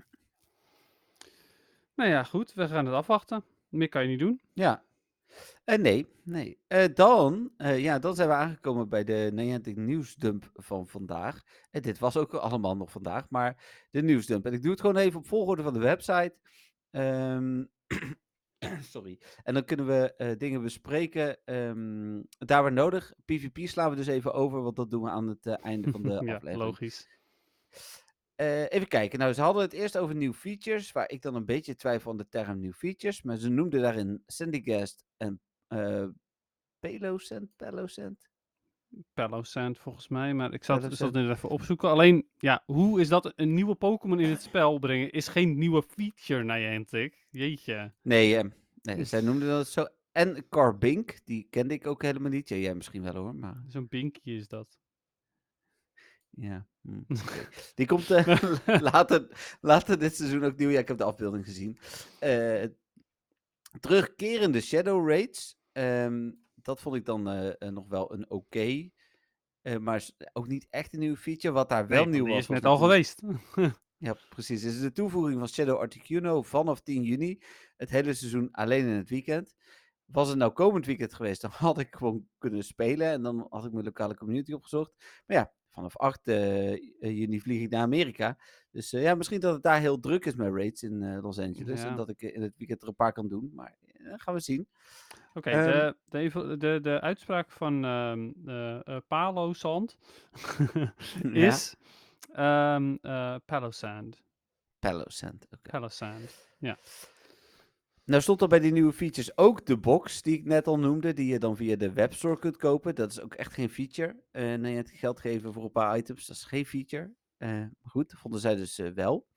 S4: Nou ja, goed. We gaan het afwachten. Meer kan je niet doen.
S3: Ja. Nee. Dan zijn we aangekomen bij de Niantic nieuwsdump van vandaag. En dit was ook allemaal nog vandaag, maar de nieuwsdump. En ik doe het gewoon even op volgorde van de website. Sorry. En dan kunnen we dingen bespreken daar waar nodig. PvP slaan we dus even over, want dat doen we aan het einde van de
S4: Ja,
S3: aflevering.
S4: logisch.
S3: Even kijken. Nou, ze hadden het eerst over nieuwe features, waar ik dan een beetje twijfel aan de term nieuwe features. Maar ze noemden daarin Sandygast en eh Pelocent?
S4: Palossand volgens mij, maar ik zat
S3: Pelocent?
S4: nu even opzoeken. Alleen, ja, hoe is dat een nieuwe Pokémon in het spel brengen? Is geen nieuwe feature, Niantic. Jeetje.
S3: Nee, nee, zij noemden dat zo. En Carbink, die kende ik ook helemaal niet. Ja, jij misschien wel hoor, maar
S4: Zo'n Binky is dat.
S3: ja. Oké. Die komt later dit seizoen ook nieuw. Ja, ik heb de afbeelding gezien. Terugkerende Shadow Raids. Dat vond ik dan nog wel een oké. Maar ook niet echt een nieuwe feature. Wat daar wel
S4: Nee, want
S3: nieuw
S4: die
S3: was,
S4: is
S3: was
S4: net al
S3: natuurlijk...
S4: geweest.
S3: Ja, precies. Dit is de toevoeging van Shadow Articuno vanaf 10 juni. Het hele seizoen alleen in het weekend. Was het nou komend weekend geweest, dan had ik gewoon kunnen spelen. En dan had ik mijn lokale community opgezocht. Maar ja, vanaf 8 juni vlieg ik naar Amerika. Dus ja, misschien dat het daar heel druk is met raids in Los Angeles. En
S4: Ja.
S3: dat ik in het weekend er een paar kan doen. Maar gaan we zien.
S4: Oké,
S3: Ehm,
S4: de uitspraak van Palo Sand
S3: ja,
S4: is Palossand.
S3: Pelocent. Oké.
S4: Palossand, ja.
S3: Nou stond er bij die nieuwe features ook de box die ik net al noemde, die je dan via de webstore kunt kopen. Dat is ook echt geen feature. Nee, het geld geven voor een paar items, dat is geen feature. Maar goed, dat vonden zij dus wel.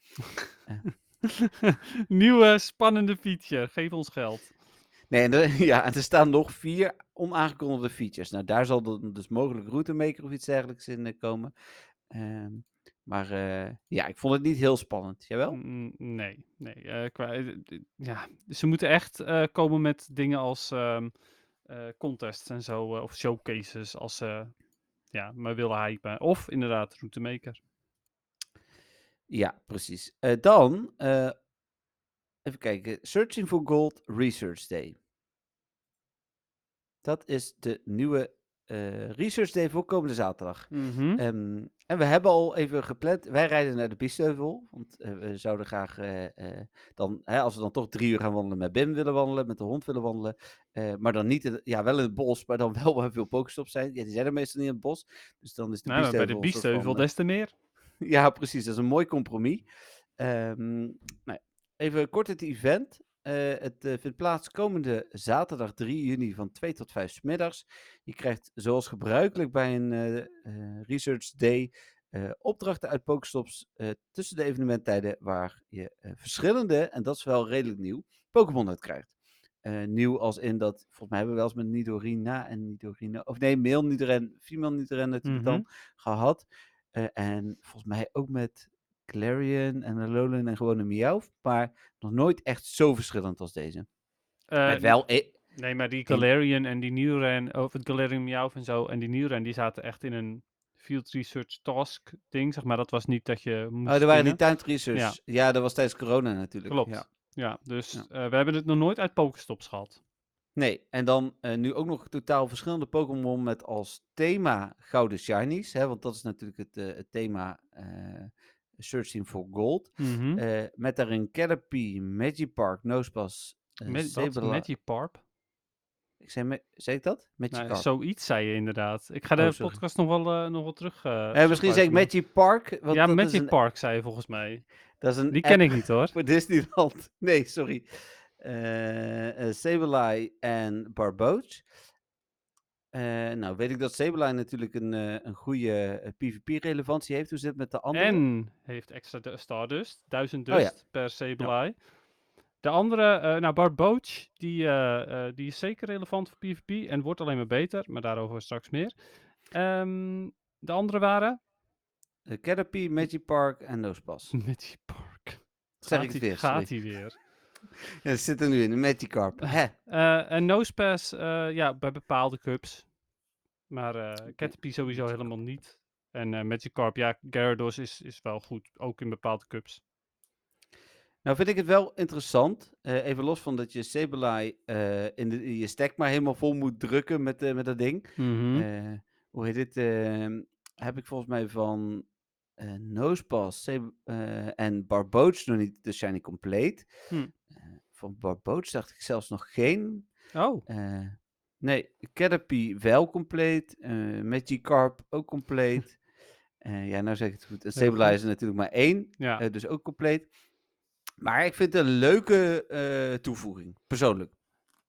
S4: Nieuwe spannende feature, geef ons geld.
S3: Nee, en ja, en er staan nog 4 onaangekondigde features. Nou, daar zal dan dus mogelijk routemaker of iets dergelijks in komen. Maar ja, ik vond het niet heel spannend. Jawel?
S4: Nee. Ja, ze moeten echt komen met dingen als contests en zo, of showcases, als ze maar willen hypen. Of inderdaad, routemaker.
S3: Ja, precies. Dan, even kijken. Searching for Gold Research Day. Dat is de nieuwe Research Day voor komende zaterdag.
S4: Mhm.
S3: En we hebben al even gepland. Wij rijden naar de Biesheuvel. Want we zouden graag dan, als we dan toch 3 uur gaan wandelen, met Bim willen wandelen, met de hond willen wandelen. Maar dan niet, wel in het bos, maar dan wel waar veel pokestops zijn. Ja, die zijn er meestal niet in het bos. Dus dan is de
S4: Nou, bij de
S3: Biesheuvel een soort
S4: Biesheuvel
S3: van,
S4: des te meer.
S3: ja, precies. Dat is een mooi compromis. Nou, even kort het event. Het vindt plaats komende zaterdag 3 juni van 2 tot 5 's middags. Je krijgt zoals gebruikelijk bij een Research Day opdrachten uit Pokestops tussen de evenementtijden waar je verschillende, en dat is wel redelijk nieuw, Pokémon uit krijgt. Nieuw als in dat, volgens mij hebben we wel eens met Nidorina en Nidorino, of nee, male Nidoran, female Nidoran natuurlijk dan gehad. En volgens mij ook met Clarion en Alolan en gewoon een Meowth, maar nog nooit echt zo verschillend als deze. Met wel
S4: Nee, maar die Galarian en die Nidoran, of het Galarian Meowth en zo, en die Nidoran, die zaten echt in een Field Research Task ding, zeg maar. Dat was niet dat je moest
S3: er waren die
S4: spinnen.
S3: Timed Research. Ja, dat was tijdens corona natuurlijk.
S4: Klopt. Ja, dus
S3: Ja.
S4: we hebben het nog nooit uit Pokestops gehad.
S3: Nee, en dan nu ook nog totaal verschillende Pokémon met als thema Gouden Shinies. Hè, want dat is natuurlijk het thema Searching for Gold. Met daarin Caterpie, Magikarp, Nosepass, Sableye.
S4: Magikarp?
S3: Zei ik dat? Magikarp.
S4: Nou, zoiets zei je inderdaad. Ik ga de
S3: sorry.
S4: podcast nog wel terug.
S3: Misschien zei ik Magikarp.
S4: Ja, Magikarp zei je volgens mij.
S3: Dat is een
S4: Die ken ik niet hoor.
S3: Voor Disneyland. Nee, sorry. Sableye en Barboach. Nou, weet ik dat Sableye natuurlijk een goede PvP-relevantie heeft. Hoe zit het met de andere?
S4: En heeft extra Stardust. 1000
S3: Oh ja.
S4: dust per Sableye. De andere, Barboach, die is zeker relevant voor PvP en wordt alleen maar beter, maar daarover straks meer. De andere waren?
S3: Caterpie, Magikarp en Nosepass.
S4: Magikarp.
S3: Zeg ik het weer, sorry.
S4: Gaat hij weer.
S3: Ja, dat zit er nu in, de Magikarp.
S4: En Nosepass, bij bepaalde cups. Maar Caterpie sowieso helemaal niet. En Magikarp, ja, Gyarados is wel goed, ook in bepaalde cups.
S3: Nou vind ik het wel interessant, even los van dat je Sableye in je stack maar helemaal vol moet drukken met dat ding. Hoe heet dit? Heb ik volgens mij van Nosepass en Barboach nog niet de Shiny Complete. Van Barboach dacht ik zelfs nog geen.
S4: Oh.
S3: Nee, Caterpie wel compleet. Magikarp ook compleet. Ja, nou zeg ik het goed. En Sableye is er natuurlijk maar 1, dus ook compleet. Maar ik vind het een leuke toevoeging, persoonlijk.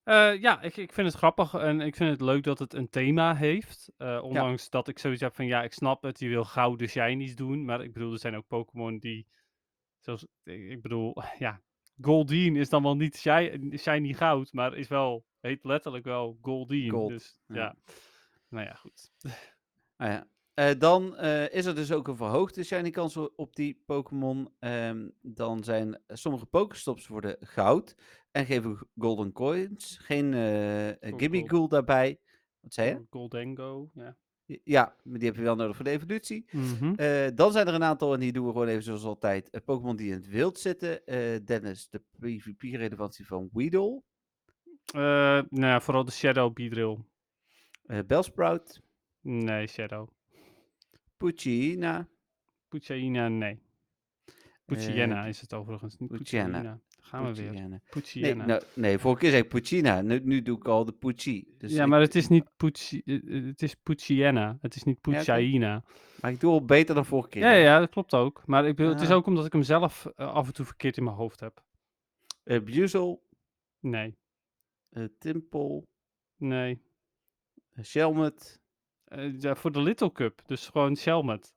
S4: Ja, ik vind het grappig en ik vind het leuk dat het een thema heeft. Ondanks dat ik zoiets heb van, ja, ik snap het, je wil gouden shinies doen. Maar ik bedoel, er zijn ook Pokémon die, zoals, ik bedoel, ja, Goldeen is dan wel niet shiny goud, maar heet letterlijk wel Goldeen.
S3: Gold.
S4: Dus
S3: Ja.
S4: ja, nou ja, goed.
S3: Nou ja. Dan is er dus ook een verhoogde shiny kans op die Pokémon. Dan zijn sommige Pokéstops worden goud en geven golden coins. Geen Gimmighoul daarbij. Wat zei je?
S4: Voor Goldengo, ja.
S3: Ja, maar die heb je wel nodig voor de evolutie. Dan zijn er een aantal, en die doen we gewoon even zoals altijd, Pokémon die in het wild zitten. Dennis, de PvP-relevantie van Weedle.
S4: Nou ja, vooral de Shadow Beedrill.
S3: Bellsprout.
S4: Nee, Shadow.
S3: Poochyena.
S4: Poochyena, nee. Poochyena is het overigens, niet
S3: Poochyena.
S4: Poochyena. Gaan we weer.
S3: Poochyena.
S4: Poochyena.
S3: Nee, vorige keer zei ik Poochyena. Nu doe ik al de Poochy. Dus
S4: Ja, maar het is niet het is Poochyena. Het is niet
S3: Ja, oké.
S4: Poochyena.
S3: Maar ik doe al beter dan vorige keer.
S4: Ja, ja, dat klopt ook. Maar ik bedoel, het is
S3: Ah.
S4: ook omdat ik hem zelf af en toe verkeerd in mijn hoofd heb.
S3: Buizel.
S4: Nee,
S3: Timpel.
S4: nee.
S3: Shelmet.
S4: Ja, voor de Little Cup, dus gewoon Shelmet.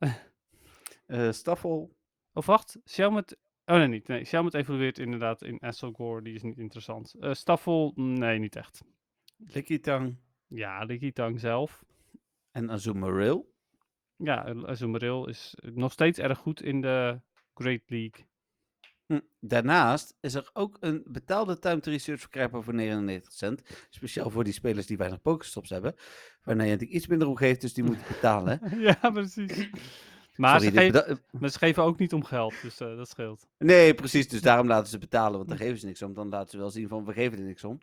S3: Staffel.
S4: Of wacht, Shelmet... Oh nee, niet. Nee, Shelmet evolueert inderdaad in Asselgore, die is niet interessant. Staffel, nee, niet echt.
S3: Lickitung.
S4: Ja, de Gitang zelf.
S3: En Azumarill.
S4: Ja, Azumarill is nog steeds erg goed in de Great League.
S3: Daarnaast is er ook een betaalde Time Research verkrijgbaar voor 99 cent. Speciaal voor die spelers die weinig Pokéstops hebben. Waar Niantic iets minder om geeft, dus die moeten betalen.
S4: Ja, precies. Maar
S3: Sorry,
S4: ze geven ook niet om geld, dus dat scheelt.
S3: Nee, precies. Dus daarom laten ze betalen, want daar geven ze niks om. Dan laten ze wel zien van, we geven er niks om.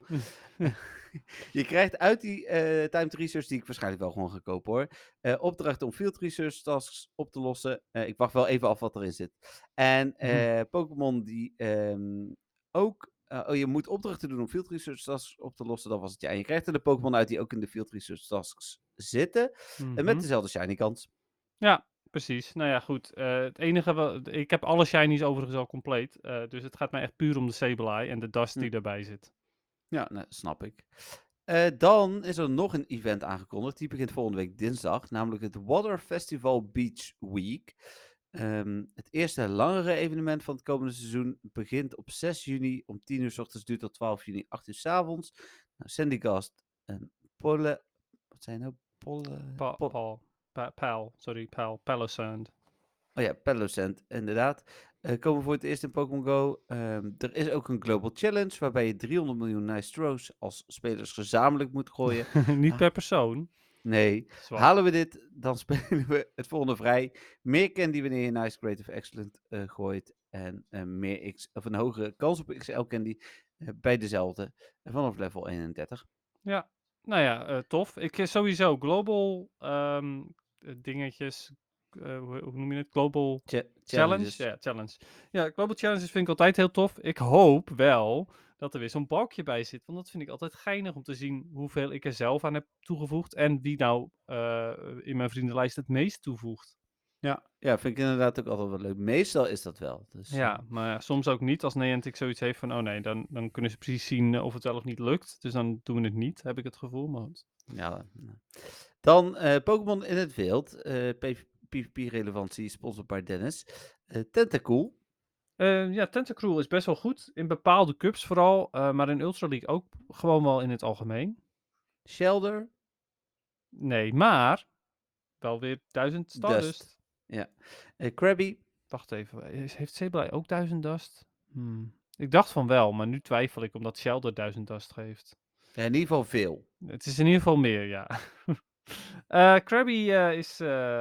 S3: Je krijgt uit die Timed Research, die ik waarschijnlijk wel gewoon ga kopen hoor, opdrachten om Field Research tasks op te lossen. Ik wacht wel even af wat erin zit. En Pokémon die ook... je moet opdrachten doen om Field Research tasks op te lossen, dat was het ja. En je krijgt er de Pokémon uit die ook in de Field Research tasks zitten. Met dezelfde shiny kans.
S4: Ja, precies. Nou ja, goed. Het enige ik heb alle shinies overigens al compleet. Dus het gaat mij echt puur om de Sableye en de dust die daarbij zit.
S3: Ja, nou, snap ik. Dan is er nog een event aangekondigd. Die begint volgende week dinsdag. Namelijk het Water Festival Beach Week. Het eerste langere evenement van het komende seizoen begint op 6 juni om 10 uur 's ochtends. Duurt tot 12 juni, 8 uur 's avonds. Nou, Sandygast en Polle... Wat zijn nou?
S4: Palossand.
S3: Oh ja, Palossand, inderdaad. Komen voor het eerst in Pokémon Go. Er is ook een Global Challenge waarbij je 300 miljoen Nice Throws als spelers gezamenlijk moet gooien.
S4: Niet per persoon.
S3: Nee.
S4: Zwak.
S3: Halen we dit, dan spelen we het volgende vrij. Meer candy wanneer je Nice, Great of Excellent gooit. En een hogere kans op XL candy bij dezelfde vanaf level 31.
S4: Ja, nou ja, tof. Ik sowieso Global dingetjes... hoe noem je het? Global Challenge? Ja, Challenge. Ja, Global Challenges vind ik altijd heel tof. Ik hoop wel dat er weer zo'n balkje bij zit. Want dat vind ik altijd geinig om te zien hoeveel ik er zelf aan heb toegevoegd. En wie nou in mijn vriendenlijst het meest toevoegt.
S3: Ja, vind ik inderdaad ook altijd wel leuk. Meestal is dat wel. Dus,
S4: Ja, maar soms ook niet. Als Niantic zoiets heeft van, oh nee, dan kunnen ze precies zien of het wel of niet lukt. Dus dan doen we het niet, heb ik het gevoel. Maar goed.
S3: Ja. Dan Pokémon in het wild. PvP-relevantie, sponsored by Dennis. Tentacool.
S4: Ja, Tentacruel is best wel goed. In bepaalde cups vooral. Maar in Ultra League ook gewoon wel in het algemeen.
S3: Shelder.
S4: Nee, maar wel weer 1000 Stardust.
S3: Ja. Krabby.
S4: Wacht even. Heeft Sableye ook 1000 Dust? Ik dacht van wel, maar nu twijfel ik omdat Shelder 1000 Dust geeft.
S3: Ja, in ieder geval veel.
S4: Het is in ieder geval meer, ja. Krabby is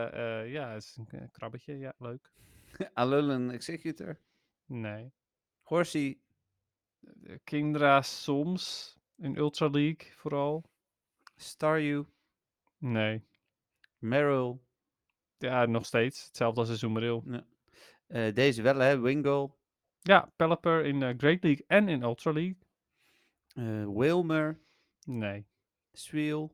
S4: een krabbetje. Ja, leuk.
S3: Alolan Executor.
S4: Nee.
S3: Horsey.
S4: Kingdra soms. In Ultra League vooral.
S3: Staryu.
S4: Nee.
S3: Meryl.
S4: Ja, nog steeds. Hetzelfde als Azumarill.
S3: Ja. Deze wel, hè? Wingull.
S4: Ja, Pelipper in Great League en in Ultra League.
S3: Wilmer.
S4: Nee.
S3: Sweel.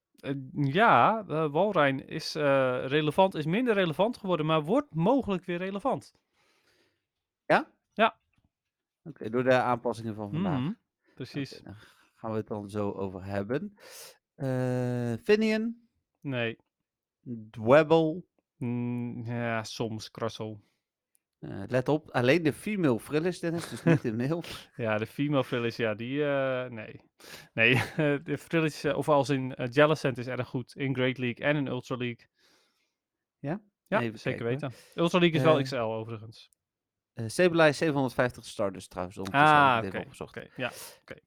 S4: Ja, Walrein is relevant, is minder relevant geworden, maar wordt mogelijk weer relevant.
S3: Ja?
S4: Ja.
S3: Oké, door de aanpassingen van vandaag.
S4: Precies.
S3: Dan gaan we het dan zo over hebben. Finian,
S4: Nee.
S3: Dwebble.
S4: Ja, soms, Krassel.
S3: Let op, alleen de female Frillis, Dennis, dus niet de male.
S4: Ja, de female Frillis, ja, die... nee. Nee, de Frillis, of als in Jellicent is erg goed. In Great League en in Ultra League.
S3: Ja?
S4: Ja,
S3: Even
S4: zeker
S3: kijken,
S4: weten. Ultra League is wel
S3: Eh,
S4: XL overigens.
S3: Sableye 750 starters trouwens, ondertussen heb ik het even opgezocht.
S4: Oké. Ja,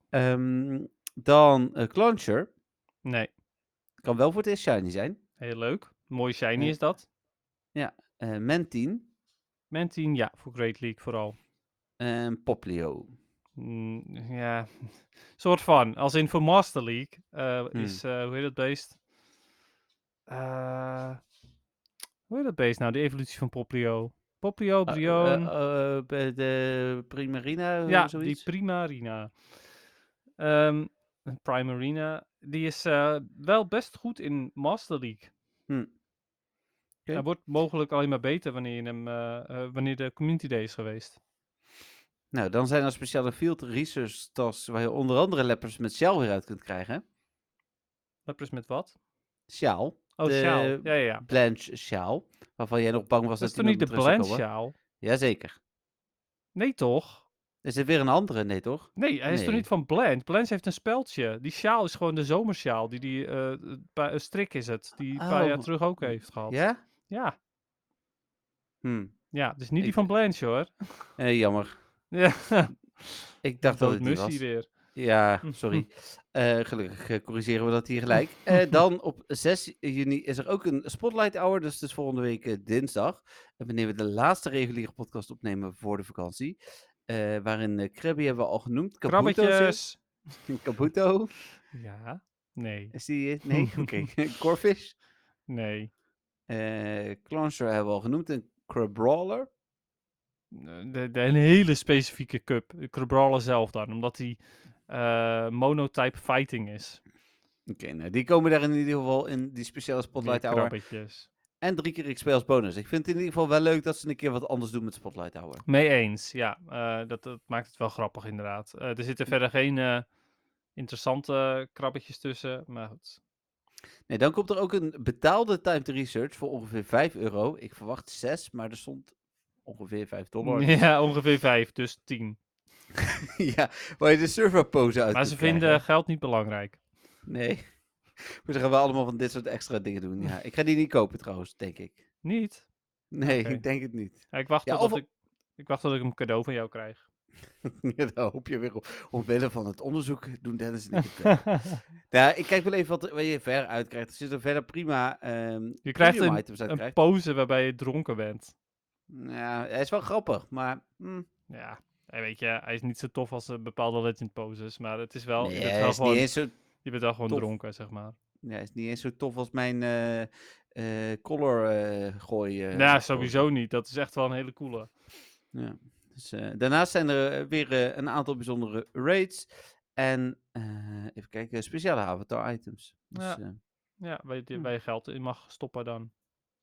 S3: Dan Clauncher,
S4: nee.
S3: kan wel voor het eerst shiny zijn.
S4: Heel leuk. Mooi shiny
S3: Eh,
S4: is dat.
S3: Mentine
S4: Mentine, ja, voor Great League vooral.
S3: en Poplio.
S4: Ja, soort van. Als in voor Master League is, hoe heet dat beest? Hoe heet dat beest nou, de evolutie van Poplio? Poplio, Brion.
S3: Bij de Primarina,
S4: Ja,
S3: zoiets?
S4: die Primarina. Primarina, die is wel best goed in Master League.
S3: Oké.
S4: Hij wordt mogelijk alleen maar beter wanneer je hem, wanneer de Community Day is geweest.
S3: Nou, dan zijn er speciale field research tas waar je onder andere leppers met sjaal weer uit kunt krijgen.
S4: Leppers met wat?
S3: Sjaal.
S4: Oh,
S3: de
S4: sjaal. Ja.
S3: Blanche sjaal. Waarvan jij nog bang was
S4: Dat is
S3: dat
S4: toch
S3: die
S4: niet
S3: nooit
S4: de
S3: meer terug zou
S4: Blanche
S3: komen?
S4: sjaal?
S3: Jazeker.
S4: Nee, toch?
S3: Er zit weer een andere, nee toch?
S4: Nee, hij is toch
S3: Nee.
S4: niet van Blanche? Blanche heeft een speldje. Die sjaal is gewoon de zomersjaal. Een strik is het. Die een paar jaar
S3: Oh,
S4: terug ook heeft gehad.
S3: Ja?
S4: Ja.
S3: Hm.
S4: Ja, dus niet die
S3: Ik-
S4: van Blanche hoor.
S3: Jammer.
S4: Ja.
S3: Ik dacht dat het die
S4: Doodmussie
S3: was.
S4: weer.
S3: Ja, sorry. Gelukkig corrigeren we dat hier gelijk. Dan op 6 juni is er ook een Spotlight Hour. Dus het is volgende week dinsdag. En wanneer we de laatste reguliere podcast opnemen voor de vakantie. Waarin Krabby hebben we al genoemd. Kabuto
S4: Krabbetjes.
S3: zit. Kabuto.
S4: Ja. Nee.
S3: Is die... Nee? Oké. Corfish.
S4: Nee.
S3: Clauncher hebben we al genoemd. En Crabrawler.
S4: Een hele specifieke cup. De Crabrawler zelf dan. Omdat die monotype fighting is.
S3: Oké, nou die komen daar in ieder geval in die speciale Spotlight
S4: Meer
S3: Hour.
S4: krabbetjes.
S3: En 3 keer XP als bonus. Ik vind het in ieder geval wel leuk dat ze een keer wat anders doen met Spotlight Hour.
S4: Mee eens, ja. Dat maakt het wel grappig inderdaad. Er zitten verder geen interessante krabbetjes tussen, maar goed.
S3: Nee, dan komt er ook een betaalde timed research voor ongeveer €5. Ik verwacht 6, maar er stond ongeveer $5.
S4: Ja, ongeveer 5, dus 10.
S3: Ja, waar je de serverpose uit
S4: Maar
S3: kunt
S4: ze vinden
S3: krijgen.
S4: geld niet belangrijk.
S3: Nee. Maar ze gaan wel allemaal van dit soort extra dingen doen. Ja, ik ga die niet kopen trouwens, denk ik.
S4: Niet?
S3: Nee,
S4: Oké.
S3: ik denk het niet.
S4: Ja, ik wacht
S3: Ja,
S4: tot ik wacht tot ik een cadeau van jou krijg.
S3: Ja, daar hoop je weer op. Omwille van het onderzoek doen Dennis en ik het wel. Ja, ik kijk wel even wat je verder uitkrijgt. Er zitten verder prima
S4: Je krijgt
S3: premium items uit
S4: een
S3: krijgt.
S4: pose waarbij je dronken bent.
S3: Ja, hij is wel grappig, maar...
S4: Ja, weet je, hij is niet zo tof als bepaalde legend poses, maar het is wel,
S3: Nee,
S4: je bent
S3: hij
S4: wel
S3: is
S4: gewoon,
S3: niet eens zo...
S4: je bent wel gewoon
S3: tof.
S4: dronken, zeg maar.
S3: Ja, hij is niet eens zo tof als mijn color gooi.
S4: Ja,
S3: pose.
S4: sowieso niet. Dat is echt wel een hele coole.
S3: Ja. Dus, daarnaast zijn er weer een aantal bijzondere raids. En even kijken, speciale avatar items. Dus,
S4: Ja, waar je geld in mag stoppen dan.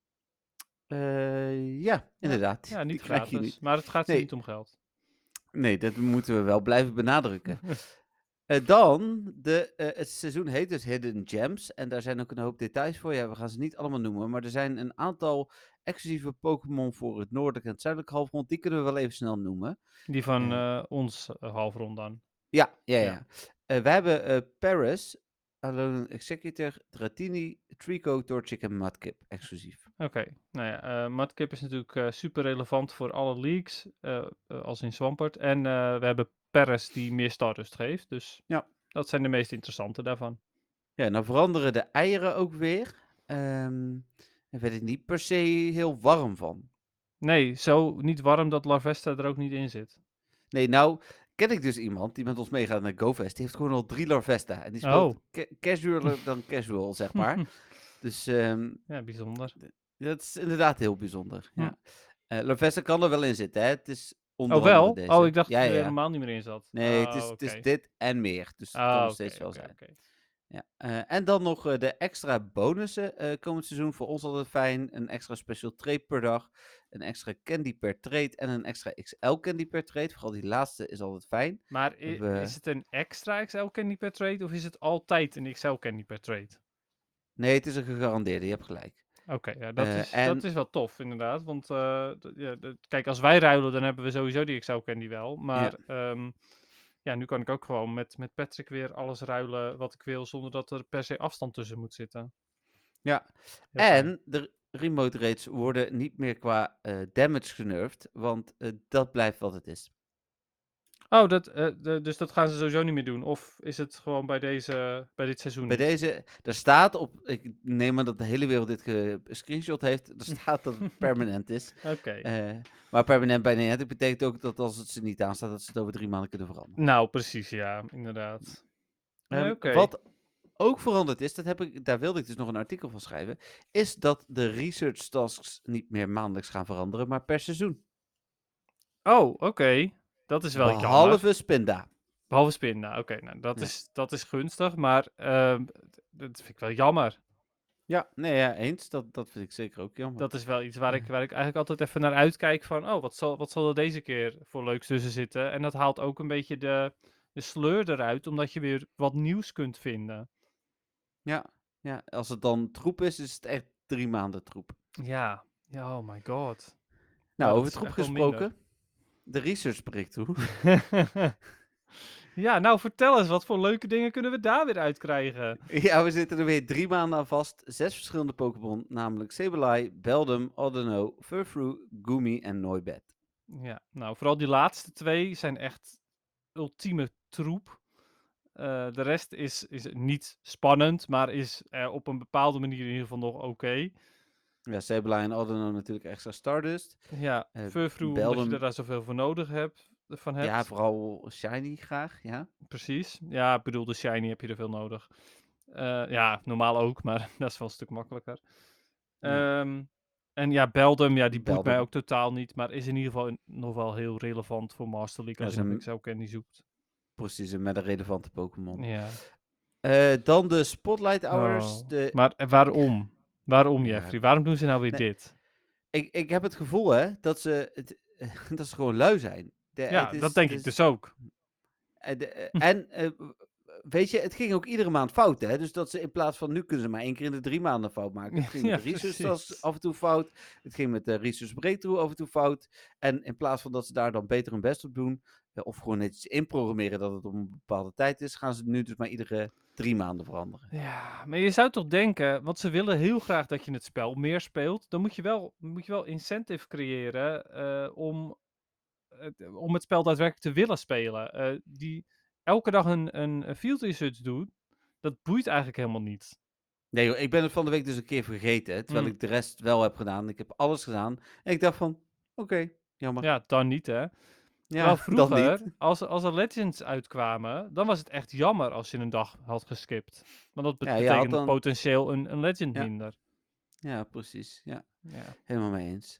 S3: ja, inderdaad.
S4: Ja, niet
S3: Die krijg je
S4: gratis.
S3: niet.
S4: Maar het gaat
S3: Nee.
S4: niet om geld.
S3: Nee, dat moeten we wel blijven benadrukken. Dan, het seizoen heet dus Hidden Gems. En daar zijn ook een hoop details voor. Ja, we gaan ze niet allemaal noemen. Maar er zijn een aantal exclusieve Pokémon voor het noordelijke en het zuidelijke halfrond. Die kunnen we wel even snel noemen.
S4: Die van ons halfrond dan.
S3: Ja.
S4: Ja.
S3: We hebben Paris, Alolan Executor, Dratini, Trico, Torchic en Mudkip exclusief.
S4: Oké. Nou ja, Mudkip is natuurlijk super relevant voor alle leagues. Als in Swampert. En we hebben Paris die meer Stardust geeft. Dus
S3: Ja.
S4: dat zijn de meest interessante daarvan.
S3: Ja, nou veranderen de eieren ook weer. Daar werd ik niet per se heel warm van.
S4: Nee, zo niet warm dat Larvesta er ook niet in zit.
S3: Nee, nou ken ik dus iemand die met ons meegaat naar GoFest. Die heeft gewoon al 3 Larvesta. En die speelt casualer dan casual, zeg maar. Dus
S4: ja, bijzonder.
S3: dat is inderdaad heel bijzonder. Ja. Larvesta kan er wel in zitten, hè. Het is onder
S4: Oh, wel?
S3: andere deze.
S4: Ik dacht dat er helemaal niet meer in zat.
S3: Nee, het is dit en meer. Dus het kan nog steeds wel zijn. Ja. En dan nog de extra bonussen komend seizoen. Voor ons altijd fijn. Een extra special trade per dag. een extra candy per trade en een extra XL candy per trade. Vooral die laatste is altijd fijn.
S4: Maar
S3: Hebben we-
S4: is het een extra XL candy per trade of is het altijd een XL candy per trade?
S3: Nee, het is een gegarandeerde, je hebt gelijk.
S4: Oké, ja, dat
S3: En
S4: is wel tof inderdaad. Want kijk, als wij ruilen, dan hebben we sowieso die XL candy wel. Maar ja, nu kan ik ook gewoon met Patrick weer alles ruilen wat ik wil, zonder dat er per se afstand tussen moet zitten.
S3: ja,
S4: Heel fijn.
S3: en de remote raids worden niet meer qua damage genervd, want dat blijft wat het is.
S4: Oh, dus dat gaan ze sowieso niet meer doen? Of is het gewoon bij dit seizoen
S3: Bij
S4: niet?
S3: deze, er staat op, ik neem aan dat de hele wereld dit gescreenshot heeft, er staat dat het permanent is.
S4: Oké.
S3: Maar permanent bij Niantic betekent ook dat als het ze niet aanstaat, dat ze het over 3 maanden kunnen veranderen.
S4: Nou, precies, ja, inderdaad. Nee, oké.
S3: Wat ook veranderd is, daar wilde ik dus nog een artikel van schrijven, is dat de research tasks niet meer maandelijks gaan veranderen, maar per seizoen.
S4: Oh, oké. Dat is wel jammer.
S3: Behalve Spinda.
S4: Behalve Spin, nou oké, nou, dat is gunstig, maar dat vind ik wel jammer.
S3: Ja, nee, ja, eens. Dat vind ik zeker ook jammer.
S4: Dat is wel iets waar ik eigenlijk altijd even naar uitkijk van, oh, wat zal er deze keer voor leuks tussen zitten? En dat haalt ook een beetje de sleur eruit, omdat je weer wat nieuws kunt vinden.
S3: Ja, als het dan troep is het echt 3 maanden troep.
S4: Ja, oh my god.
S3: Nou,
S4: dat
S3: over
S4: is
S3: troep
S4: echt wel
S3: gesproken. De research breakthrough.
S4: Ja, nou vertel eens, wat voor leuke dingen kunnen we daar weer uitkrijgen?
S3: Ja, we zitten er weer 3 maanden aan vast. 6 verschillende Pokémon, namelijk Sableye, Beldum, Audino, Furfrou, Goomy en Noibat.
S4: Ja, nou vooral die laatste 2 zijn echt ultieme troep. De rest is niet spannend, maar is op een bepaalde manier in ieder geval nog oké.
S3: Ja, Sableye en Audino natuurlijk extra Stardust.
S4: Ja, Furfrou, omdat
S3: Beldum-
S4: je daar zoveel voor nodig hebt.
S3: Ja, vooral Shiny graag, ja.
S4: Precies. Ja, ik bedoel, de shiny heb je er veel nodig. Ja, normaal ook, maar dat is wel een stuk makkelijker.
S3: Ja.
S4: En ja, Beldum, ja, die boeit mij
S3: Beldum.
S4: ook totaal niet, maar is in ieder geval nog wel heel relevant voor Master League als
S3: Ja,
S4: je
S3: ze-
S4: nog XL Candy zoekt.
S3: Precies, en met een relevante Pokémon.
S4: Ja.
S3: Dan de Spotlight Hours.
S4: Oh. Maar waarom? Waarom,
S3: Ja,
S4: Jeffrey? Waarom doen ze nou weer
S3: nee.
S4: dit?
S3: Ik heb het gevoel, hè, dat ze, dat ze gewoon lui zijn.
S4: Ja, dat denk ik dus ook.
S3: Weet je, het ging ook iedere maand fout, hè. Dus dat ze in plaats van, nu kunnen ze maar 1 keer in de 3 maanden fout maken. Het ging met
S4: Ja,
S3: de research
S4: precies.
S3: tas af en toe fout. Het ging met de research breakthrough af en toe fout. En in plaats van dat ze daar dan beter hun best op doen, of gewoon netjes inprogrammeren dat het op een bepaalde tijd is, gaan ze het nu dus maar iedere 3 maanden veranderen.
S4: Ja, maar je zou toch denken, want ze willen heel graag dat je het spel meer speelt. Dan moet je wel incentive creëren om het spel daadwerkelijk te willen spelen. Die elke dag een field research doet, dat boeit eigenlijk helemaal niet.
S3: Nee joh, ik ben het van de week dus een keer vergeten, hè, terwijl ik de rest wel heb gedaan. Ik heb alles gedaan. En ik dacht van, oké, jammer.
S4: Ja, dan niet hè.
S3: Ja,
S4: Terwijl
S3: dan
S4: vroeger,
S3: niet.
S4: als er Legends uitkwamen, dan was het echt jammer als je een dag had geskipt. Want dat
S3: Ja, je had
S4: betekent
S3: dan-
S4: potentieel een Legend
S3: Ja.
S4: minder.
S3: Ja, precies. Ja,
S4: Ja.
S3: helemaal mee eens.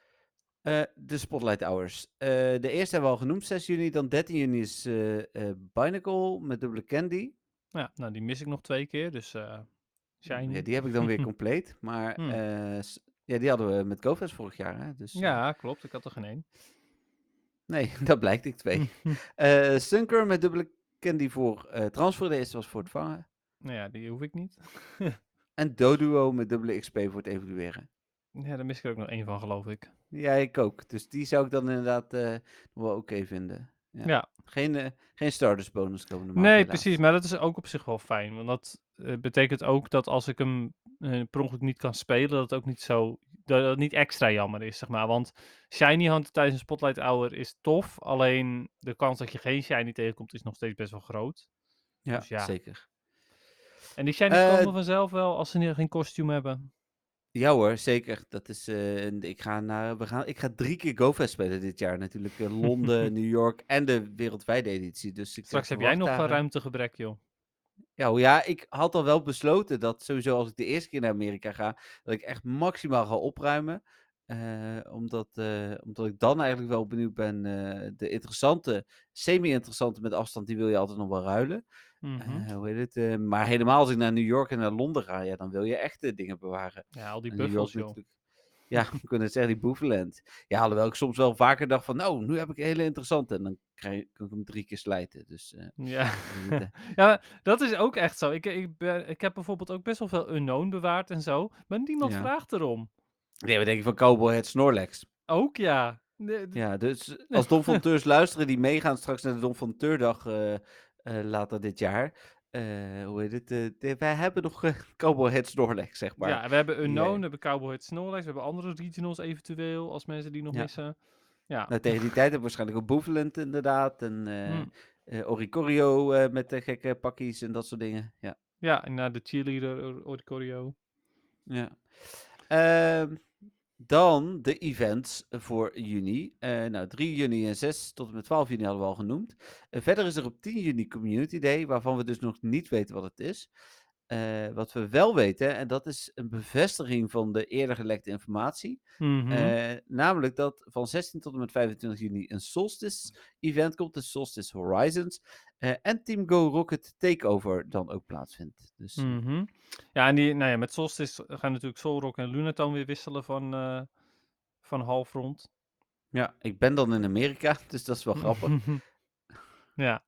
S3: De Spotlight Hours. De eerste hebben we al genoemd, 6 juni. Dan 13 juni is Binacle met dubbele candy.
S4: Ja, nou die mis ik nog 2 keer, dus shiny.
S3: Ja, die heb ik dan weer compleet. Maar ja, die hadden we met GoFest vorig jaar. Hè? Dus,
S4: Ja, klopt. Ik had er geen 1.
S3: Nee, dat blijkt, ik 2. Sunker met dubbele candy voor transfer. De eerste was voor het vangen.
S4: Nou ja, die hoef ik niet.
S3: En Doduo met dubbele XP voor het evalueren.
S4: Ja, daar mis ik er ook nog 1 van, geloof ik.
S3: Ja, ik ook. Dus die zou ik dan inderdaad nog wel oké vinden. Ja. Geen Stardust bonus komende maand.
S4: Nee,
S3: helaas.
S4: precies. Maar dat is ook op zich wel fijn. Want dat betekent ook dat als ik hem per ongeluk niet kan spelen, dat het ook niet dat het niet extra jammer is, zeg maar. Want shiny hunten tijdens een Spotlight Hour is tof. Alleen de kans dat je geen shiny tegenkomt is nog steeds best wel groot.
S3: Ja,
S4: Dus ja.
S3: zeker.
S4: En die shinies komen vanzelf wel als ze geen kostuum hebben.
S3: Ja hoor, zeker. Dat is, ik ga 3 keer GoFest spelen dit jaar natuurlijk. Londen, New York en de wereldwijde editie. Dus
S4: Straks heb jij nog ruimtegebrek, joh.
S3: Ja, ik had al wel besloten dat sowieso als ik de eerste keer naar Amerika ga, dat ik echt maximaal ga opruimen. Omdat ik dan eigenlijk wel benieuwd ben. De interessante, semi-interessante met afstand, die wil je altijd nog wel ruilen. Hoe heet het? Maar helemaal als ik naar New York en naar Londen ga, ja, dan wil je echt dingen bewaren.
S4: Ja, al die
S3: En New
S4: buffels,
S3: York
S4: joh.
S3: natuurlijk. Ja, we kunnen zeggen die Boeveland. Ja, alhoewel ik soms wel vaker dacht van, nou, nu heb ik een hele interessante. En dan kan ik hem 3 keer slijten. Dus
S4: Ja.
S3: we moeten...
S4: Ja, dat is ook echt zo. Ik heb bijvoorbeeld ook best wel veel unknown bewaard en zo, maar niemand
S3: Ja.
S4: vraagt erom.
S3: Nee, wat denk je van Cowboyhead Snorlax?
S4: Ook ja. Nee,
S3: Ja, dus als Don van Teurs luisteren die meegaan straks naar de Don van Teurdag later dit jaar. Hoe heet het? Wij hebben nog Cowboyhead Snorlax, zeg maar.
S4: Ja, we hebben
S3: Die,
S4: Unknown, we hebben Cowboy Snorlax, we hebben andere regionals eventueel, als mensen die nog
S3: ja.
S4: missen. Ja.
S3: Nou, tegen die tijd hebben we waarschijnlijk ook Boeveland inderdaad. En
S4: Hm.
S3: Oricorio met de gekke pakkies en dat soort dingen. Ja.
S4: Ja, en naar de cheerleader Oricorio.
S3: Ja. Ehm, Dan de events voor juni. Nou, 3 juni en 6 tot en met 12 juni hadden we al genoemd. Verder is er op 10 juni Community Day, waarvan we dus nog niet weten wat het is. Wat we wel weten, en dat is een bevestiging van de eerder gelekte informatie. Namelijk dat van 16 tot en met 25 juni een Solstice event komt, de Solstice Horizons. En Team Go Rocket Takeover dan ook plaatsvindt. Dus
S4: Mhm. Ja, en die, nou ja, met Solstice gaan natuurlijk Solrock en Lunatone weer wisselen van halfrond.
S3: ja, ik ben dan in Amerika, dus dat is wel grappig.
S4: Ja.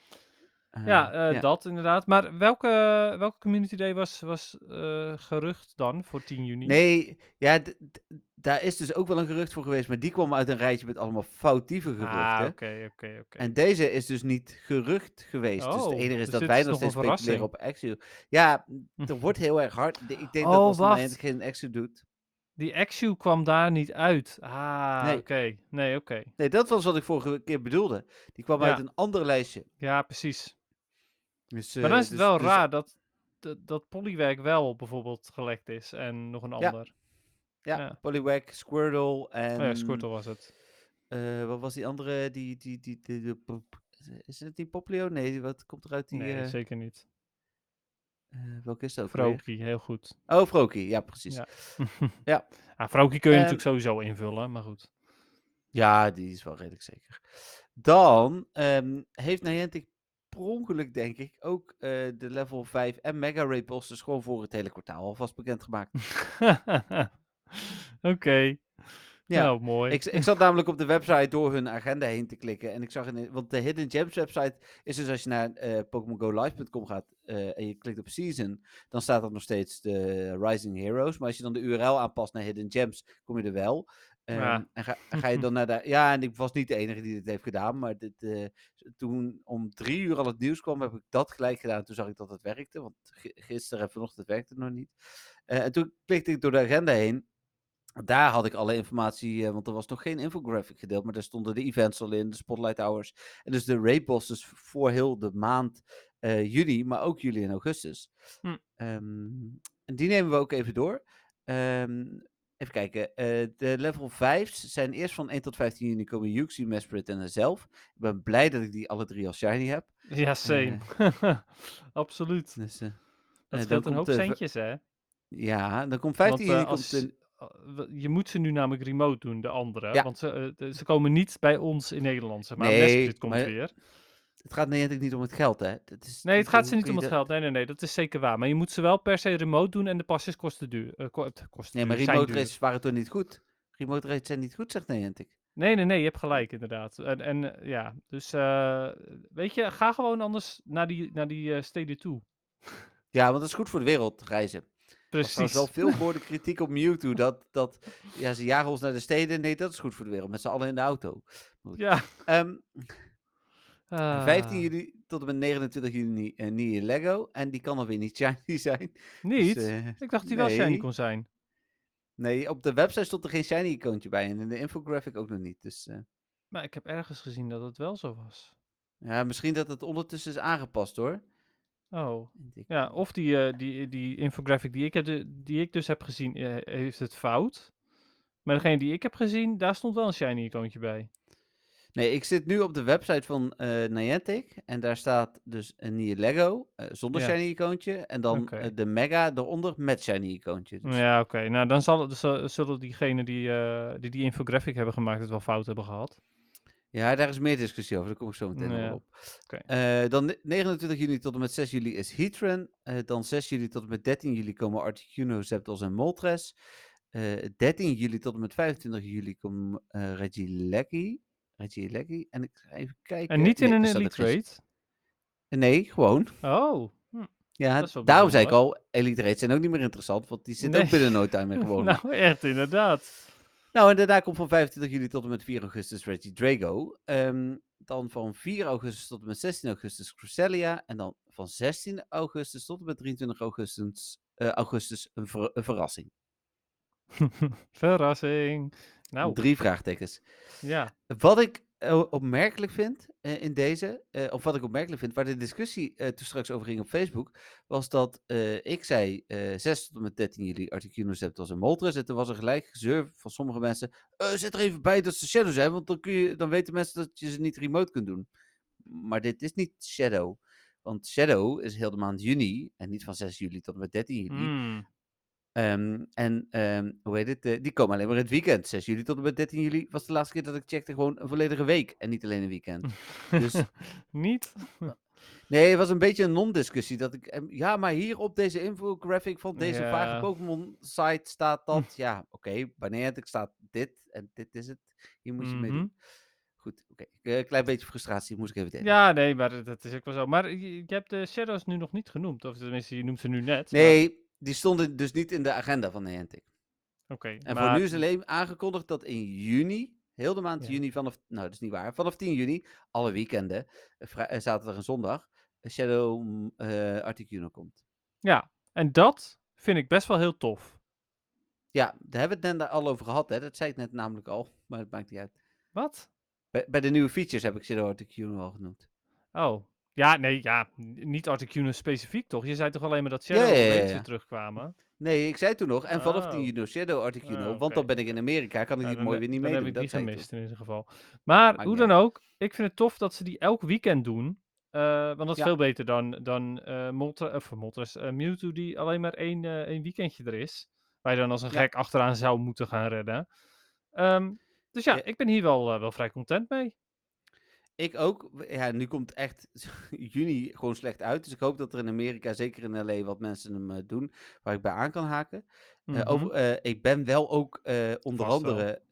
S4: Ja,
S3: Ja.
S4: dat inderdaad. Maar welke Community Day was gerucht dan voor 10 juni?
S3: Nee, ja, daar is dus ook wel een gerucht voor geweest, maar die kwam uit een rijtje met allemaal foutieve
S4: Ah,
S3: geruchten.
S4: oké.
S3: En deze is dus niet gerucht geweest. Dus het
S4: Oh,
S3: enige is
S4: dus
S3: dat
S4: dit
S3: wij
S4: is
S3: nog
S4: nog een
S3: steeds speculeren
S4: verrassing.
S3: op Axio. Ja, er wordt heel erg hard. Ik denk dat
S4: Oh,
S3: als
S4: wacht.
S3: Niantic geen Axio doet.
S4: Die Axew kwam daar niet uit. Ah,
S3: Nee.
S4: oké. Nee, oké.
S3: Nee, dat was wat ik vorige keer bedoelde. Die kwam uit
S4: Ja.
S3: een ander lijstje.
S4: Ja, precies.
S3: Dus,
S4: Maar dan is het wel
S3: dus
S4: raar dat Polywerk wel bijvoorbeeld gelekt is en nog een
S3: Ja.
S4: ander.
S3: ja,
S4: Ja.
S3: Poliwag, Squirtle
S4: Oh ja,
S3: en
S4: Squirtle was het.
S3: wat was die andere? Is het die Poplio? Nee, wat komt er uit die...
S4: Nee, zeker niet.
S3: welke is dat ook weer?
S4: Froakie, heel goed.
S3: Oh, Froakie. Ja, precies.
S4: Ja.
S3: Ja.
S4: Froakie kun je
S3: Ehm,
S4: natuurlijk sowieso invullen, maar goed.
S3: Ja, die is wel redelijk zeker. Dan heeft Niantic per ongeluk, denk ik, ook de level 5 en Mega Ray Posters gewoon voor het hele kwartaal alvast bekendgemaakt.
S4: Oké.
S3: Ja,
S4: Nou, mooi.
S3: ik zat namelijk op de website door hun agenda heen te klikken en ik zag, want de Hidden Gems website is dus als je naar PokémonGoLive.com gaat en je klikt op Season, dan staat er nog steeds de Rising Heroes, maar als je dan de URL aanpast naar Hidden Gems, kom je er wel.
S4: Ja.
S3: En ga je dan naar de... Ja, en ik was niet de enige die dit heeft gedaan, maar toen om 3 uur al het nieuws kwam, heb ik dat gelijk gedaan. Toen zag ik dat het werkte, want gisteren en vanochtend werkte het nog niet. En toen klikte ik door de agenda heen. Daar had ik alle informatie, want er was nog geen infographic gedeeld, maar daar stonden de events al in, de spotlight hours. En dus de raid bosses voor heel de maand juli, maar ook juli en augustus.
S4: Hm.
S3: En die nemen we ook even door. Even kijken. De level 5's zijn eerst van 1 tot 15 juni komen Uxie, Mesprit en zelf. Ik ben blij dat ik die alle 3 als shiny heb.
S4: Ja, same. Absoluut.
S3: Dus,
S4: Dat
S3: dan
S4: scheelt een
S3: komt
S4: hoop centjes, hè?
S3: Ja, dan komt 15 juni.
S4: Je moet ze nu namelijk remote doen, de andere.
S3: Ja.
S4: Want ze komen niet bij ons in Nederland, zeg maar.
S3: Nee,
S4: Mesprit komt
S3: maar
S4: weer.
S3: Het gaat natuurlijk niet om het geld, hè?
S4: Nee, het gaat ze
S3: hoe
S4: niet
S3: kun
S4: om
S3: je
S4: het
S3: dat-
S4: geld. Nee, dat is zeker waar. Maar je moet ze wel per se remote doen en de pasjes kosten duur.
S3: Nee, maar
S4: zijn
S3: remote
S4: duur.
S3: races waren toch niet goed? Remote races zijn niet goed, zegt Niantic.
S4: Nee, je hebt gelijk inderdaad. Ja, dus weet je, ga gewoon anders naar die steden toe.
S3: Ja, want dat is goed voor de wereld, reizen. Er was
S4: Precies.
S3: trouwens wel veel gehoorde kritiek op Mewtwo, dat ja, ze jagen ons naar de steden. Nee, dat is goed voor de wereld, met z'n allen in de auto.
S4: Ja.
S3: 15 juli tot en met 29 juni Nier Lego. En die kan alweer niet shiny zijn.
S4: Niet?
S3: Dus,
S4: Ik dacht die wel shiny kon zijn.
S3: Nee, op de website stond er geen shiny icoontje bij. En in de infographic ook nog niet. Dus
S4: Maar ik heb ergens gezien dat het wel zo was.
S3: ja, misschien dat het ondertussen is aangepast, hoor.
S4: Oh. Ja, of die infographic die ik dus heb gezien, heeft het fout. Maar degene die ik heb gezien, daar stond wel een shiny icoontje bij.
S3: Nee, ik zit nu op de website van Niantic. En daar staat dus een Nier Lego zonder
S4: Ja.
S3: shiny icoontje. En dan
S4: Oké.
S3: de Mega eronder met shiny icoontje. Dus.
S4: Ja, oké. Nou, dan zullen diegenen die infographic hebben gemaakt het wel fout hebben gehad.
S3: Ja, daar is meer discussie over. Daar kom ik zo meteen nog
S4: Ja.
S3: wel op.
S4: Oké.
S3: Dan 29 juni tot en met 6 juli is Heatran. Dan 6 juli tot en met 13 juli komen Articuno, Zapdos en Moltres. 13 juli tot en met 25 juli komt Reggie Leggy. En ik ga even
S4: En
S3: kijken.
S4: niet in
S3: Nee,
S4: een
S3: er staat ook
S4: Elite
S3: geen...
S4: Raid?
S3: Nee, gewoon.
S4: Oh, dat
S3: Ja,
S4: is wel
S3: daarom zei ik
S4: bijzonder.
S3: al, Elite Raids zijn ook niet meer interessant, want die zitten
S4: Nee.
S3: ook binnen no time in gewone.
S4: Nou, echt inderdaad.
S3: Nou, en daarna komt van 25 juli tot en met 4 augustus Reggie Drago. Dan van 4 augustus tot en met 16 augustus Cresselia. En dan van 16 augustus tot en met 23 augustus een verrassing.
S4: Verrassing. Nou,
S3: 3 vraagtekens.
S4: ja.
S3: Wat ik opmerkelijk vind in deze, of wat ik opmerkelijk vind, waar de discussie toen straks over ging op Facebook, was dat ik zei 6 tot en met 13 juli Articuno, Zapdos en Moltres. En toen was er gelijk gezeur van sommige mensen, zet er even bij dat ze Shadow zijn, want dan weten mensen dat je ze niet remote kunt doen. Maar dit is niet Shadow, want Shadow is heel de maand juni en niet van 6 juli tot en met 13 juli.
S4: Mm.
S3: Hoe heet het? Die komen alleen maar in het weekend. 6 juli tot en met 13 juli was de laatste keer dat ik checkte gewoon een volledige week en niet alleen een weekend. Dus
S4: Niet?
S3: nee, het was een beetje een non-discussie. Dat ik, ja, maar hier op deze infographic van deze vage
S4: Ja.
S3: Pokémon site staat dat. Ja, oké, wanneer het staat dit en dit is het. Hier moet je mee
S4: Mhm.
S3: doen. Goed, oké. Een klein beetje frustratie moest ik even delen.
S4: Ja, nee, maar dat is ook wel zo. Maar je hebt de Shadows nu nog niet genoemd. Of tenminste, je noemt ze nu net. Maar...
S3: Nee, die stonden dus niet in de agenda van Niantic.
S4: Oké,
S3: En voor
S4: maar...
S3: nu is alleen aangekondigd dat in juni, heel de maand
S4: Ja.
S3: juni vanaf, nou dat is niet waar, vanaf 10 juni, alle weekenden, zaterdag en zondag, Shadow Articuno komt.
S4: Ja, en dat vind ik best wel heel tof.
S3: Ja, daar hebben we het net al over gehad, hè? Dat zei ik net namelijk al, maar het maakt niet uit.
S4: Wat?
S3: Bij de nieuwe features heb ik Shadow Articuno al genoemd.
S4: Oh. Ja, nee, ja. Niet Articuno specifiek, toch? Je zei toch alleen maar dat
S3: Ja,
S4: Shadow
S3: ja, ja,
S4: Raids
S3: ja.
S4: weer terugkwamen?
S3: Nee, ik zei toen nog, en vanaf 10
S4: Oh.
S3: juni Shadow Articuno,
S4: Oké.
S3: want dan ben ik in Amerika, kan ik
S4: Nou,
S3: die mooi weer niet
S4: dan heb
S3: meedoen.
S4: ik die
S3: Dat zei ik
S4: gemist
S3: toen.
S4: in ieder geval. Maar
S3: Maakt
S4: hoe
S3: niet
S4: dan
S3: uit.
S4: ook, ik vind het tof dat ze die elk weekend doen. Want dat is
S3: Ja.
S4: veel beter dan Moltres, Mewtwo die alleen maar één weekendje er is. Waar je dan als een
S3: Ja.
S4: gek achteraan zou moeten gaan redden. Dus ja,
S3: Ja.
S4: ik ben hier wel vrij content mee.
S3: Ik ook. Ja, nu komt echt juni gewoon slecht uit. Dus ik hoop dat er in Amerika, zeker in LA, wat mensen hem doen. Waar ik bij aan kan haken.
S4: Mhm.
S3: Ik ben wel ook onder
S4: Vast wel.
S3: andere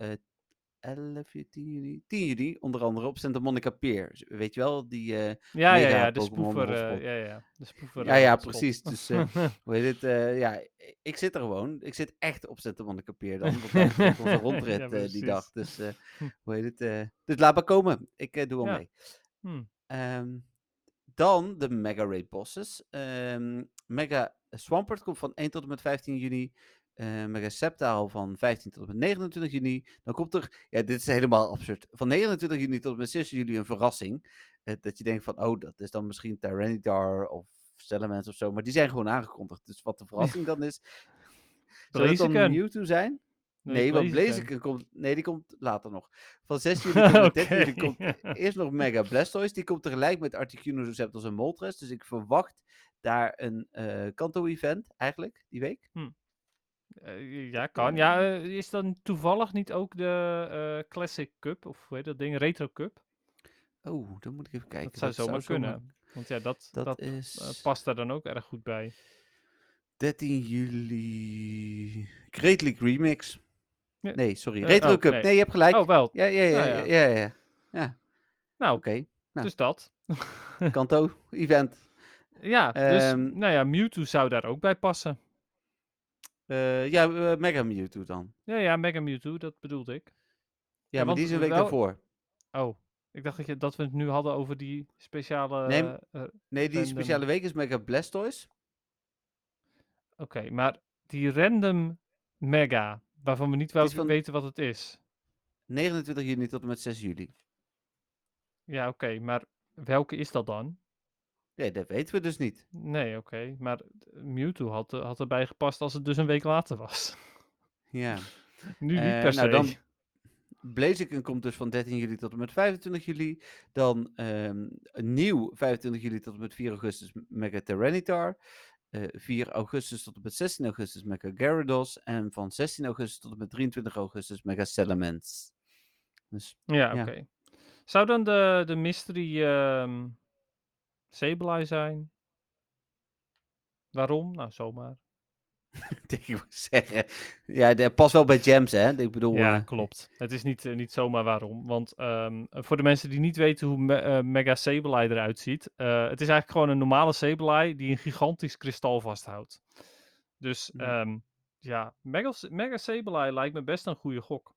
S3: 10 juni, onder andere op Santa Monica Pier. Weet je wel, die mega
S4: De
S3: Pokémon
S4: spoefer,
S3: hotspot.
S4: de spoefer
S3: Ja,
S4: hotspot.
S3: precies. Dus hoe heet het? Ja, ik zit er gewoon. Ik zit echt op Santa Monica Pier dan. Want daar is onze rondrit
S4: Ja,
S3: die
S4: precies.
S3: dag. Dus hoe heet het? Dus laat maar komen. Ik doe wel
S4: Ja.
S3: mee.
S4: Hm.
S3: Dan de Mega Raid bosses. Mega Swampert komt van 1 tot en met 15 juni. Mega Sceptile van 15 tot en met 29 juni. Dan komt er, ja, dit is helemaal absurd. Van 29 juni tot en met 6 juli een verrassing. Dat je denkt van, oh, dat is dan misschien Tyranitar of Salamence of zo. Maar die zijn gewoon aangekondigd. Dus wat de verrassing dan is. Zou het dan
S4: Blaziken.
S3: Mewtwo zijn?
S4: Dat is
S3: Nee, want
S4: Blaziken.
S3: Blaziken komt... Nee, die komt later nog. Van 6 juli tot en met 13 juli
S4: Oké.
S3: komt eerst nog Mega Blastoise. Die komt tegelijk met Articuno, Zapdos en Moltres. Dus ik verwacht daar een Kanto-event eigenlijk, die week.
S4: Ja, kan. Ja, is dan toevallig niet ook de Classic Cup, of hoe heet dat ding, Retro Cup?
S3: Oh, dan moet ik even kijken.
S4: Dat zou zomaar kunnen. Want ja, dat
S3: is
S4: past daar dan ook erg goed bij.
S3: 13 juli... Great League Remix.
S4: Ja.
S3: Nee, sorry. Retro Cup.
S4: nee.
S3: Nee, je hebt gelijk.
S4: Oh, wel.
S3: Ja.
S4: Nou ja.
S3: Ja,
S4: Nou,
S3: oké. Nou.
S4: dus dat.
S3: Kanto-event.
S4: Ja, dus
S3: Ehm,
S4: nou ja, Mewtwo zou daar ook bij passen.
S3: Mega Mewtwo dan.
S4: Ja, Mega Mewtwo, dat bedoelde ik.
S3: Ja, maar
S4: want
S3: die is een week
S4: wel-
S3: daarvoor.
S4: Oh, ik dacht dat we het nu hadden over die speciale...
S3: Nee, die
S4: random-
S3: speciale week is Mega Blastoise.
S4: Oké, maar die random Mega, waarvan we niet
S3: is van-
S4: weten wat het is.
S3: 29 juni tot en met 6 juli.
S4: Ja, oké, maar welke is dat dan?
S3: Nee, dat weten we dus niet.
S4: Nee, oké, maar Mewtwo had erbij gepast als het dus een week later was.
S3: Ja.
S4: Nu niet per se.
S3: Nou, dan Blaziken komt dus van 13 juli tot en met 25 juli. Dan een nieuw 25 juli tot en met 4 augustus Mega Tyranitar. 4 augustus tot en met 16 augustus Mega Gyarados. En van 16 augustus tot en met 23 augustus Mega Salamence. Dus
S4: Ja,
S3: ja.
S4: oké. Zou dan de mystery Sableye zijn? Waarom? Nou, zomaar.
S3: Ik wil zeggen. Ja, dat past wel bij Jams, hè? Ik bedoel,
S4: Ja, klopt. Het is niet zomaar waarom. Want voor de mensen die niet weten hoe Mega Sableye eruit ziet. Het is eigenlijk gewoon een normale Sableye die een gigantisch kristal vasthoudt. Dus ja, Mega Sableye lijkt me best een goede gok.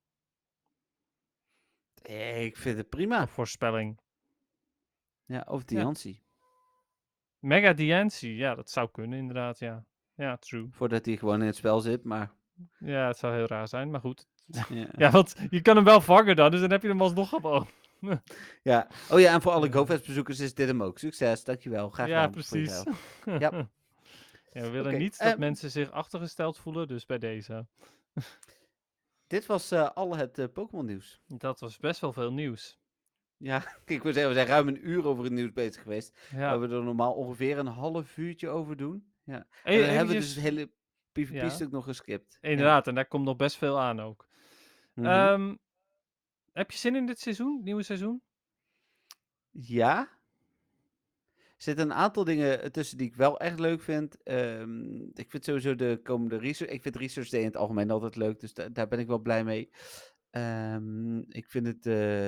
S3: ik vind het prima.
S4: Of voorspelling.
S3: Ja, of
S4: Ja.
S3: Diancie.
S4: Mega Diancie, ja, dat zou kunnen inderdaad, ja. Ja, true.
S3: Voordat hij gewoon in het spel zit, maar...
S4: Ja, het zou heel raar zijn, maar goed.
S3: Ja.
S4: Ja, want je kan hem wel vangen dan, dus dan heb je hem alsnog gewoon.
S3: Ja. Oh ja, en voor alle
S4: Ja.
S3: GoFest-bezoekers is dit hem ook. Succes, dankjewel. Graag gedaan.
S4: Ja,
S3: voor je
S4: precies.
S3: help. Ja.
S4: Ja, we willen
S3: Oké,
S4: niet dat mensen zich achtergesteld voelen, dus bij deze.
S3: Dit was al het Pokémon nieuws.
S4: Dat was best wel veel nieuws.
S3: Ja, ik wil zeggen, we zijn ruim een uur over het nieuws bezig geweest.
S4: Ja.
S3: Waar we er normaal ongeveer een half uurtje over doen. Ja. En
S4: Hey,
S3: dan hebben we dus
S4: eventjes-
S3: het hele PvP-stuk nog geskipt.
S4: Inderdaad, en daar komt nog best veel aan ook.
S3: Ja. Mhm.
S4: Heb je zin in dit seizoen, nieuwe seizoen?
S3: Ja. Er zitten een aantal dingen tussen die ik wel echt leuk vind. Ik vind sowieso de komende research. Ik vind Research Day in het algemeen altijd leuk. Dus daar ben ik wel blij mee. Ik vind het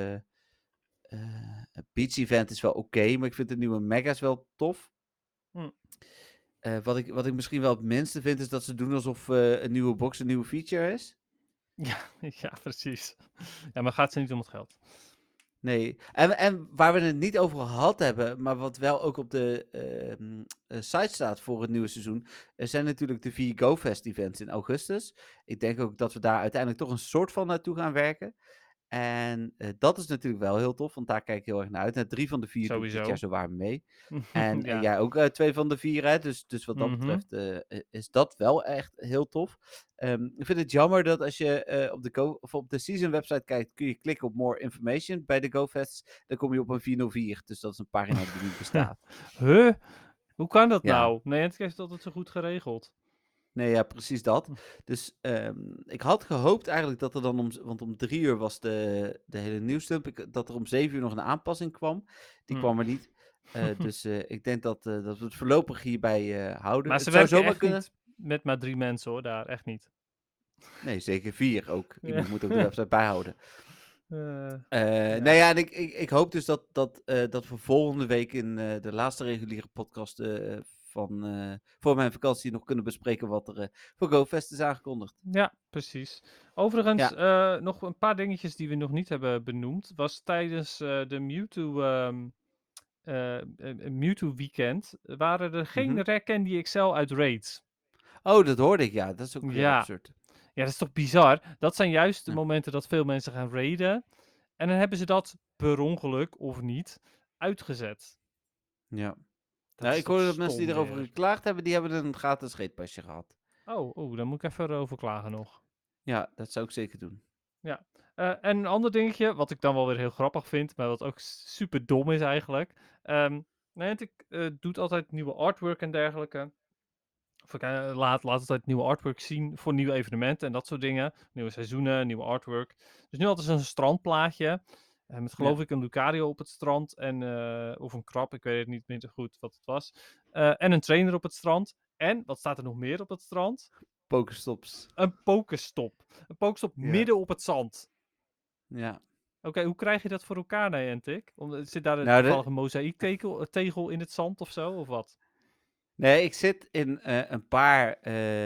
S3: Beach Event is wel oké, maar ik vind de nieuwe Mega's wel tof.
S4: Hm.
S3: Wat ik misschien wel het minste vind, is dat ze doen alsof een nieuwe box een nieuwe feature is.
S4: Ja, precies. Ja, maar gaat ze niet om het geld?
S3: Nee. En waar we het niet over gehad hebben, maar wat wel ook op de site staat voor het nieuwe seizoen, zijn natuurlijk de 4 GoFest events in augustus. Ik denk ook dat we daar uiteindelijk toch een soort van naartoe gaan werken. En dat is natuurlijk wel heel tof, want daar kijk ik heel erg naar uit. En 3 van de 4 doe ik dit
S4: Sowieso.
S3: jaar zowaar mee. En
S4: Ja.
S3: jij ook 2 van de 4, hè? Dus wat dat
S4: Mhm.
S3: betreft is dat wel echt heel tof. Ik vind het jammer dat als je op de season website kijkt, kun je klikken op more information bij de GoFests. Dan kom je op een 404, dus dat is een pagina die niet bestaat.
S4: Huh? Hoe kan dat
S3: Ja.
S4: nou? Nee, het heeft altijd zo goed geregeld.
S3: Nee, ja, precies dat. Dus ik had gehoopt eigenlijk dat er dan want om 3 uur was de hele nieuwsdump, dat er om 7 uur nog een aanpassing kwam. Die kwam er niet. Dus ik denk dat we het voorlopig hierbij houden.
S4: Maar
S3: Het
S4: ze
S3: zou
S4: werken
S3: zomaar
S4: echt
S3: kunnen.
S4: niet met maar 3 mensen hoor, daar. Echt niet.
S3: Nee, zeker 4 ook.
S4: Ja.
S3: Iemand moet ook de website bijhouden.
S4: Ja.
S3: Nou ja, en ik hoop dus dat we volgende week in de laatste reguliere podcast voor mijn vakantie nog kunnen bespreken wat er voor GoFest is aangekondigd.
S4: Ja, precies. Overigens,
S3: Ja.
S4: nog een paar dingetjes die we nog niet hebben benoemd. Was tijdens de Mewtwo weekend waren er geen
S3: Mhm.
S4: Rare Candy XL uit raids.
S3: Oh, dat hoorde ik, ja. Dat is ook weer
S4: Ja.
S3: absurd.
S4: Ja, dat is toch bizar? Dat zijn juist de
S3: Ja.
S4: momenten dat veel mensen gaan raiden. En dan hebben ze dat per ongeluk of niet uitgezet.
S3: Ja.
S4: Dat
S3: Nou,
S4: is
S3: ik
S4: toch
S3: hoorde dat mensen die
S4: stom
S3: erover
S4: weer.
S3: geklaagd hebben, die hebben een gratis scheetpasje gehad.
S4: Oh, dan moet ik even erover klagen nog.
S3: Ja, dat zou ik zeker doen.
S4: En een ander dingetje, wat ik dan wel weer heel grappig vind, maar wat ook super dom is eigenlijk. Niantic doet altijd nieuwe artwork en dergelijke. Of laat altijd nieuwe artwork zien voor nieuwe evenementen en dat soort dingen. Nieuwe seizoenen, nieuwe artwork. Dus nu hadden ze een strandplaatje. Met geloof ik een Lucario op het strand. Of een krab, ik weet het niet meer goed wat het was. En een trainer op het strand. En, wat staat er nog meer op het strand?
S3: Pokestops.
S4: Een Pokestop. Een Pokestop
S3: Ja.
S4: midden op het zand.
S3: Ja.
S4: Oké, hoe krijg je dat voor elkaar, Niantic? Zit daar
S3: Nou,
S4: toevallig een mozaïektegel in het zand of zo, of wat?
S3: Nee, ik zit in een paar,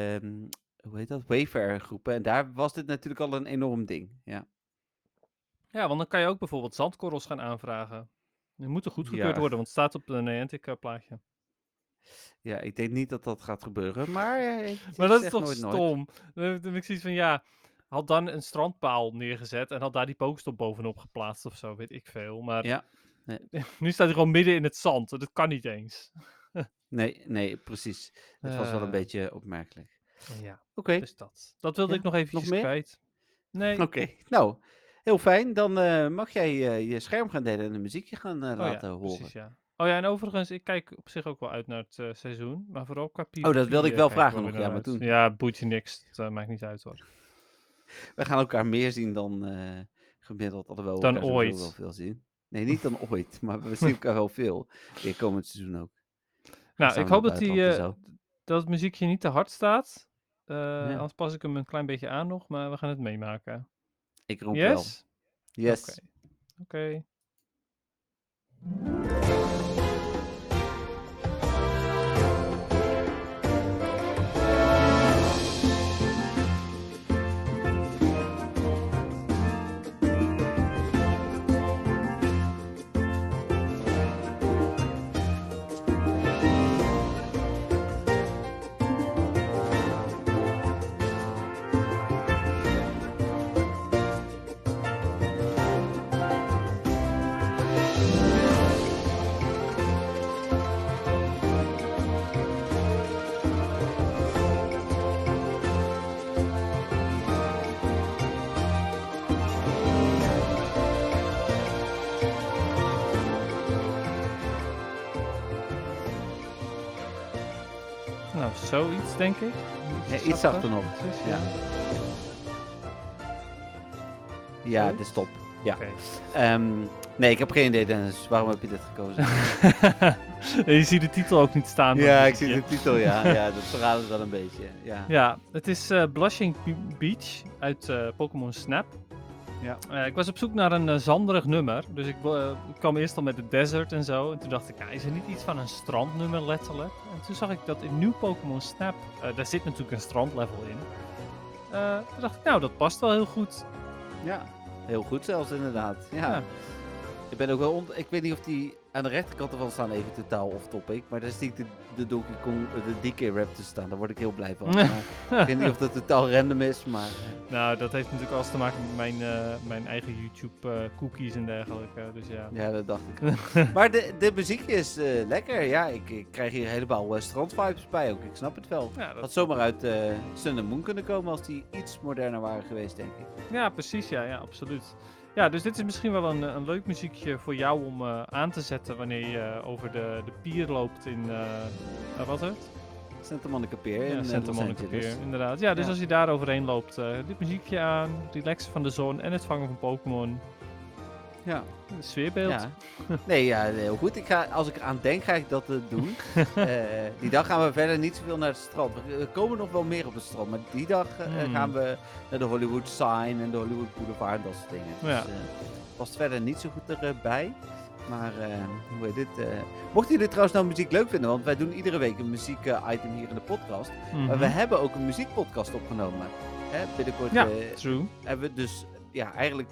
S3: hoe heet dat, Wayfair groepen. En daar was dit natuurlijk al een enorm ding. Ja,
S4: Ja, want dan kan je ook bijvoorbeeld zandkorrels gaan aanvragen. Die moeten goedgekeurd
S3: Ja.
S4: worden, want het staat op de Niantic plaatje.
S3: Ja, ik denk niet dat dat gaat gebeuren, maar
S4: Maar dat is
S3: zeg
S4: toch
S3: nooit.
S4: stom? Dan heb ik zoiets van, ja, had dan een strandpaal neergezet en had daar die Pokestop bovenop geplaatst of zo, weet ik veel. Maar
S3: Ja,
S4: nu staat hij gewoon midden in het zand. Dat kan niet eens.
S3: nee, precies. Het was wel een
S4: Eh,
S3: beetje opmerkelijk.
S4: Ja,
S3: Oké,
S4: dus dat. Dat wilde
S3: Ja,
S4: ik nog eventjes
S3: nog meer?
S4: kwijt. Nee.
S3: oké. Nou, heel fijn. Dan mag jij je scherm gaan delen en een muziekje gaan
S4: Oh
S3: laten
S4: ja,
S3: horen.
S4: precies, ja. Oh ja, en overigens, ik kijk op zich ook wel uit naar het seizoen. Maar vooral qua PvP.
S3: Oh, dat wilde ik wel
S4: kijk ik
S3: vragen
S4: weer
S3: nog,
S4: naar
S3: ja, maar
S4: uit.
S3: toen.
S4: Ja, boeit je niks. Het maakt niet uit hoor.
S3: We gaan elkaar meer zien dan gemiddeld. Alhoewel we
S4: Dan
S3: elkaar sowieso
S4: ooit.
S3: wel veel zien. Nee, niet dan ooit, maar we zien elkaar wel veel. Weer komend seizoen ook.
S4: Nou, ik
S3: samen
S4: hoop
S3: naar
S4: dat,
S3: het buitenland en zo.
S4: dat het muziekje niet te hard staat. Anders pas ik hem een klein beetje aan nog, maar we gaan het meemaken.
S3: Ik roep wel.
S4: Yes?
S3: Yes.
S4: Oké. Nou, zoiets denk ik.
S3: Iets zachter nog.
S4: Precies,
S3: Ja. Ja,
S4: Zoiets?
S3: dit is top. Ja.
S4: Oké.
S3: Nee, ik heb geen idee, Dennis. Waarom heb je dit gekozen?
S4: Je ziet de titel ook niet staan. van
S3: Ja,
S4: het
S3: ik zie
S4: liedje.
S3: de titel, ja. Ja, dat verraadt het wel een beetje. Ja.
S4: Ja, het is Blushing Beach uit Pokémon Snap.
S3: Ja.
S4: Ik was op zoek naar een zanderig nummer, dus ik kwam eerst al met de desert en zo. En toen dacht ik, is er niet iets van een strandnummer letterlijk? En toen zag ik dat in nieuw Pokémon Snap, daar zit natuurlijk een strandlevel in. Toen dacht ik, dat past wel heel goed.
S3: Ja, heel goed zelfs inderdaad. Ja.
S4: Ja.
S3: Ik ben ook wel ik weet niet of die aan de rechterkant ervan staan, even totaal off topic. Maar daar zie ik de Donkey Kong, de DK rap te staan. Daar word ik heel blij van. Maar ik weet niet of dat totaal random is, maar...
S4: Nou, dat heeft natuurlijk alles te maken met mijn eigen YouTube cookies en dergelijke. Dus ja.
S3: Ja, dat dacht ik. Maar de muziek is lekker. Ja, ik krijg hier helemaal strandvibes bij ook. Ik snap het wel.
S4: Ja,
S3: Had zomaar uit Sun and Moon kunnen komen als die iets moderner waren geweest, denk ik.
S4: Ja, precies. Ja, absoluut. Ja, dus dit is misschien wel een leuk muziekje voor jou om aan te zetten wanneer je over de pier loopt in, wat is het?
S3: Santa Monica Pier
S4: Ja,
S3: in
S4: Santa
S3: Los
S4: Monica
S3: Angeles.
S4: Pier, inderdaad. Ja, dus
S3: Ja.
S4: als je daar overheen loopt, dit muziekje aan, relaxen van de zon en het vangen van Pokémon.
S3: Ja.
S4: Sfeerbeeld.
S3: Ja. Nee, ja, heel goed. Als ik eraan denk, ga ik dat doen. Die dag gaan we verder niet zoveel naar het strand. We komen nog wel meer op het strand, maar die dag gaan we naar de Hollywood Sign en de Hollywood Boulevard en dat soort dingen. Dus
S4: Ja.
S3: past verder niet zo goed erbij. Maar hoe heet dit? Mochten jullie trouwens nou muziek leuk vinden, want wij doen iedere week een muziek-item hier in de podcast. Maar we hebben ook een muziekpodcast opgenomen. Binnenkort
S4: Ja, true.
S3: hebben we dus eigenlijk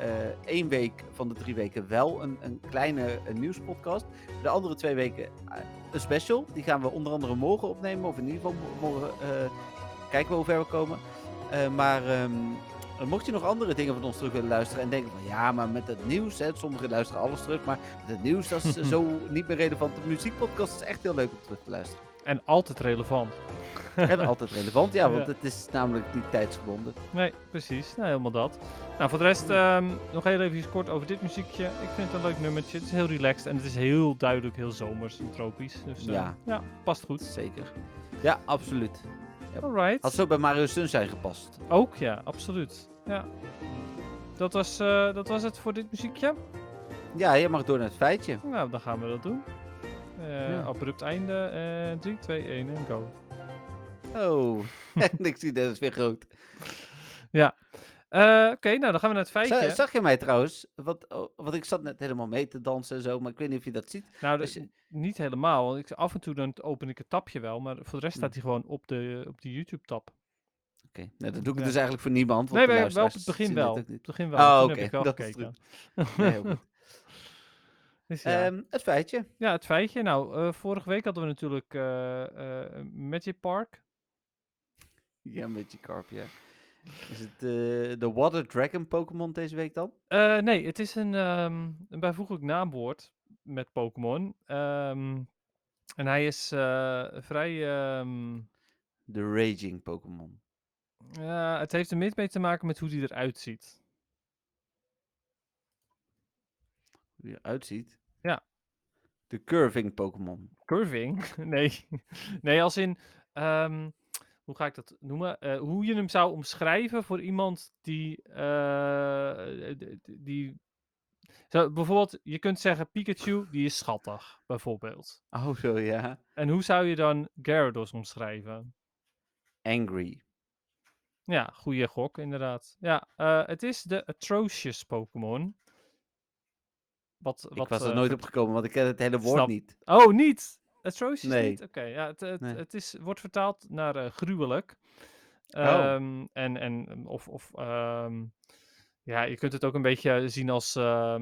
S3: 1 week van de 3 weken wel een kleine nieuwspodcast. De andere 2 weken een special. Die gaan we onder andere morgen opnemen. Of in ieder geval morgen kijken we hoe ver we komen. Maar mocht je nog andere dingen van ons terug willen luisteren en denken van ja, maar met het nieuws, sommigen luisteren alles terug, maar met het nieuws dat is zo niet meer relevant. De muziekpodcast is echt heel leuk om terug te luisteren.
S4: En altijd relevant.
S3: En altijd relevant, ja, want
S4: Ja.
S3: het is namelijk niet tijdsgebonden.
S4: Nee, precies. Nou, helemaal dat. Nou, voor de rest nog heel even kort over dit muziekje. Ik vind het een leuk nummertje. Het is heel relaxed en het is heel duidelijk heel zomers en tropisch. Dus
S3: Ja.
S4: past goed.
S3: Zeker. Ja, absoluut.
S4: Alright.
S3: Had zo bij Mario Sunshine gepast.
S4: Ook, ja, absoluut. Ja. Dat was het voor dit muziekje.
S3: Ja, je mag door naar het feitje.
S4: Nou, dan gaan we dat doen. Abrupt einde. 3, 2, 1 en go.
S3: Oh, en ik zie dat is weer groot.
S4: Ja. Oké, nou dan gaan we naar het feitje.
S3: Zag je mij trouwens? Want ik zat net helemaal mee te dansen en zo, maar ik weet niet of je dat ziet.
S4: Nou,
S3: Als je-
S4: niet helemaal. Want af en toe dan open ik het tapje wel, maar voor de rest staat hij gewoon op de YouTube-tab.
S3: Oké, nou, dat doe ik
S4: Ja.
S3: dus eigenlijk voor niemand. Want
S4: Nee,
S3: de
S4: wel op
S3: luisteraars
S4: het begin
S3: zien dit
S4: wel.
S3: ook
S4: Op
S3: niet.
S4: het begin wel.
S3: Oh,
S4: Toen
S3: oké,
S4: heb ik wel
S3: dat is
S4: gekeken.
S3: Nee, heel goed.
S4: Dus ja.
S3: Het feitje.
S4: Ja, het feitje. Nou, vorige week hadden we natuurlijk Magic Park.
S3: Ja, Magikarp, ja. Is het de Water Dragon Pokémon deze week dan?
S4: Nee, het is een bijvoeglijk naamwoord met Pokémon. En hij is vrij...
S3: De Raging Pokémon.
S4: het heeft er meer mee te maken met hoe hij eruit ziet.
S3: Hoe die eruit ziet.
S4: Ja.
S3: De Curving Pokémon.
S4: Curving? Nee. Nee, als in... hoe ga ik dat noemen? Hoe je hem zou omschrijven voor iemand die... bijvoorbeeld, je kunt zeggen Pikachu, die is schattig, bijvoorbeeld.
S3: Oh, zo ja.
S4: En hoe zou je dan Gyarados omschrijven?
S3: Angry.
S4: Ja, goede gok, inderdaad. Ja, het is de Atrocious Pokémon.
S3: Ik was er nooit op gekomen, want ik ken het hele woord
S4: Snap.
S3: niet.
S4: Oh, niet? Atrocious
S3: Nee.
S4: niet? Oké, ja,
S3: Nee.
S4: het wordt vertaald naar gruwelijk.
S3: Oh.
S4: Ja, je kunt het ook een beetje zien als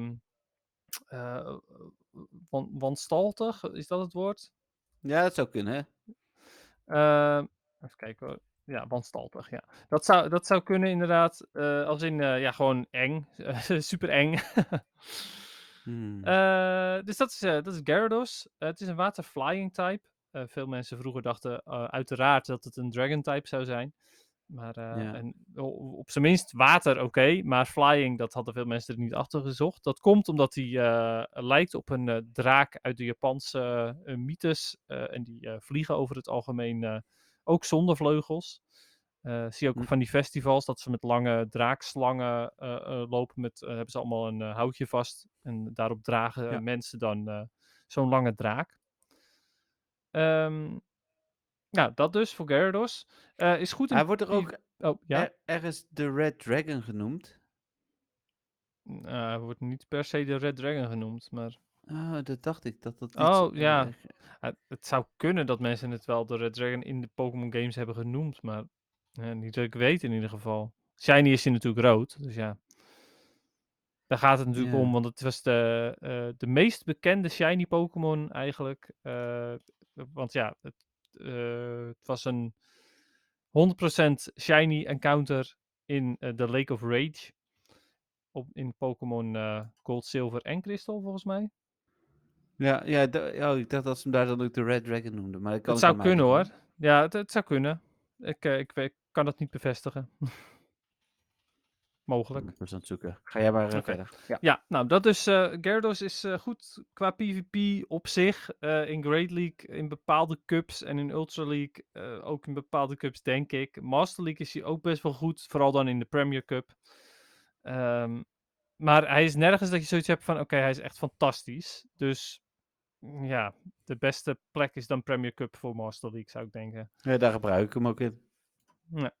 S4: wanstaltig, is dat het woord?
S3: Ja, dat zou kunnen, hè?
S4: Even kijken hoor. Ja, wanstaltig, ja. Dat zou kunnen inderdaad, als in, ja, gewoon eng, super eng.
S3: Hmm.
S4: Dus dat is Gyarados. Het is een water-flying type. Veel mensen vroeger dachten uiteraard dat het een dragon type zou zijn. Maar
S3: Ja.
S4: op zijn minst water, oké. Maar flying, dat hadden veel mensen er niet achter gezocht. Dat komt omdat hij lijkt op een draak uit de Japanse mythes. En die vliegen over het algemeen ook zonder vleugels. Zie je ook
S3: Hm.
S4: op van die festivals dat ze met lange draakslangen lopen. Hebben ze allemaal een houtje vast. En daarop dragen
S3: Ja.
S4: mensen dan zo'n lange draak. Nou, dat dus voor Gyarados. Is goed
S3: Hij
S4: in...
S3: wordt er ook
S4: Oh, ja?
S3: ergens de Red Dragon genoemd.
S4: Hij wordt niet per se de Red Dragon genoemd, maar...
S3: Oh, dat dacht ik. Dat iets...
S4: Oh, ja. Het zou kunnen dat mensen het wel de Red Dragon in de Pokémon games hebben genoemd, maar niet dat ik weet in ieder geval. Shiny is hij natuurlijk rood, dus ja. Daar gaat het natuurlijk om, want het was de meest bekende Shiny Pokémon eigenlijk. Want ja, het was een 100% Shiny encounter in de Lake of Rage. In Pokémon Gold, Silver en Crystal, volgens mij.
S3: Ja, ik dacht dat ze hem daar dan ook de Red Dragon noemden, maar dat kan
S4: Het
S3: ik
S4: zou
S3: aan mij
S4: kunnen
S3: liggen.
S4: hoor. Ja, het zou kunnen. Ik kan dat niet bevestigen. Mogelijk.
S3: Ik was aan het zoeken. Ga jij maar
S4: Oké.
S3: verder. Ja.
S4: Ja, nou dat is... Gyarados is goed qua PvP op zich. In Great League, in bepaalde cups en in Ultra League ook in bepaalde cups, denk ik. Master League is hij ook best wel goed. Vooral dan in de Premier Cup. Maar hij is nergens dat je zoiets hebt van... Oké, hij is echt fantastisch. Dus ja, de beste plek is dan Premier Cup voor Master League, zou ik denken.
S3: Ja, daar gebruik ik hem ook in.
S4: Ja.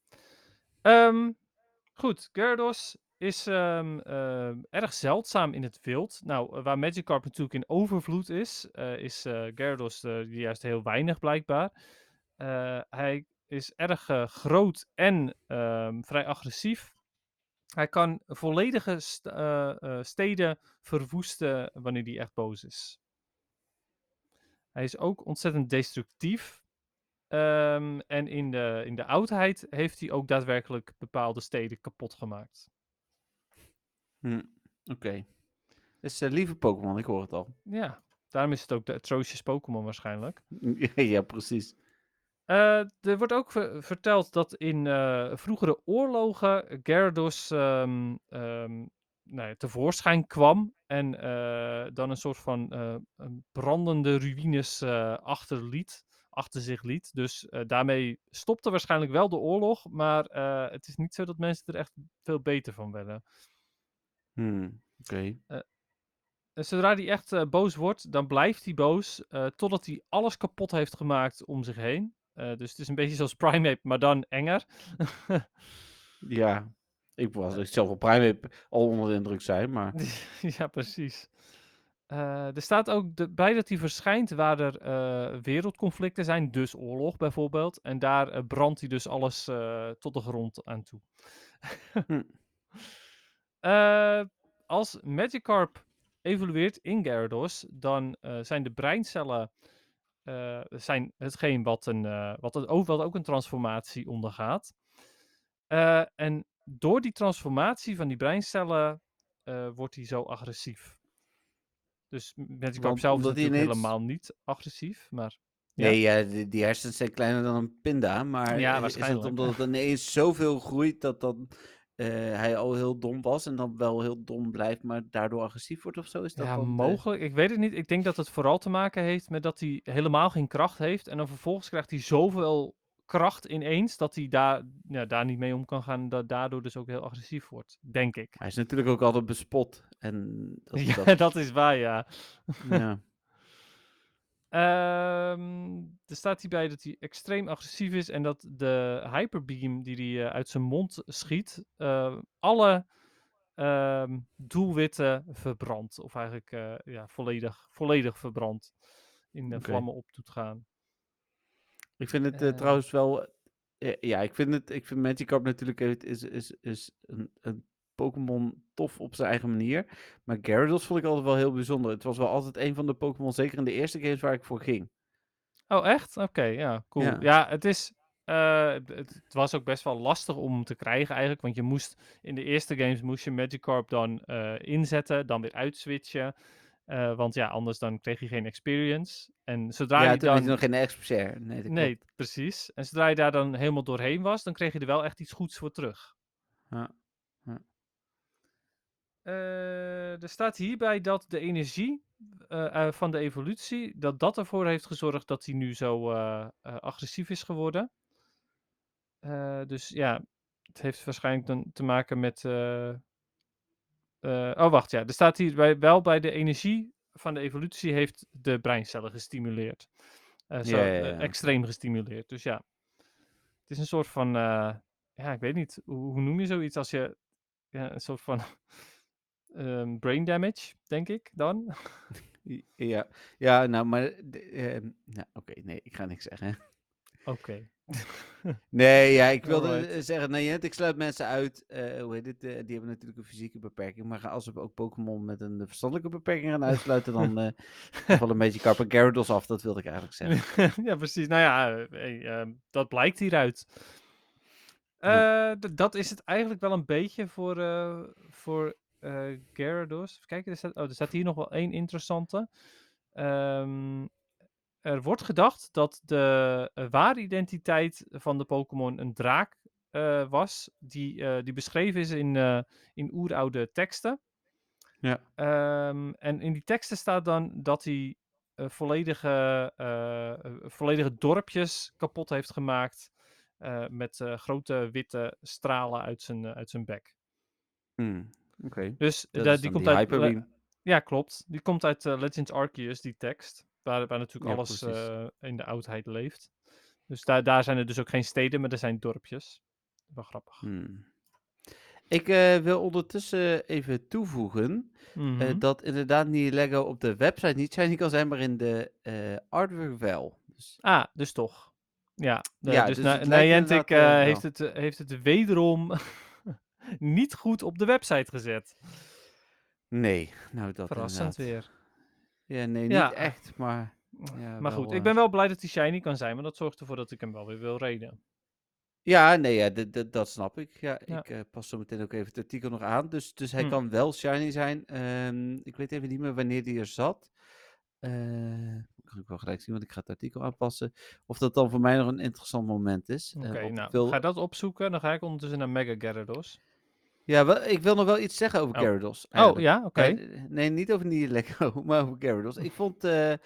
S4: Goed, Gyarados is erg zeldzaam in het wild. Nou, waar Magikarp natuurlijk in overvloed is Gyarados juist heel weinig blijkbaar. Hij is erg groot en vrij agressief. Hij kan volledige steden verwoesten wanneer hij echt boos is. Hij is ook ontzettend destructief. En in de oudheid heeft hij ook daadwerkelijk bepaalde steden kapot gemaakt.
S3: Oké. Dus lieve Pokémon, ik hoor het al.
S4: Ja, daarom is het ook de Atrocious Pokémon waarschijnlijk.
S3: Ja, precies.
S4: Er wordt ook verteld dat in vroegere oorlogen Gyarados tevoorschijn kwam en dan een soort van brandende ruïnes achter zich liet. Dus daarmee stopte waarschijnlijk wel de oorlog, maar het is niet zo dat mensen er echt veel beter van werden.
S3: Oké.
S4: Zodra hij echt boos wordt, dan blijft hij boos totdat hij alles kapot heeft gemaakt om zich heen. Dus het is een beetje zoals Primeape, maar dan enger.
S3: Ja, ik zelf wel Primeape al onder de indruk zijn, maar...
S4: Ja, precies. Er staat ook bij dat hij verschijnt waar er wereldconflicten zijn, dus oorlog bijvoorbeeld. En daar brandt hij dus alles tot de grond aan toe. Als Magikarp evolueert in Gyarados, dan zijn de breincellen zijn hetgeen wat ook een transformatie ondergaat. En door die transformatie van die breincellen wordt hij zo agressief. Dus Magikarp zelf is
S3: omdat hij
S4: natuurlijk
S3: ineens...
S4: helemaal niet agressief, maar...
S3: Nee, ja, die hersens zijn kleiner dan een pinda, maar
S4: Ja,
S3: is het
S4: waarschijnlijk.
S3: omdat het ineens zoveel groeit dat dan hij al heel dom was en dan wel heel dom blijft, maar daardoor agressief wordt of zo? Is dat
S4: Ja,
S3: dan
S4: mogelijk. Ik weet het niet. Ik denk dat het vooral te maken heeft met dat hij helemaal geen kracht heeft. En dan vervolgens krijgt hij zoveel kracht ineens dat hij daar niet mee om kan gaan. En dat daardoor dus ook heel agressief wordt, denk ik.
S3: Hij is natuurlijk ook altijd bespot. En
S4: Ja, dat is waar, ja.
S3: Ja.
S4: Er staat hierbij dat hij extreem agressief is en dat de hyperbeam die hij uit zijn mond schiet, alle doelwitten verbrandt. Of eigenlijk volledig verbrandt. In de
S3: Oké.
S4: vlammen op doet gaan.
S3: Ik vind het
S4: Eh.
S3: trouwens wel... ja, ik vind Magikarp natuurlijk is een Pokémon tof op zijn eigen manier. Maar Gyarados vond ik altijd wel heel bijzonder. Het was wel altijd een van de Pokémon, zeker in de eerste games, waar ik voor ging.
S4: Oh, echt? Oké, ja, cool.
S3: Ja.
S4: Ja, het is... het was ook best wel lastig om hem te krijgen eigenlijk. Want je moest in de eerste games moest je Magikarp dan inzetten, dan weer uitswitchen. Want ja, anders dan kreeg je geen experience. En zodra
S3: Ja,
S4: je
S3: toen had je
S4: dan...
S3: nog geen expert. Nee, dat
S4: Nee,
S3: klopt.
S4: precies. En zodra je daar dan helemaal doorheen was, dan kreeg je er wel echt iets goeds voor terug.
S3: Ja.
S4: Er staat hierbij dat de energie van de evolutie, dat ervoor heeft gezorgd dat hij nu zo agressief is geworden. Dus ja, het heeft waarschijnlijk dan te maken met... oh, wacht, ja. Er staat hier wel bij de energie van de evolutie heeft de breincellen gestimuleerd.
S3: Ja.
S4: Extreem gestimuleerd. Dus ja, het is een soort van... ja, ik weet niet. Hoe noem je zoiets als je... Ja, een soort van brain damage, denk ik dan.
S3: Ja. Ja, nou, maar... nou, oké, nee, ik ga niks zeggen.
S4: Oké.
S3: Nee, ja, ik wilde
S4: Alright.
S3: zeggen, nee, ik sluit mensen uit. Hoe heet het? Die hebben natuurlijk een fysieke beperking. Maar als we ook Pokémon met een verstandelijke beperking gaan uitsluiten, dan vallen een beetje Carp en Gyarados af. Dat wilde ik eigenlijk zeggen.
S4: Ja, precies. Nou ja, dat blijkt hieruit. Dat is het eigenlijk wel een beetje voor Gyarados. Even kijken, er staat hier nog wel één interessante. Er wordt gedacht dat de ware identiteit van de Pokémon een draak was, die beschreven is in oeroude teksten.
S3: Ja.
S4: En in die teksten staat dan dat hij volledige dorpjes kapot heeft gemaakt met grote witte stralen uit zijn bek.
S3: Oké.
S4: Dus
S3: Dat is
S4: die
S3: dan
S4: komt
S3: die
S4: uit...
S3: Hyperbeam.
S4: Ja, klopt. Die komt uit Legends Arceus, die tekst. Waar natuurlijk
S3: Ja,
S4: alles
S3: precies.
S4: in de oudheid leeft. Dus daar zijn er dus ook geen steden, maar er zijn dorpjes. Wel grappig.
S3: Ik wil ondertussen even toevoegen
S4: Mhm.
S3: dat inderdaad Nihilego op de website niet shiny kan zijn, maar in de artwork wel. Dus,
S4: Dus toch. Ja,
S3: ja,
S4: dus
S3: dus het lijkt
S4: Niantic
S3: inderdaad
S4: heeft het wederom niet goed op de website gezet.
S3: Nee, nou dat
S4: Verrassend
S3: inderdaad.
S4: weer.
S3: Ja, nee, niet
S4: Ja.
S3: echt, maar... Ja,
S4: Maar
S3: wel,
S4: goed, ik ben wel blij dat hij shiny kan zijn, maar dat zorgt ervoor dat ik hem wel weer wil raiden.
S3: Ja, nee, ja, dat snap ik. Ja,
S4: Ja.
S3: ik pas zo meteen ook even het artikel nog aan. Dus hij
S4: Hm.
S3: kan wel shiny zijn. Ik weet even niet meer wanneer die er zat. Kan ik wel gelijk zien, want ik ga het artikel aanpassen. Of dat dan voor mij nog een interessant moment is.
S4: Oké,
S3: Want ik
S4: nou,
S3: wil...
S4: ga je dat opzoeken? Dan ga ik ondertussen naar Mega Gyarados.
S3: Ja, ik wil nog wel iets zeggen over
S4: Oh.
S3: Gyarados,
S4: Oh,
S3: eigenlijk.
S4: ja, oké.
S3: Nee, niet over Nihilego, maar over Gyarados. Ik vond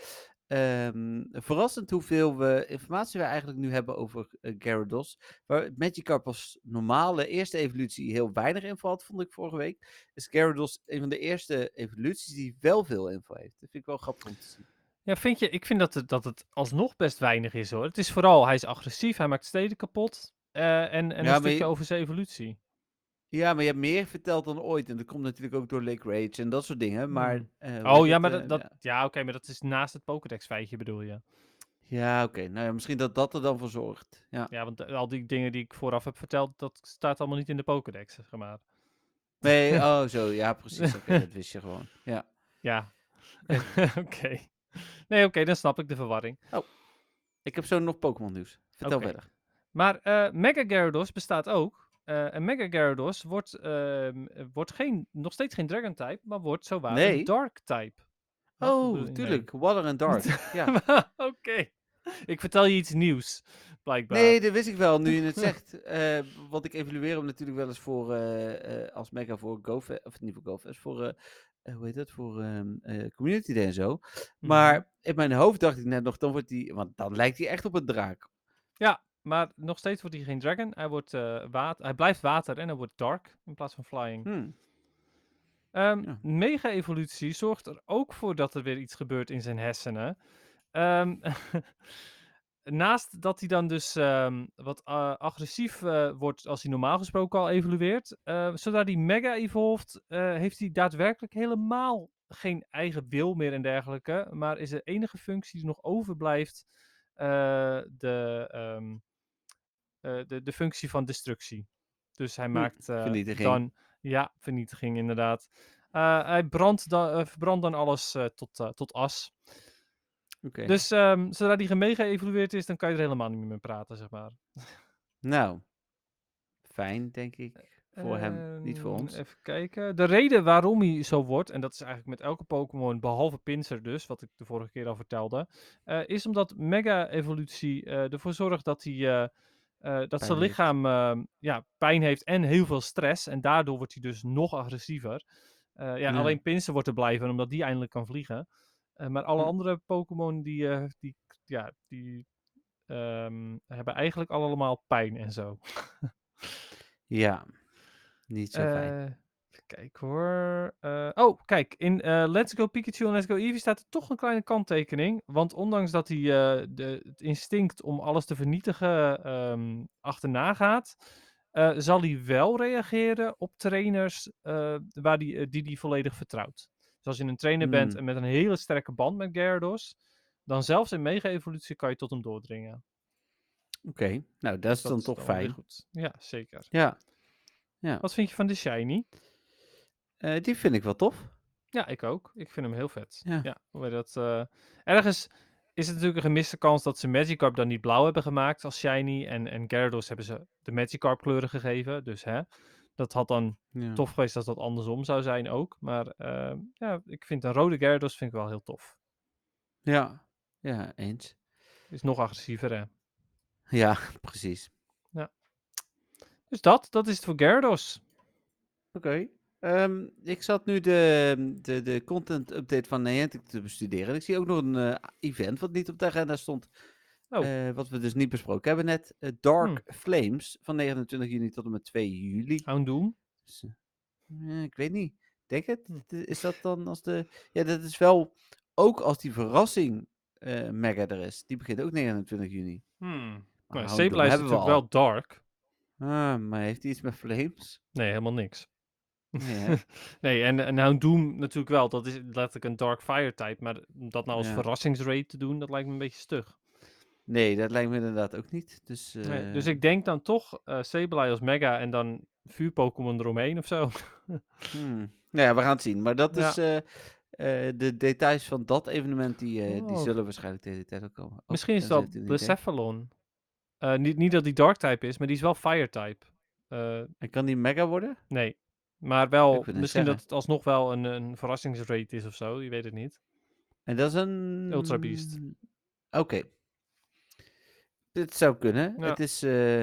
S3: verrassend hoeveel informatie we eigenlijk nu hebben over Gyarados. Waar Magikarp als normale eerste evolutie heel weinig info had, vond ik vorige week. Is Gyarados een van de eerste evoluties die wel veel info heeft. Dat vind ik wel grappig om te zien.
S4: Ja, ik vind dat het alsnog best weinig is, hoor. Het is vooral, hij is agressief, hij maakt steden kapot. En
S3: Ja,
S4: een
S3: maar
S4: stukje over zijn evolutie.
S3: Ja, maar je hebt meer verteld dan ooit. En dat komt natuurlijk ook door Lake Rage en dat soort dingen. Maar, hoe
S4: Oh
S3: heet
S4: ja,
S3: het,
S4: maar ja, oké, maar dat is naast het Pokédex feitje, bedoel je?
S3: Ja, oké. Nou ja, misschien dat er dan voor zorgt. Ja.
S4: Ja, want al die dingen die ik vooraf heb verteld, dat staat allemaal niet in de Pokédex, zeg maar.
S3: Nee, oh zo. Ja, precies. Oké, dat wist je gewoon. Ja.
S4: Ja.
S3: Oké.
S4: Oké. Nee, oké, dan snap ik de verwarring.
S3: Ik heb zo nog Pokémon nieuws. Vertel
S4: Oké.
S3: verder.
S4: Maar Mega Gyarados bestaat ook. En Mega Gyarados wordt nog steeds geen Dragon-type, maar wordt zowaar een
S3: Nee.
S4: Dark-type. Wat bedoel
S3: Oh,
S4: je?
S3: tuurlijk. Water and Dark. Ja.
S4: Oké. Ik vertel je iets nieuws, blijkbaar.
S3: Nee, dat wist ik wel, nu je het zegt. Want ik evalueer hem natuurlijk wel eens voor, als mega voor GoFest, of niet voor GoFest, voor, hoe heet dat, voor Community Day en zo. Maar in mijn hoofd dacht ik net nog, dan wordt hij, want dan lijkt hij echt op een draak.
S4: Ja, maar nog steeds wordt hij geen dragon. Hij blijft water en hij wordt dark in plaats van flying.
S3: Ja.
S4: Mega-evolutie zorgt er ook voor dat er weer iets gebeurt in zijn hersenen. Ehm, naast dat hij dan dus wat agressief wordt als hij normaal gesproken al evolueert, zodra hij mega evolved, heeft hij daadwerkelijk helemaal geen eigen wil meer en dergelijke, maar is de enige functie die nog overblijft de functie van destructie. Dus hij maakt
S3: Vernietiging.
S4: dan, ja, vernietiging inderdaad. Hij verbrandt dan alles tot as.
S3: Oké.
S4: Dus zodra die gemega evolueerd is, dan kan je er helemaal niet meer mee praten, zeg maar.
S3: Nou, fijn, denk ik. Voor hem, niet voor ons.
S4: Even kijken. De reden waarom hij zo wordt, en dat is eigenlijk met elke Pokémon, behalve Pinsir dus, wat ik de vorige keer al vertelde, is omdat mega-evolutie ervoor zorgt dat hij dat zijn
S3: Pijn heeft.
S4: lichaam pijn heeft en heel veel stress. En daardoor wordt hij dus nog agressiever.
S3: Ja.
S4: Alleen Pinsir wordt er blij van, omdat die eindelijk kan vliegen. Maar alle
S3: Hm.
S4: andere Pokémon die hebben eigenlijk allemaal pijn en zo.
S3: Ja, niet zo fijn.
S4: Even kijken hoor. Kijk. In Let's Go Pikachu en Let's Go Eevee staat er toch een kleine kanttekening. Want ondanks dat hij het instinct om alles te vernietigen achterna gaat, zal hij wel reageren op trainers die hij volledig vertrouwt. Dus als je een trainer bent en met een hele sterke band met Gyarados, dan zelfs in mega-evolutie kan je tot hem doordringen.
S3: Oké, nou dat
S4: Dus
S3: is
S4: dat
S3: dan
S4: is
S3: toch
S4: dan wel weer
S3: fijn.
S4: goed. Ja, zeker.
S3: Ja, ja.
S4: Wat vind je van de Shiny?
S3: Die vind ik wel tof.
S4: Ja, ik ook. Ik vind hem heel vet.
S3: Ja.
S4: Ja, hoe heet dat? Ergens is het natuurlijk een gemiste kans dat ze Magikarp dan niet blauw hebben gemaakt als shiny. En Gyarados hebben ze de Magikarp kleuren gegeven. Dus dat had dan
S3: Ja.
S4: tof geweest als dat andersom zou zijn ook. Maar ik vind een rode Gyarados vind ik wel heel tof.
S3: Ja, eens.
S4: Is nog agressiever, hè.
S3: Ja, precies.
S4: Dus dat is het voor Gyarados.
S3: Oké. Ik zat nu de content update van Niantic te bestuderen. En ik zie ook nog een event wat niet op de agenda stond.
S4: Oh.
S3: Wat we dus niet besproken hebben net. Dark Flames van 29 juni tot en met 2 juli.
S4: Houndoom?
S3: Dus, ik weet niet. Denk het?
S4: Hm.
S3: Is dat dan als de... Ja, dat is wel... Ook als die verrassing mega er is. Die begint ook 29 juni.
S4: Maar
S3: Houndoom
S4: Sableye is
S3: hebben we
S4: natuurlijk wel dark.
S3: Maar heeft hij iets met Flames?
S4: Nee, helemaal niks.
S3: Nee, hè?
S4: Nee, en Houndoom natuurlijk wel. Dat is letterlijk een Dark Fire type. Maar om dat nou als
S3: Ja.
S4: verrassingsraid te doen, dat lijkt me een beetje stug.
S3: Nee, dat lijkt me inderdaad ook niet. Dus,
S4: Nee, dus ik denk dan toch Sableye als Mega en dan vuur-Pokémon eromheen of zo.
S3: Nou ja, we gaan het zien. Maar dat
S4: Ja.
S3: is de details van dat evenement, die
S4: Oh.
S3: zullen waarschijnlijk de hele tijd ook komen.
S4: Misschien is
S3: tenzij
S4: dat
S3: het een idee.
S4: Blacephalon. Niet dat die Dark type is, maar die is wel Fire type.
S3: En kan die mega worden?
S4: Nee. Maar wel,
S3: Ik wil net
S4: misschien dat
S3: zeggen.
S4: het alsnog wel een verrassingsraid is of zo. Je weet het niet.
S3: En dat is een...
S4: Ultra Beast.
S3: Oké. Dit zou kunnen.
S4: Ja.
S3: Het is...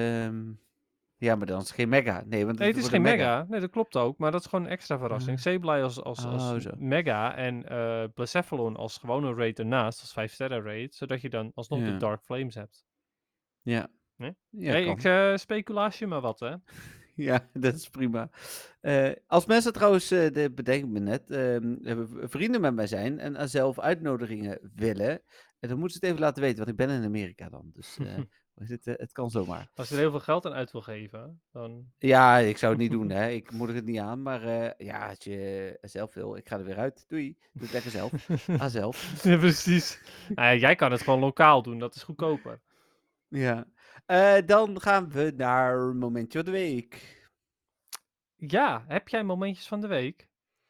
S3: Ja, maar dan is het geen mega. Nee, want
S4: Nee, het is
S3: wordt
S4: geen
S3: een
S4: mega. Nee, dat klopt ook. Maar dat is gewoon een extra verrassing. Sableye als
S3: zo.
S4: mega en Blacephalon als gewone raid ernaast, als 5-sterren raid. Zodat je dan alsnog de
S3: Ja.
S4: Dark Flames hebt.
S3: Ja.
S4: Nee?
S3: Ja,
S4: Hey,
S3: kan.
S4: ik speculatie maar wat, hè?
S3: Ja, dat is prima. Als mensen trouwens, bedenk ik me net, vrienden met mij zijn en zelf uitnodigingen willen, dan moeten ze het even laten weten, want ik ben in Amerika dan. Dus het kan zomaar.
S4: Als je er heel veel geld aan uit wil geven, dan...
S3: Ja, ik zou het niet doen, hè. Ik moedig het niet aan, maar ja, als je zelf wil, ik ga er weer uit. Doei, doe het lekker zelf. Ga zelf.
S4: Ja, precies. Jij kan het gewoon lokaal doen, dat is goedkoper.
S3: Ja. Dan gaan we naar Momentje van de Week.
S4: Ja, heb jij momentjes van de week?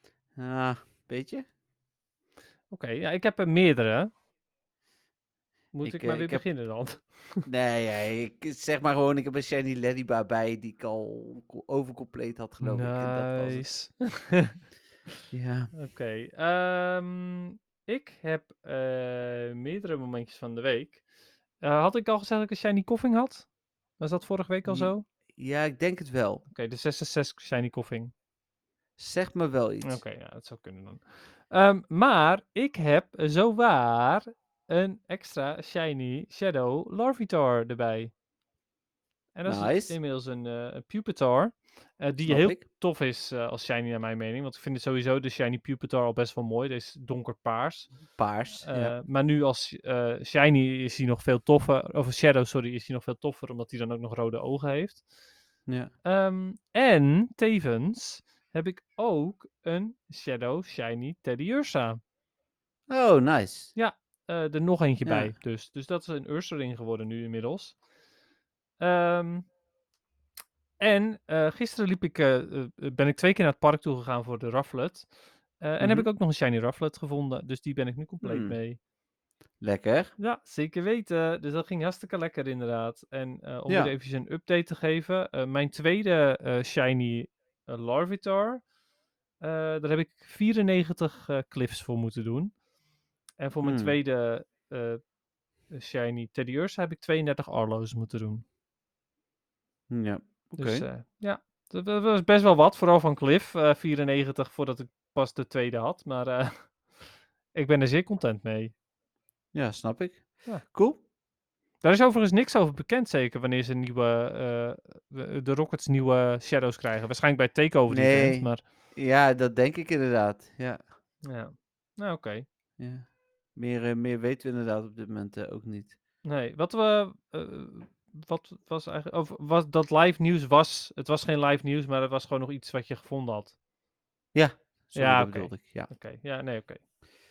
S3: Beetje?
S4: Oké, ja, ik heb er meerdere. Moet ik maar weer
S3: ik heb-
S4: beginnen dan?
S3: Nee, ik zeg maar gewoon, ik heb een Shiny Ladybug bij die ik al overcompleet had, geloof ik. En dat was het.
S4: Nice.
S3: Ja.
S4: Oké, ik heb meerdere momentjes van de week. Had ik al gezegd dat ik een shiny koffing had? Was dat vorige week al zo? Oké,
S3: Ja, ik denk het wel.
S4: de 66 shiny koffing.
S3: Zeg me wel iets.
S4: Oké, ja, dat zou kunnen dan. Maar ik heb zowaar een extra shiny Shadow Larvitar erbij. En dat is
S3: Nice.
S4: inmiddels een Pupitar. Die
S3: Snap
S4: heel
S3: ik.
S4: tof is als shiny naar mijn mening. Want ik vind het sowieso de shiny Pupitar al best wel mooi. Deze is donkerpaars.
S3: Paars, ja.
S4: Maar nu als shiny is hij nog veel toffer. Of shadow, sorry, is hij nog veel toffer. Omdat hij dan ook nog rode ogen heeft.
S3: Ja.
S4: En tevens heb ik ook een Shadow Shiny Teddiursa.
S3: Oh, nice.
S4: Ja, er nog eentje
S3: Ja.
S4: bij. Dus dat is een Ursaring geworden nu inmiddels. En gisteren ben ik 2 keer naar het park toe gegaan voor de Rufflet. En heb ik ook nog een Shiny Rufflet gevonden. Dus die ben ik nu compleet mee.
S3: Lekker.
S4: Ja, zeker weten. Dus dat ging hartstikke lekker inderdaad. En om
S3: Ja.
S4: weer even een update te geven. Mijn tweede Shiny Larvitar. Daar heb ik 94 cliffs voor moeten doen. En voor mijn tweede Shiny Teddiursa heb ik 32 Arlo's moeten doen.
S3: Ja, oké.
S4: Dus ja, dat was best wel wat. Vooral van Cliff. 94 voordat ik pas de tweede had. Maar ik ben er zeer content mee.
S3: Ja, snap ik.
S4: Ja.
S3: Cool.
S4: Daar is overigens niks over bekend, zeker, wanneer ze de Rockets nieuwe Shadows krijgen. Waarschijnlijk bij het Takeover Event, maar...
S3: Ja, dat denk ik inderdaad. Ja.
S4: Ja, nou oké.
S3: Ja. Meer weten we inderdaad op dit moment ook niet.
S4: Nee, wat was eigenlijk... Of wat dat live nieuws was... Het was geen live nieuws, maar het was gewoon nog iets wat je gevonden had.
S3: Ja, sorry,
S4: Ja,
S3: dat
S4: oké.
S3: bedoelde ik. Ja,
S4: Oké. Ja, nee, oké.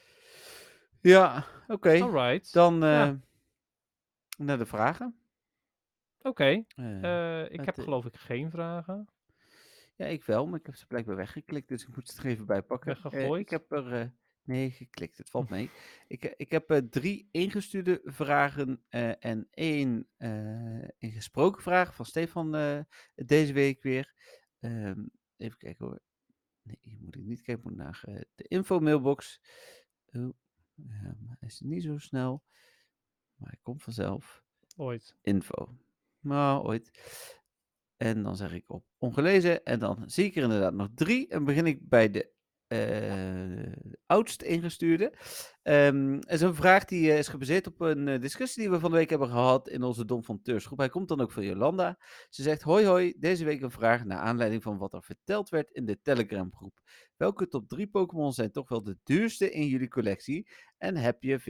S3: ja, oké.
S4: Alright.
S3: Dan
S4: Ja.
S3: naar de vragen.
S4: Oké. Ik
S3: het,
S4: heb geloof ik geen vragen.
S3: Ja, ik wel, maar ik heb ze blijkbaar weggeklikt, dus ik moet ze er even bij pakken.
S4: Weggegooid?
S3: Ik heb er... nee, geklikt, het valt mee. Ik heb 3 ingestuurde vragen en 1 ingesproken vraag van Stefan deze week weer. Even kijken hoor. Nee, hier moet ik niet kijken, ik moet naar de info-mailbox. Oh, maar hij is niet zo snel, maar hij komt vanzelf.
S4: Ooit.
S3: Info. Nou, ooit. En dan zeg ik op ongelezen. En dan zie ik er inderdaad nog 3. En begin ik bij de oudst ingestuurde. Is een vraag die is gebaseerd op een discussie die we van de week hebben gehad in onze Dom van Teurs groep. Hij komt dan ook van Jolanda. Ze zegt, hoi hoi, deze week een vraag naar aanleiding van wat er verteld werd in de Telegram groep. Welke top 3 Pokémon zijn toch wel de duurste in jullie collectie? En heb je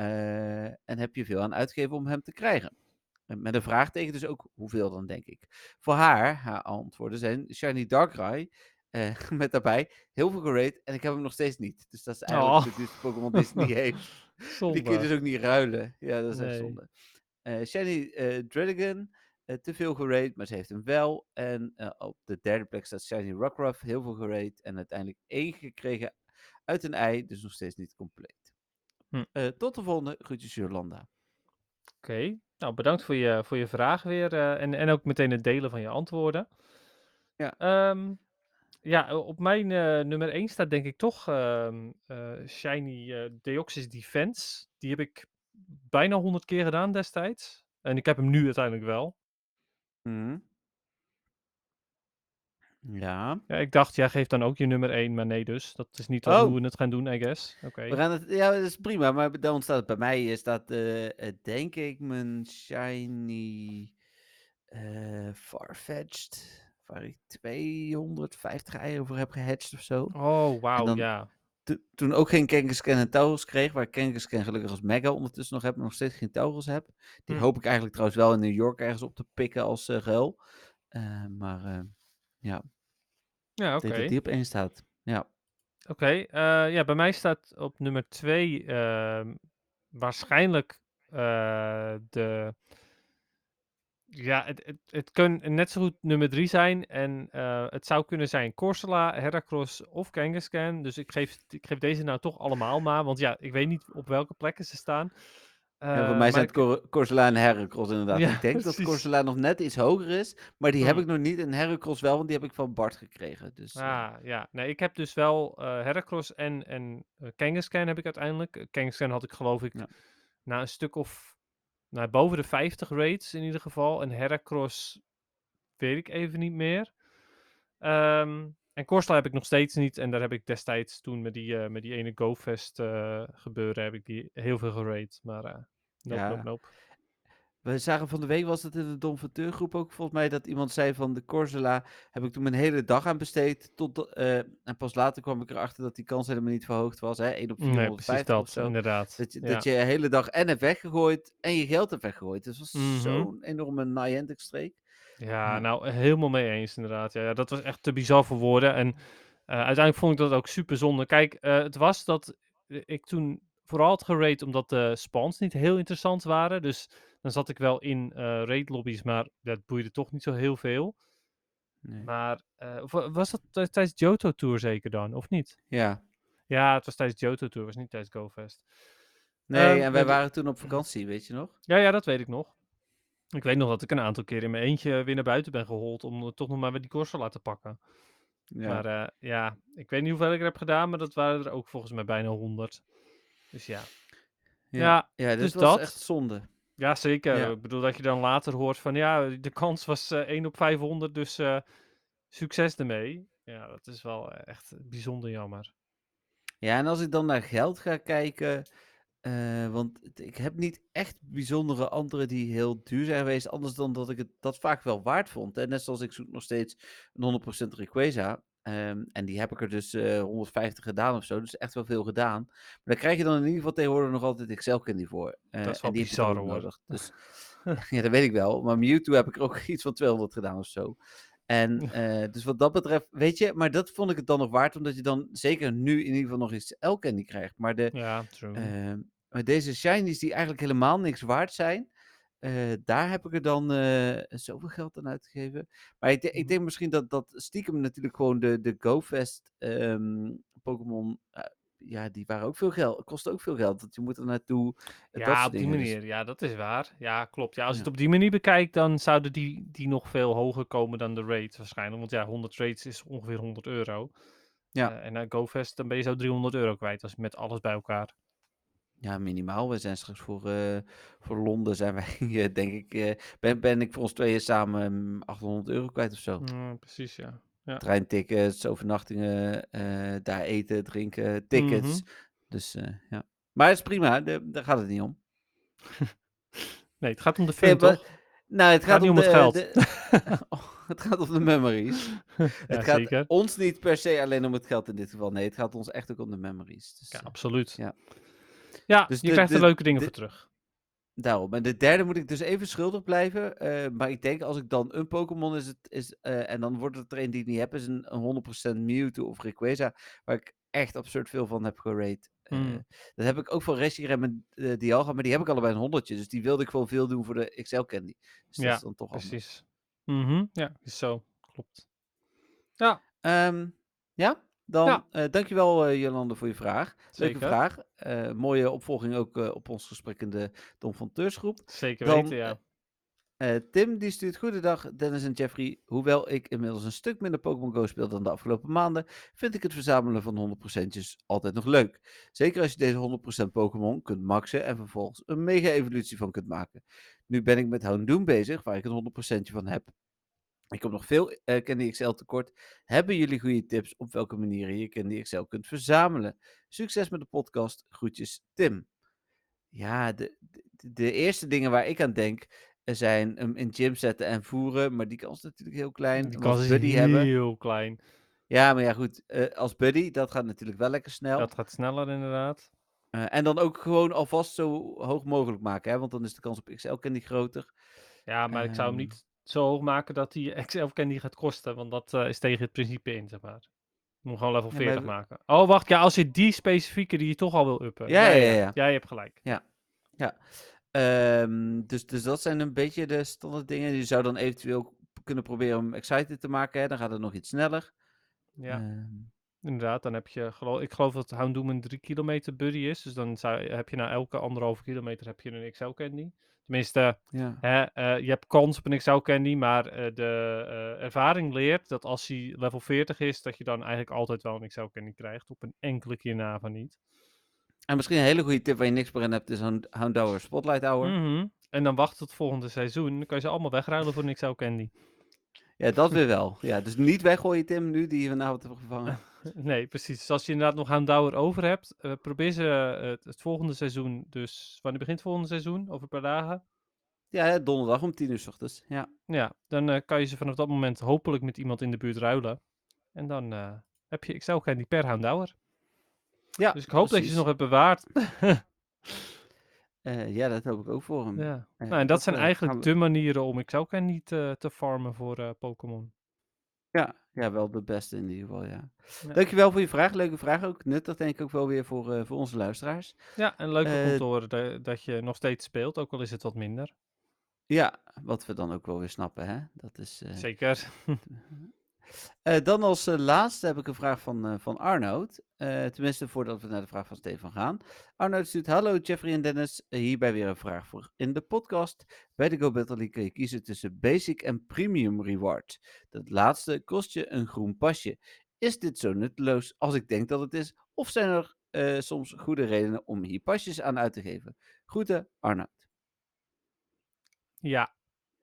S3: veel aan uitgeven om hem te krijgen? Met een vraagteken dus ook hoeveel dan, denk ik. Voor haar antwoorden zijn Shiny Darkrai, met daarbij heel veel gerate en ik heb hem nog steeds niet. Dus dat is eigenlijk de duurste Pokémon die ze niet heeft. Die kun je dus ook niet ruilen. Ja, dat is echt zonde. Shiny Drillbur, te veel gerate, maar ze heeft hem wel. En op de derde plek staat Shiny Rockruff, heel veel gerate en uiteindelijk 1 gekregen uit een ei, dus nog steeds niet compleet. Tot de volgende, groetjes Jolanda.
S4: Oké. Nou, bedankt voor je vraag weer. En ook meteen het delen van je antwoorden.
S3: Ja.
S4: Ja, op mijn nummer 1 staat denk ik toch Shiny Deoxys Defense. Die heb ik bijna 100 keer gedaan destijds. En ik heb hem nu uiteindelijk wel.
S3: Ja.
S4: Ja, ik dacht, jij geeft dan ook je nummer 1, maar nee dus. Dat is niet hoe we het gaan doen, I guess. Oké.
S3: We gaan het, ja, dat is prima, maar dan staat het bij mij, staat denk ik mijn Shiny Farfetch'd, waar ik 250 eieren voor heb gehatcht of zo.
S4: Oh, wauw,
S3: dan
S4: ja.
S3: Toen ook geen Kangaskhan en Taurus kreeg, waar ik Kangaskhan gelukkig als Mega ondertussen nog heb, maar nog steeds geen Taurus heb. Die hoop ik eigenlijk trouwens wel in New York ergens op te pikken als geil. Maar ja.
S4: Ja,
S3: Ik denk dat die op 1 staat. Ja.
S4: Oké, ja, bij mij staat op nummer 2 waarschijnlijk de... Ja, het kan net zo goed nummer 3 zijn. En het zou kunnen zijn Corsola, Heracross of Kangaskhan. Dus ik geef deze nou toch allemaal maar. Want ja, ik weet niet op welke plekken ze staan.
S3: Ja, voor mij zijn het Corsola en Heracross inderdaad.
S4: Ja,
S3: ik denk
S4: precies.
S3: dat Corsola nog net iets hoger is, maar die heb ik nog niet. En Heracross wel, want die heb ik van Bart gekregen. Dus,
S4: ja. Nee, ik heb dus wel Heracross en Kangaskhan heb ik uiteindelijk. Kangaskhan had ik geloof ik na een stuk of... Nou, boven de 50 raids in ieder geval. En Heracross weet ik even niet meer. En Corsola heb ik nog steeds niet. En daar heb ik destijds toen met die ene GoFest gebeuren... heb ik die heel veel geraid. Maar nope.
S3: We zagen van de week, was het in de Don Verteur groep ook volgens mij, dat iemand zei van de Corsola heb ik toen mijn hele dag aan besteed. En pas later kwam ik erachter dat die kans helemaal niet verhoogd was. Hè? 1 op
S4: Nee, precies
S3: 450 of
S4: dat,
S3: zo.
S4: inderdaad.
S3: Dat
S4: Ja.
S3: je de hele dag en hebt weggegooid en je geld hebt weggegooid. Dus dat was
S4: Mhm.
S3: zo'n enorme Niantic streek.
S4: Ja,
S3: Ja.
S4: nou, helemaal mee eens inderdaad. Ja, dat was echt te bizar voor woorden. En uiteindelijk vond ik dat ook super zonde. Kijk, het was dat ik toen vooral had gerate omdat de spawns niet heel interessant waren. Dus dan zat ik wel in raid lobby's, maar dat boeide toch niet zo heel veel.
S3: Nee.
S4: Maar was dat tijdens Johto Tour zeker dan, of niet?
S3: Ja.
S4: Ja, het was tijdens Johto Tour, was niet tijdens GoFest.
S3: Nee, en wij
S4: Nee,
S3: waren toen op vakantie, weet je nog?
S4: ja, dat weet ik nog. Ik weet nog dat ik een aantal keer in mijn eentje weer naar buiten ben gehold om toch nog maar weer die Corsola te pakken.
S3: Ja.
S4: Maar ja, ik weet niet hoeveel ik er heb gedaan, maar dat waren er ook volgens mij bijna 100. Dus ja. Ja,
S3: Ja, dit
S4: dus
S3: was echt
S4: dat.
S3: zonde.
S4: Ja, zeker.
S3: Ja.
S4: Ik bedoel dat je dan later hoort van ja, de kans was 1 op 500, dus succes ermee. Ja, dat is wel echt bijzonder jammer.
S3: Ja, en als ik dan naar geld ga kijken, want ik heb niet echt bijzondere andere die heel duur zijn geweest, anders dan dat ik het dat vaak wel waard vond. En net zoals ik zoek nog steeds een 100% Rayquaza, en die heb ik er dus 150 gedaan of zo, dus echt wel veel gedaan. Maar daar krijg je dan in ieder geval tegenwoordig nog altijd Excel Candy voor.
S4: Dat is
S3: En
S4: wel
S3: die heb je dan
S4: bizar
S3: ook
S4: hoor.
S3: nodig. Dus ja, dat weet ik wel. Maar Mewtwo heb ik er ook iets van 200 gedaan of zo. En dus wat dat betreft, weet je, maar dat vond ik het dan nog waard, omdat je dan zeker nu in ieder geval nog iets Candy krijgt. Maar
S4: Ja, true.
S3: maar deze shinies die eigenlijk helemaal niks waard zijn, daar heb ik er dan zoveel geld aan uitgegeven. Maar ik denk misschien dat stiekem natuurlijk gewoon de GoFest Pokémon, ja, die waren ook veel geld, kosten ook veel geld. Want je moet er naartoe, dat
S4: Ja,
S3: soort
S4: op die
S3: dingen. Dus
S4: manier. Ja, dat is waar. Ja, klopt. Ja, als je
S3: ja.
S4: het op die manier bekijkt, dan zouden die nog veel hoger komen dan de rate waarschijnlijk. Want ja, 100 rates is ongeveer €100.
S3: Ja.
S4: En naar GoFest, dan ben je zo €300 kwijt als met alles bij elkaar.
S3: Ja, minimaal. We zijn straks voor Londen zijn wij, denk ik, ben ik voor ons tweeën samen €800 kwijt of zo.
S4: Precies, ja. Ja.
S3: Treintickets, overnachtingen, daar eten, drinken,
S4: Mhm.
S3: tickets. Dus ja. Maar het is prima, daar gaat het niet om.
S4: Nee, het gaat om de
S3: Nee,
S4: fun, toch?
S3: nou, het
S4: Het gaat
S3: gaat
S4: niet
S3: om
S4: om het geld.
S3: het gaat om de memories.
S4: Ja,
S3: Het gaat
S4: zeker.
S3: ons niet per se alleen om het geld in dit geval. Nee, het gaat ons echt ook om de memories. Dus,
S4: Ja, absoluut.
S3: ja.
S4: Ja,
S3: Dus
S4: je krijgt er leuke dingen voor terug.
S3: daarom. En de derde moet ik dus even schuldig blijven. Maar ik denk als ik dan een Pokémon en dan wordt het er een die ik niet heb, is een 100% Mewtwo of Rayquaza. Waar ik echt absurd veel van heb gerate. Dat heb ik ook van Reshiram en Dialga, maar die heb ik allebei een 100'tje. Dus die wilde ik gewoon veel doen voor de XL Candy. Dus dat is
S4: Ja,
S3: dan toch anders.
S4: precies. Ja, is zo. Klopt. Ja,
S3: Ja, dan
S4: ja,
S3: dankjewel Jolande voor je vraag. Leuke
S4: zeker.
S3: vraag. Mooie opvolging ook op ons gesprek in de Don van Teursgroep.
S4: Zeker
S3: Dan
S4: weten, ja.
S3: Tim die stuurt goedendag Dennis en Jeffrey. Hoewel ik inmiddels een stuk minder Pokémon Go speel dan de afgelopen maanden, vind ik het verzamelen van 100%'jes altijd nog leuk. Zeker als je deze 100% Pokémon kunt maxen en vervolgens een mega-evolutie van kunt maken. Nu ben ik met Houndoom bezig, waar ik een 100%'je van heb. Ik heb nog veel Candy XL tekort. Hebben jullie goede tips op welke manieren je Candy XL kunt verzamelen? Succes met de podcast. Groetjes, Tim. Ja, de eerste dingen waar ik aan denk zijn hem in gym zetten en voeren. Maar die kans is natuurlijk heel klein.
S4: Die
S3: Hem als
S4: kans is
S3: buddy hebben.
S4: heel klein.
S3: Ja, maar ja, goed. Als buddy, dat gaat natuurlijk wel lekker snel.
S4: Dat gaat sneller inderdaad.
S3: En dan ook gewoon alvast zo hoog mogelijk maken. Hè? Want dan is de kans op XL Candy groter.
S4: Ja, maar ik zou hem niet zo hoog maken dat die XL Candy gaat kosten. Want dat is tegen het principe in, zeg maar. Je moet gewoon level
S3: Ja,
S4: 40 maken. Oh, wacht. Ja, als je die specifieke die je toch al wil uppen.
S3: Ja.
S4: Ja, je hebt gelijk.
S3: Ja. Dus dat zijn een beetje de standaard dingen. Je zou dan eventueel kunnen proberen om excited te maken. Hè? Dan gaat het nog iets sneller.
S4: Ja, inderdaad. Dan heb je, ik geloof dat Houndoom een 3 kilometer buddy is. Dus dan heb je na elke 1,5 kilometer heb je een XL Candy. Tenminste,
S3: Ja.
S4: je hebt kans op een XL Candy, maar de ervaring leert dat als hij level 40 is, dat je dan eigenlijk altijd wel een XL Candy krijgt. Op een enkele keer na van niet.
S3: En misschien een hele goede tip waar je niks meer aan hebt, is Houndour Spotlight Hour.
S4: En dan wacht tot het volgende seizoen. Dan kan je ze allemaal wegruilen voor een XL Candy.
S3: Ja, dat weer wel. Ja, dus niet weggooien, Tim, nu die je vanavond hebt gevangen.
S4: Nee, precies. Dus als je inderdaad nog Houndour over hebt, probeer ze het volgende seizoen. Dus wanneer begint het volgende seizoen? Over een paar dagen?
S3: Ja, donderdag om 10:00 's ochtends. Ja.
S4: Ja, dan kan je ze vanaf dat moment hopelijk met iemand in de buurt ruilen. En dan heb je Excel Candy per houndouwer.
S3: Ja,
S4: Dus ik hoop dat je ze
S3: precies.
S4: nog hebt bewaard.
S3: Ja, dat hoop ik ook voor hem.
S4: Ja. Nou, en dat zijn
S3: gaan
S4: eigenlijk
S3: we...
S4: de manieren om Excel Candy te farmen voor Pokémon.
S3: Ja, wel de beste in ieder geval, ja.
S4: Ja.
S3: Dankjewel voor je vraag. Leuke vraag ook. Nuttig denk ik ook wel weer voor onze luisteraars.
S4: Ja, en leuk ook om
S3: Eh,
S4: te horen dat je nog steeds speelt, ook al is het wat minder.
S3: Ja, wat we dan ook wel weer snappen, hè. Dat is...
S4: Zeker.
S3: Dan als laatste heb ik een vraag van Arnoud. Tenminste, voordat we naar de vraag van Stefan gaan. Arnoud stuurt: hallo Jeffrey en Dennis. Hierbij weer een vraag voor in de podcast. Bij de Go Battle League kun je kiezen tussen Basic en Premium Reward. Dat laatste kost je een groen pasje. Is dit zo nutteloos als ik denk dat het is? Of zijn er soms goede redenen om hier pasjes aan uit te geven? Groeten, Arnoud.
S4: Ja.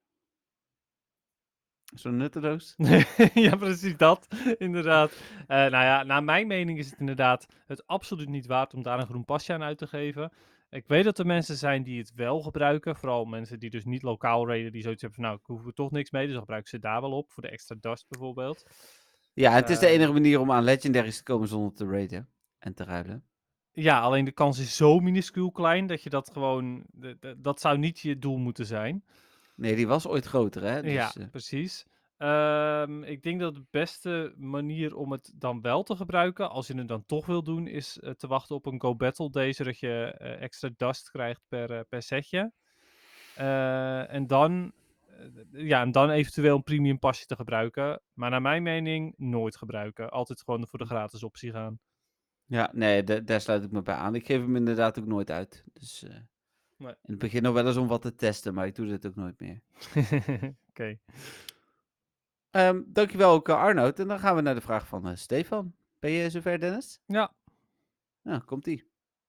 S3: Zo nutteloos?
S4: Ja, precies dat. Inderdaad. Nou ja, naar mijn mening is het inderdaad het absoluut niet waard om daar een groen pasje aan uit te geven. Ik weet dat er mensen zijn die het wel gebruiken. Vooral mensen die dus niet lokaal raiden. Die zoiets hebben van, nou, ik hoef er toch niks mee. Dus dan gebruiken ze daar wel op. Voor de extra dust bijvoorbeeld.
S3: Ja, het is de enige manier om aan legendaries te komen zonder te raiden en te ruilen.
S4: Ja, alleen de kans is zo minuscuul klein dat je dat gewoon... Dat zou niet je doel moeten zijn.
S3: Nee, die was ooit groter, hè? Dus,
S4: Ja, precies. Ik denk dat de beste manier om het dan wel te gebruiken, als je het dan toch wil doen, is te wachten op een Go Battle Day, zodat je extra dust krijgt per setje. En dan eventueel een premium pasje te gebruiken. Maar naar mijn mening, nooit gebruiken. Altijd gewoon voor de gratis optie gaan.
S3: Ja, nee, daar sluit ik me bij aan. Ik geef hem inderdaad ook nooit uit. Dus
S4: Nee.
S3: in het begin nog wel eens om wat te testen, maar ik doe dit ook nooit meer.
S4: Oké.
S3: Dankjewel ook Arnoud. En dan gaan we naar de vraag van Stefan. Ben je zover, Dennis?
S4: Ja.
S3: Nou, komt-ie.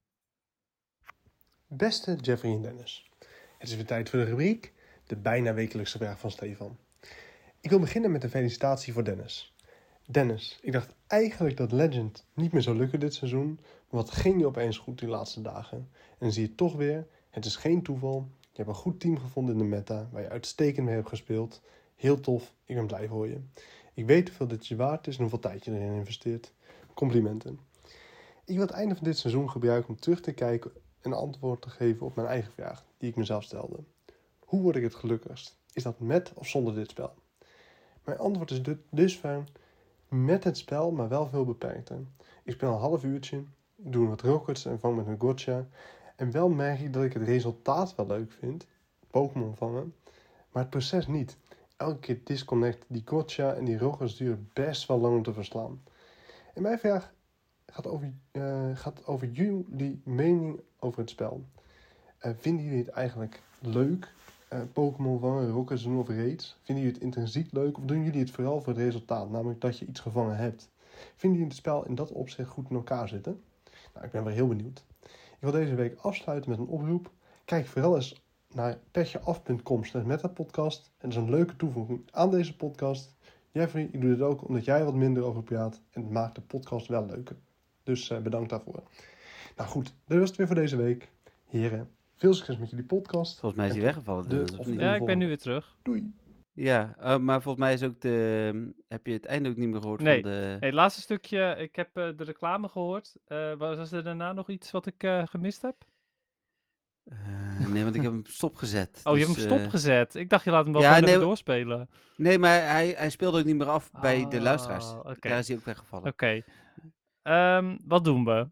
S1: Beste Jeffrey en Dennis, het is weer tijd voor de rubriek, de bijna wekelijkse vraag van Stefan. Ik wil beginnen met een felicitatie voor Dennis. Dennis, ik dacht eigenlijk dat Legend niet meer zou lukken dit seizoen, maar wat ging je opeens goed die laatste dagen? En dan zie je toch weer, het is geen toeval, je hebt een goed team gevonden in de meta, waar je uitstekend mee hebt gespeeld. Heel tof, ik ben blij voor je. Ik weet hoeveel dit je waard is en hoeveel tijd je erin investeert. Complimenten. Ik wil het einde van dit seizoen gebruiken om terug te kijken en antwoord te geven op mijn eigen vraag, die ik mezelf stelde. Hoe word ik het gelukkigst? Is dat met of zonder dit spel? Mijn antwoord is dusver met het spel, maar wel veel beperkter. Ik speel een half uurtje, ik doe wat rockets en vang met een gotcha. En wel merk ik dat ik het resultaat wel leuk vind, Pokémon vangen, maar het proces niet. Elke keer disconnect, die gotcha en die rockets duren best wel lang om te verslaan. En mijn vraag gaat over jullie mening over het spel. Vinden jullie het eigenlijk leuk? Pokémon vangen, rockets doen of raids? Vinden jullie het intrinsiek leuk? Of doen jullie het vooral voor het resultaat? Namelijk dat je iets gevangen hebt. Vinden jullie het spel in dat opzicht goed in elkaar zitten? Nou, ik ben wel heel benieuwd. Ik wil deze week afsluiten met een oproep. Kijk vooral eens naar petjeaf.com/metapodcast. Het is een leuke toevoeging aan deze podcast. Jeffrey, ik doe dit ook omdat jij wat minder over praat. En het maakt de podcast wel leuker. Dus bedankt daarvoor. Nou goed, dat was het weer voor deze week. Heren, veel succes met jullie podcast.
S3: Volgens mij is hij weggevallen. Dennis, of niet?
S4: Ja, ik ben nu weer terug.
S1: Doei.
S3: Ja, maar volgens mij is ook heb je het einde ook niet meer gehoord
S4: Nee.
S3: van de...
S4: Hey, het laatste stukje, ik heb de reclame gehoord. Was er daarna nog iets wat ik gemist heb?
S3: Nee, want ik heb hem stopgezet.
S4: Oh, je
S3: dus,
S4: hebt hem stopgezet. Ik dacht, je laat hem wel
S3: ja,
S4: gewoon
S3: nee,
S4: even doorspelen.
S3: Nee, maar hij speelde ook niet meer af bij de luisteraars.
S4: Oké.
S3: Daar is hij ook weggevallen.
S4: Oké. Wat doen we?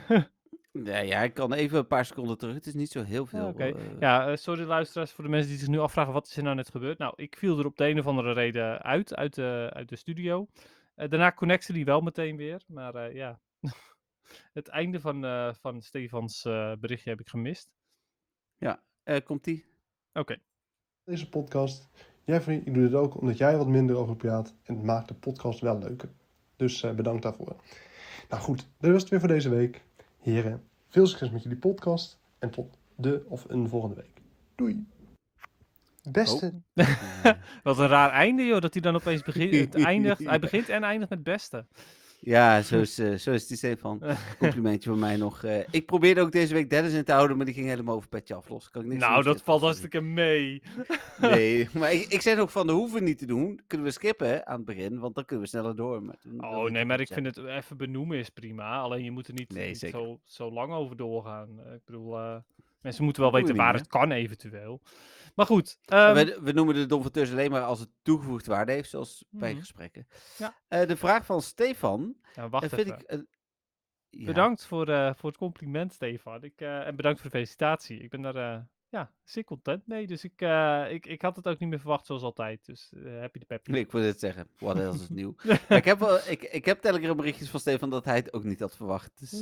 S3: Ja, ik kan even een paar seconden terug. Het is niet zo heel veel.
S4: Oké. Ja, sorry luisteraars voor de mensen die zich nu afvragen, wat is er nou net gebeurd? Nou, ik viel er op de een of andere reden uit de studio. Daarna connecte die wel meteen weer, maar ja. Het einde van Stefans berichtje heb ik gemist.
S3: Ja, komt-ie?
S4: Oké.
S1: Deze podcast. Jeffrey, ik doe dit ook omdat jij wat minder over praat. En het maakt de podcast wel leuker. Dus bedankt daarvoor. Nou goed, dat was het weer voor deze week. Heren, veel succes met jullie podcast. En tot een volgende week. Doei. Beste.
S4: Wat een raar einde, joh, dat hij dan opeens begint. Hij begint en eindigt met beste.
S3: Ja, zo is die Stefan. Complimentje van mij nog. Ik probeerde ook deze week Dennis in te houden, maar die ging helemaal over Petje Af los. Kan ik niks doen,
S4: Nou, dat
S3: Stefan,
S4: valt
S3: sorry.
S4: hartstikke mee.
S3: Nee, maar ik zei nog van, dat hoeven we niet te doen. Kunnen we skippen hè, aan het begin, want dan kunnen we sneller door. Maar toen wilde
S4: Oh
S3: je
S4: nee,
S3: toch
S4: maar
S3: iets
S4: ik vind
S3: zeggen.
S4: het even benoemen is prima. Alleen je moet er
S3: Nee,
S4: niet
S3: zeker.
S4: zo lang over doorgaan. Ik bedoel, mensen moeten
S3: Dat
S4: wel
S3: doen we
S4: weten
S3: niet
S4: waar
S3: meer.
S4: het kan eventueel. Maar goed.
S3: We noemen de donvateurs alleen maar als het toegevoegd waarde heeft, zoals bij
S4: Mhm.
S3: gesprekken.
S4: Ja.
S3: De vraag van Stefan
S4: Nou, wacht
S3: vind
S4: even.
S3: ik... ja.
S4: Bedankt voor het compliment, Stefan. En bedankt voor de felicitatie. Ik ben daar zeer content mee. Dus ik had het ook niet meer verwacht zoals altijd. Dus happy de peppy.
S3: Nee, ik wil dit zeggen. What else is nieuw? Maar ik heb Telegram berichtjes van Stefan dat hij het ook niet had verwacht. Dus,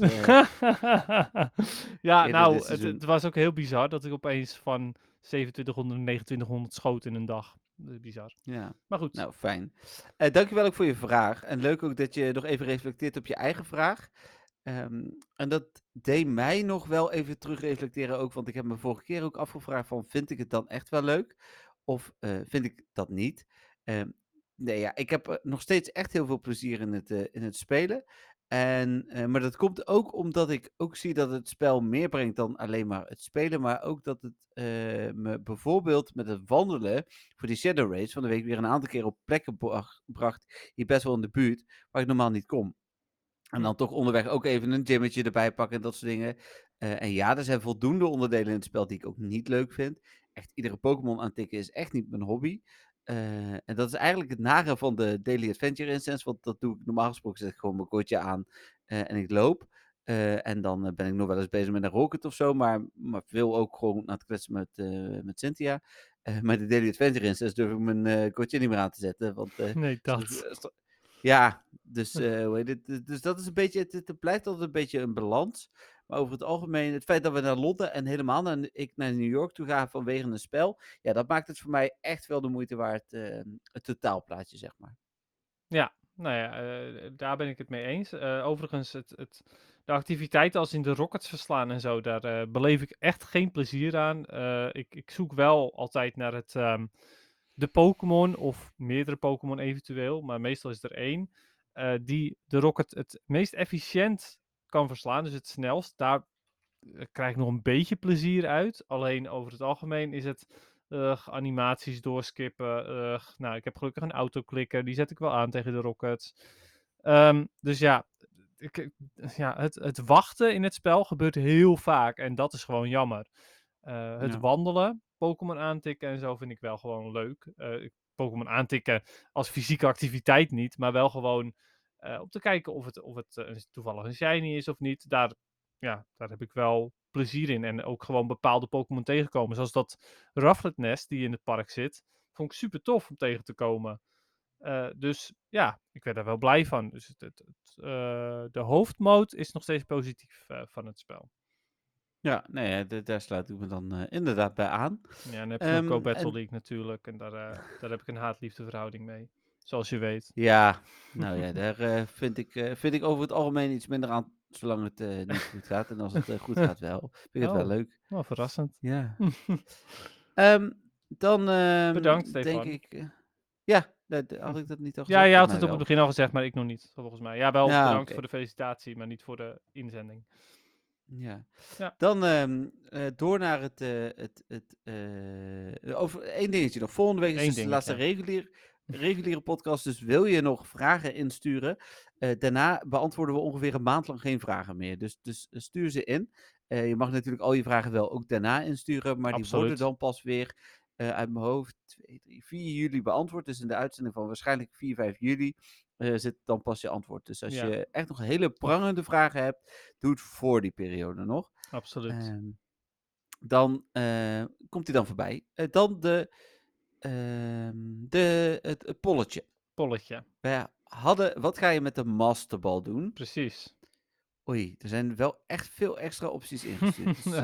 S4: Ja,
S3: eerder
S4: nou,
S3: dit seizoen.
S4: het was ook heel bizar dat ik opeens van 2700 naar 2900 schoot in een dag. Dat is bizar.
S3: Ja,
S4: Maar goed.
S3: nou fijn. Dankjewel ook voor je vraag. En leuk ook dat je nog even reflecteert op je eigen vraag. En dat deed mij nog wel even terugreflecteren ook, want ik heb me vorige keer ook afgevraagd van, vind ik het dan echt wel leuk? Of vind ik dat niet? Nee, ja, ik heb nog steeds echt heel veel plezier in het spelen. Maar dat komt ook omdat ik ook zie dat het spel meer brengt dan alleen maar het spelen, maar ook dat het me bijvoorbeeld met het wandelen voor die Shadow Race van de week weer een aantal keer op plekken bracht, hier best wel in de buurt, waar ik normaal niet kom. En dan toch onderweg ook even een gymmetje erbij pakken en dat soort dingen. En ja, er zijn voldoende onderdelen in het spel die ik ook niet leuk vind. Echt iedere Pokémon aantikken is echt niet mijn hobby. En dat is eigenlijk het nare van de Daily Adventure Instance. Want dat doe ik normaal gesproken, zet ik gewoon mijn kortje aan en ik loop. En dan ben ik nog wel eens bezig met een rocket of zo. Maar veel ook gewoon aan het kletsen met Cynthia. Maar de Daily Adventure Instance durf ik mijn kortje niet meer aan te zetten. Want
S4: Nee, dat.
S3: ja, dus, hoe heet het? Dus dat is een beetje, het blijft altijd een beetje een balans. Maar over het algemeen, het feit dat we naar Londen en helemaal naar New York toe gaan vanwege een spel, ja, dat maakt het voor mij echt wel de moeite waard, het totaalplaatje, zeg maar.
S4: Ja, nou ja, daar ben ik het mee eens. Overigens, de activiteiten als in de rockets verslaan en zo, daar beleef ik echt geen plezier aan. Ik zoek wel altijd naar de Pokémon of meerdere Pokémon eventueel, maar meestal is er één die de rocket het meest efficiënt kan verslaan, dus het snelst. Daar krijg ik nog een beetje plezier uit. Alleen over het algemeen is het animaties doorskippen. Nou, ik heb gelukkig een autoklikker. Die zet ik wel aan tegen de rockets. Dus ja, het wachten in het spel gebeurt heel vaak. En dat is gewoon jammer. Het
S3: Ja.
S4: wandelen, Pokémon aantikken en zo vind ik wel gewoon leuk. Pokémon aantikken als fysieke activiteit niet. Maar wel gewoon om te kijken of het toevallig een shiny is of niet. Daar heb ik wel plezier in. En ook gewoon bepaalde Pokémon tegenkomen. Zoals dat Rufflet Nest die in het park zit. Vond ik super tof om tegen te komen. Dus ja, ik werd daar wel blij van. Dus de hoofdmoot is nog steeds positief van het spel.
S3: Ja, nee, daar sluit ik me dan inderdaad bij aan.
S4: Ja, en dan heb je nog Go Battle
S3: en-
S4: League natuurlijk. En daar heb ik een haat-liefde verhouding mee. Zoals je weet.
S3: Ja, nou ja, daar vind ik over het algemeen iets minder aan, zolang het niet goed gaat. En als het goed gaat wel, vind ik het wel
S4: Oh.
S3: leuk.
S4: Nou, verrassend.
S3: Ja. Dan
S4: Bedankt,
S3: denk
S4: Stefan.
S3: ik... ja, had ik dat niet al gezegd?
S4: Ja, je had
S3: Volgens
S4: het
S3: mij
S4: op het
S3: wel.
S4: begin al gezegd, maar ik nog niet, volgens mij. Ja, wel
S3: Ja,
S4: bedankt
S3: oké.
S4: voor de felicitatie, maar niet voor de inzending.
S3: Ja.
S4: Ja.
S3: Dan door naar over één dingetje nog. Volgende week is
S4: Eén
S3: dus de laatste
S4: dingetje.
S3: reguliere podcast. Dus wil je nog vragen insturen? Daarna beantwoorden we ongeveer een maand lang geen vragen meer. Dus stuur ze in. Je mag natuurlijk al je vragen wel ook daarna insturen. Maar die
S4: Absoluut.
S3: worden dan pas weer uit mijn hoofd 2, 3, 4 juli beantwoord. Dus in de uitzending van waarschijnlijk 4, 5 juli zit dan pas je antwoord. Dus als
S4: Ja.
S3: je echt nog hele prangende vragen hebt, doe het voor die periode nog.
S4: Absoluut.
S3: Dan komt hij dan voorbij. Dan het polletje.
S4: Polletje.
S3: Wat ga je met de masterbal doen?
S4: Precies.
S3: Oei, er zijn wel echt veel extra opties ingestuurd. Dus,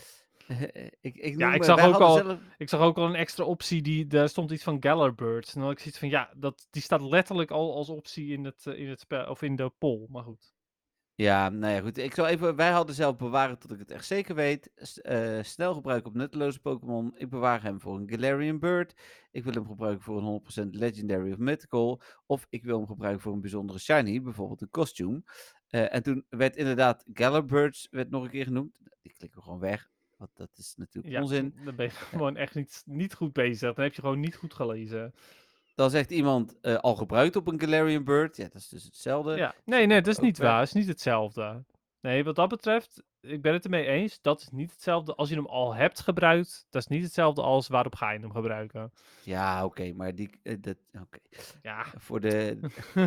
S4: Ik zag ook al een extra optie, daar stond iets van Gallarbirds. En dan had ik zoiets van, die staat letterlijk al als optie in het spel, of in de poll, maar goed.
S3: Ja, nou ja, goed. Wij hadden zelf bewaren tot ik het echt zeker weet. Snel gebruiken op nutteloze Pokémon. Ik bewaar hem voor een Galarian Bird. Ik wil hem gebruiken voor een 100% Legendary of Mythical. Of ik wil hem gebruiken voor een bijzondere Shiny, bijvoorbeeld een costume. En toen werd inderdaad Galarbirds werd nog een keer genoemd. Die klikken we gewoon weg, want dat is natuurlijk
S4: Ja,
S3: onzin.
S4: dan ben je gewoon echt niet goed bezig. Dan heb je gewoon niet goed gelezen.
S3: Dan zegt iemand al gebruikt op een Galarian Bird. Ja, dat is dus hetzelfde.
S4: Ja,
S3: Dus
S4: nee,
S3: dat
S4: dat is
S3: ook
S4: niet
S3: weg.
S4: waar. Het is niet hetzelfde. Nee, wat dat betreft, ik ben het ermee eens. Dat is niet hetzelfde als je hem al hebt gebruikt. Dat is niet hetzelfde als waarop ga je hem gebruiken.
S3: Ja, oké, maar oké.
S4: Ja.
S3: Voor de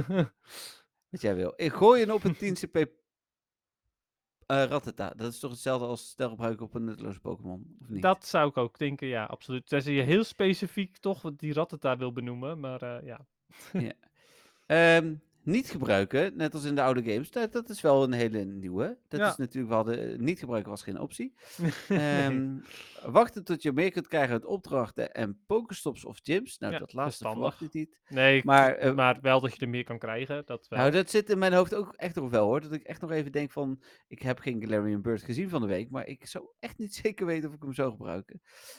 S3: wat jij wil. Ik gooi een op een 10 CP Rattata. Dat is toch hetzelfde als snel gebruiken op een nutteloze Pokémon, of niet?
S4: Dat zou ik ook denken, ja, absoluut. Tenzij je heel specifiek toch die Rattata wil benoemen, maar ja.
S3: Ja. Niet gebruiken, net als in de oude games, dat is wel een hele nieuwe. Dat
S4: Ja.
S3: is natuurlijk, we hadden niet gebruiken was geen optie. Wachten tot je meer kunt krijgen uit opdrachten en Pokestops of gyms. Nou,
S4: Ja,
S3: dat
S4: dat is
S3: laatste verwacht ik niet.
S4: Nee,
S3: Maar,
S4: maar wel dat je er meer kan krijgen, dat wel.
S3: Nou, dat zit in mijn hoofd ook echt nog wel hoor. Dat ik echt nog even denk van, ik heb geen Galarian Bird gezien van de week, maar ik zou echt niet zeker weten of ik hem zou gebruiken.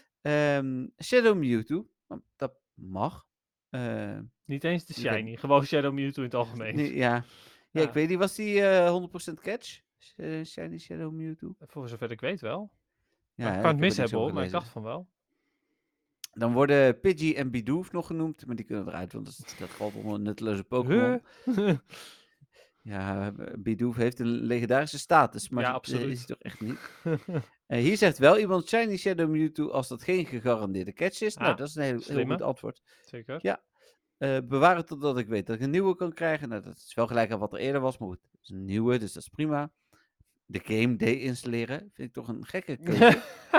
S3: Shadow Mewtwo, dat mag.
S4: Niet eens de
S3: ik weet-
S4: shiny, gewoon Shadow Mewtwo in het algemeen.
S3: Nee, ja. Ja, ik
S4: Ja.
S3: weet niet, was die 100% catch? Shiny Shadow Mewtwo?
S4: Voor zover ik weet wel.
S3: Ja,
S4: Maar ik
S3: hè,
S4: kan het
S3: heb
S4: mis
S3: er niks
S4: hebben
S3: over
S4: hoor, maar ik
S3: gelezen.
S4: dacht van wel.
S3: Dan worden Pidgey en Bidoof nog genoemd, maar die kunnen eruit, want dat valt onder een nutteloze Pokémon.
S4: Huh?
S3: Ja, Bidoof heeft een legendarische status, maar
S4: Ja,
S3: dat
S4: absoluut.
S3: is hij toch echt niet. Hier zegt wel iemand Shiny Shadow Mewtwo als dat geen gegarandeerde catch is. Nou,
S4: Ah,
S3: dat is een heel
S4: slimme.
S3: goed antwoord.
S4: Zeker.
S3: Ja. Bewaar het totdat ik weet dat ik een nieuwe kan krijgen. Nou, dat is wel gelijk aan wat er eerder was, maar goed, het is een nieuwe, dus dat is prima. De game deinstalleren vind ik toch een gekke keuze.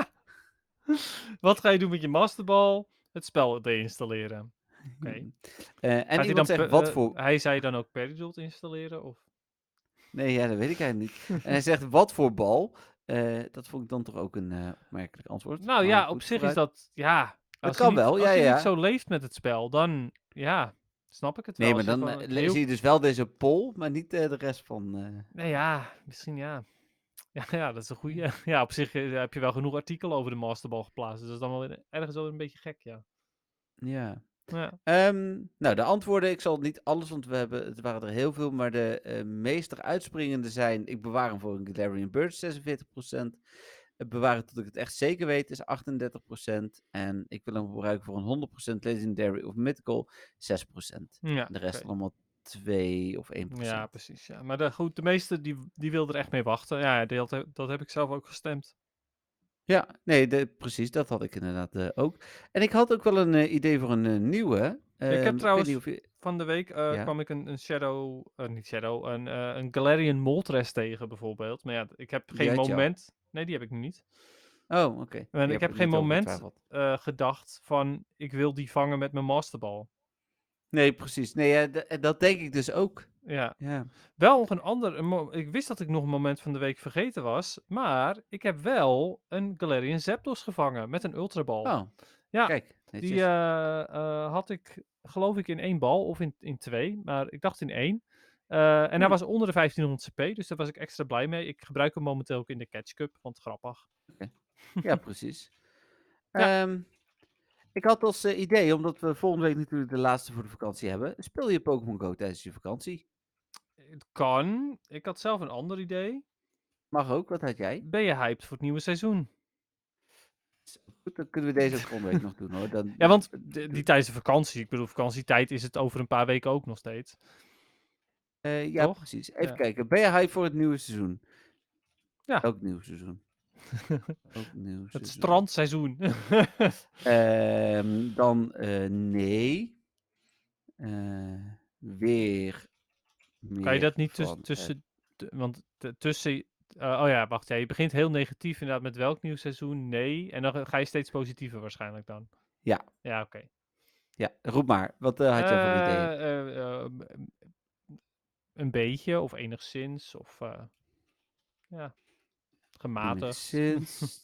S4: Wat ga je doen met je masterbal? Het spel deinstalleren. Oké.
S3: En
S4: Gaat hij
S3: iemand
S4: dan
S3: zegt wat voor...
S4: hij zei dan ook Peridot installeren? Of?
S3: Nee, ja, dat weet ik eigenlijk niet. En hij zegt wat voor bal. Dat vond ik dan toch ook een opmerkelijk antwoord.
S4: Nou
S3: Maar
S4: ja,
S3: goed,
S4: op zich
S3: vooruit.
S4: is dat, ja.
S3: Het kan wel,
S4: Als je
S3: ja.
S4: niet zo leeft met het spel, dan, ja, snap ik het wel.
S3: Nee, maar
S4: Als je
S3: dan
S4: gewoon heel...
S3: zie je dus wel deze poll, maar niet de rest van...
S4: Nee, ja, misschien ja. Ja, dat is een goeie. Ja, op zich heb je wel genoeg artikelen over de masterbal geplaatst. Dus dat is dan wel ergens wel een beetje gek, ja.
S3: Ja.
S4: Ja.
S3: Nou, de antwoorden, ik zal niet alles, want het waren er heel veel, maar de meest uitspringende zijn, ik bewaar hem voor een Galarian Bird, 46%. Bewaren tot ik het echt zeker weet is 38%. En ik wil hem gebruiken voor een 100% Legendary of Mythical, 6%.
S4: Ja,
S3: De rest
S4: oké.
S3: allemaal 2 of 1%.
S4: Ja, precies. Ja. Maar goed, de meeste die wilden er echt mee wachten. Ja, dat heb ik zelf ook gestemd.
S3: Ja, nee, precies, dat had ik inderdaad ook. En ik had ook wel een idee voor een nieuwe.
S4: Ik heb
S3: Ik weet
S4: trouwens
S3: niet of je...
S4: van de week
S3: Ja,
S4: kwam ik een Shadow, niet Shadow, een Galarian Moltres tegen bijvoorbeeld. Maar ja, ik heb
S3: die
S4: geen
S3: had je al.
S4: moment. Nee, die heb ik nu niet.
S3: Oh, oké. Je
S4: En ik
S3: hebt
S4: heb
S3: er
S4: geen
S3: niet over
S4: moment
S3: getwijfeld.
S4: gedacht van ik wil die vangen met mijn masterbal.
S3: Nee, precies. Nee, ja, dat denk ik dus ook.
S4: Ja.
S3: Ja.
S4: Wel nog ik wist dat ik nog een moment van de week vergeten was. Maar ik heb wel een Galarian Zapdos gevangen met een ultrabal.
S3: Oh,
S4: Ja,
S3: kijk. Netjes.
S4: die had ik geloof ik in 1 bal of in 2. Maar ik dacht in 1. En hij was onder de 1500 CP, dus daar was ik extra blij mee. Ik gebruik hem momenteel ook in de Catch Cup, want grappig.
S3: Ja, precies.
S4: Ja.
S3: Ik had als idee, omdat we volgende week natuurlijk de laatste voor de vakantie hebben. Speel je Pokémon Go tijdens je vakantie?
S4: Het kan. Ik had zelf een ander idee.
S3: Mag ook, wat had jij?
S4: Ben je hyped voor het nieuwe seizoen?
S3: Goed, dan kunnen we deze ook volgende week nog doen hoor. Dan,
S4: Ja, want die tijdens de vakantie, ik bedoel, vakantietijd is het over een paar weken ook nog steeds.
S3: ja,
S4: toch?
S3: precies. Even
S4: Ja.
S3: kijken. Ben je hype voor het nieuwe seizoen?
S4: Ja.
S3: Ook nieuw seizoen. Ook nieuw
S4: Het
S3: seizoen.
S4: strandseizoen.
S3: Dan nee. Weer meer
S4: Kan je dat niet
S3: van,
S4: tussen... Want tussen... oh ja, wacht. Ja, je begint heel negatief inderdaad met welk nieuw seizoen? Nee. En dan ga je steeds positiever waarschijnlijk dan.
S3: Ja.
S4: Ja, oké.
S3: Ja, roep maar. Wat had jij voor ideeën?
S4: Een beetje of enigszins of ja, gematigd.
S3: Enigszins.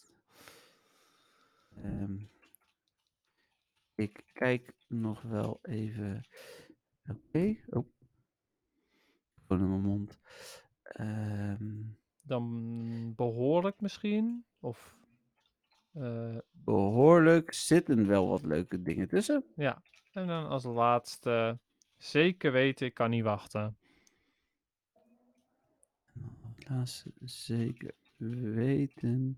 S3: Ik kijk nog wel even. Oké. Oh. Gewoon in mijn mond.
S4: Dan behoorlijk misschien? Of...
S3: behoorlijk zitten wel wat leuke dingen tussen.
S4: ja. En dan als laatste... zeker weten, ik kan niet wachten.
S3: Laat zeker weten.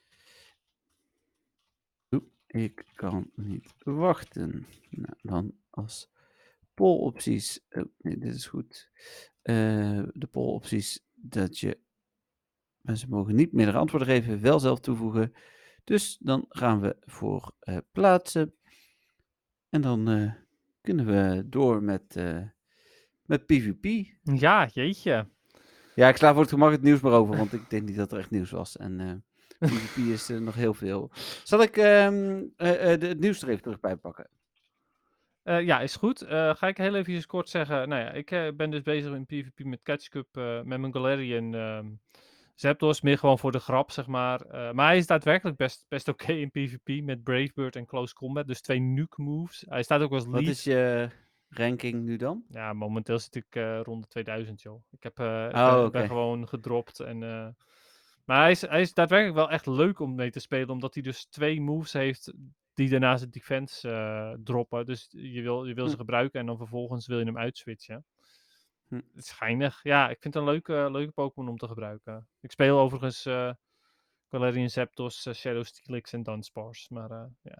S3: Ik kan niet wachten. Nou, dan als polopties. Nee, dit is goed. De polopties dat je mensen mogen niet meerdere antwoorden geven, wel zelf toevoegen. Dus dan gaan we voor plaatsen. En dan kunnen we door met PvP.
S4: Ja, jeetje.
S3: Ja, ik sla voor het gemak het nieuws maar over, want ik denk niet dat er echt nieuws was. En PvP is nog heel veel. Zal ik het nieuws er even terug bij pakken?
S4: Ja, is goed. Ga ik heel even kort zeggen. Nou ja, ik ben dus bezig in PvP met Catch Cup met mijn Galarian Zapdos. Meer gewoon voor de grap, zeg maar. Maar hij is daadwerkelijk best oké in PvP met Brave Bird en Close Combat. Dus 2 nuke moves. Hij staat ook als lead.
S3: Wat is je ranking nu dan?
S4: Ja, momenteel zit ik rond de 2000, joh. Ik
S3: oké.
S4: ben gewoon gedropt. Maar hij is daadwerkelijk wel echt leuk om mee te spelen. Omdat hij dus 2 moves heeft die daarna zijn defense droppen. Dus je wil ze gebruiken en dan vervolgens wil je hem uitswitchen. Het is geinig. Ja, ik vind het een leuke Pokémon om te gebruiken. Ik speel overigens Galarian Zapdos, Shadow Steelix en Dunsparce. Maar ja.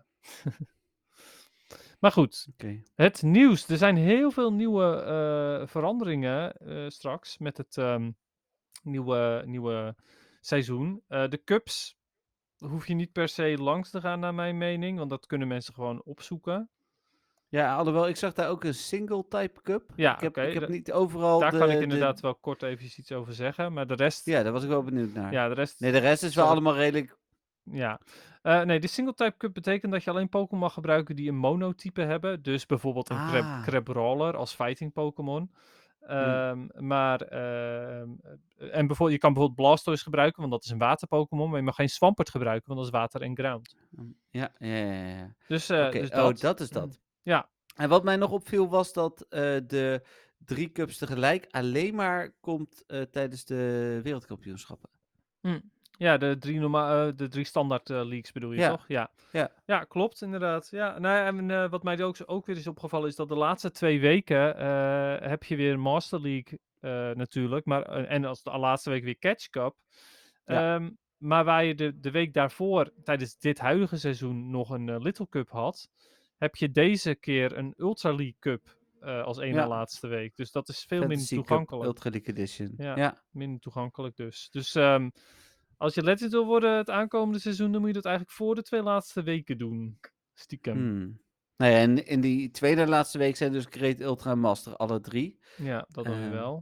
S4: Maar goed, het nieuws. Er zijn heel veel nieuwe veranderingen straks met het nieuwe seizoen. De cups hoef je niet per se langs te gaan, naar mijn mening, want dat kunnen mensen gewoon opzoeken.
S3: Ja, alhoewel, ik zag daar ook een single type cup.
S4: Ja,
S3: ik heb niet overal
S4: daar kan ik inderdaad wel kort even iets over zeggen, maar de rest...
S3: Ja, daar was ik wel benieuwd naar.
S4: Ja, de rest...
S3: Nee, de rest is wel allemaal redelijk...
S4: Ja. Nee, de single type cup betekent dat je alleen Pokémon mag gebruiken die een monotype hebben. Dus bijvoorbeeld een Crabrawler als fighting Pokémon. En bijvoorbeeld, je kan bijvoorbeeld Blastoise gebruiken, want dat is een water Pokémon. Maar je mag geen Swampert gebruiken, want dat is water en ground.
S3: Ja.
S4: Dus
S3: dat is dat.
S4: Ja.
S3: En wat mij nog opviel was dat de 3 cups tegelijk alleen maar komt tijdens de wereldkampioenschappen.
S4: Ja, de 3 standaard leagues bedoel je, toch? Ja, klopt inderdaad. Ja, en wat mij ook weer is opgevallen is dat de laatste 2 weken heb je weer Master League natuurlijk. En als de laatste week weer Catch Cup. Maar waar je de week daarvoor, tijdens dit huidige seizoen, nog een Little Cup had, heb je deze keer een Ultra League Cup als ene laatste week. Dus dat is veel minder toegankelijk.
S3: Cup, Ultra League Edition.
S4: Ja, minder toegankelijk dus. Dus als je legend wil worden het aankomende seizoen, dan moet je dat eigenlijk voor de 2 laatste weken doen. Stiekem.
S3: Nou ja, en in die tweede laatste week zijn dus Great, Ultra en Master, alle 3.
S4: Ja, dat dan weer wel.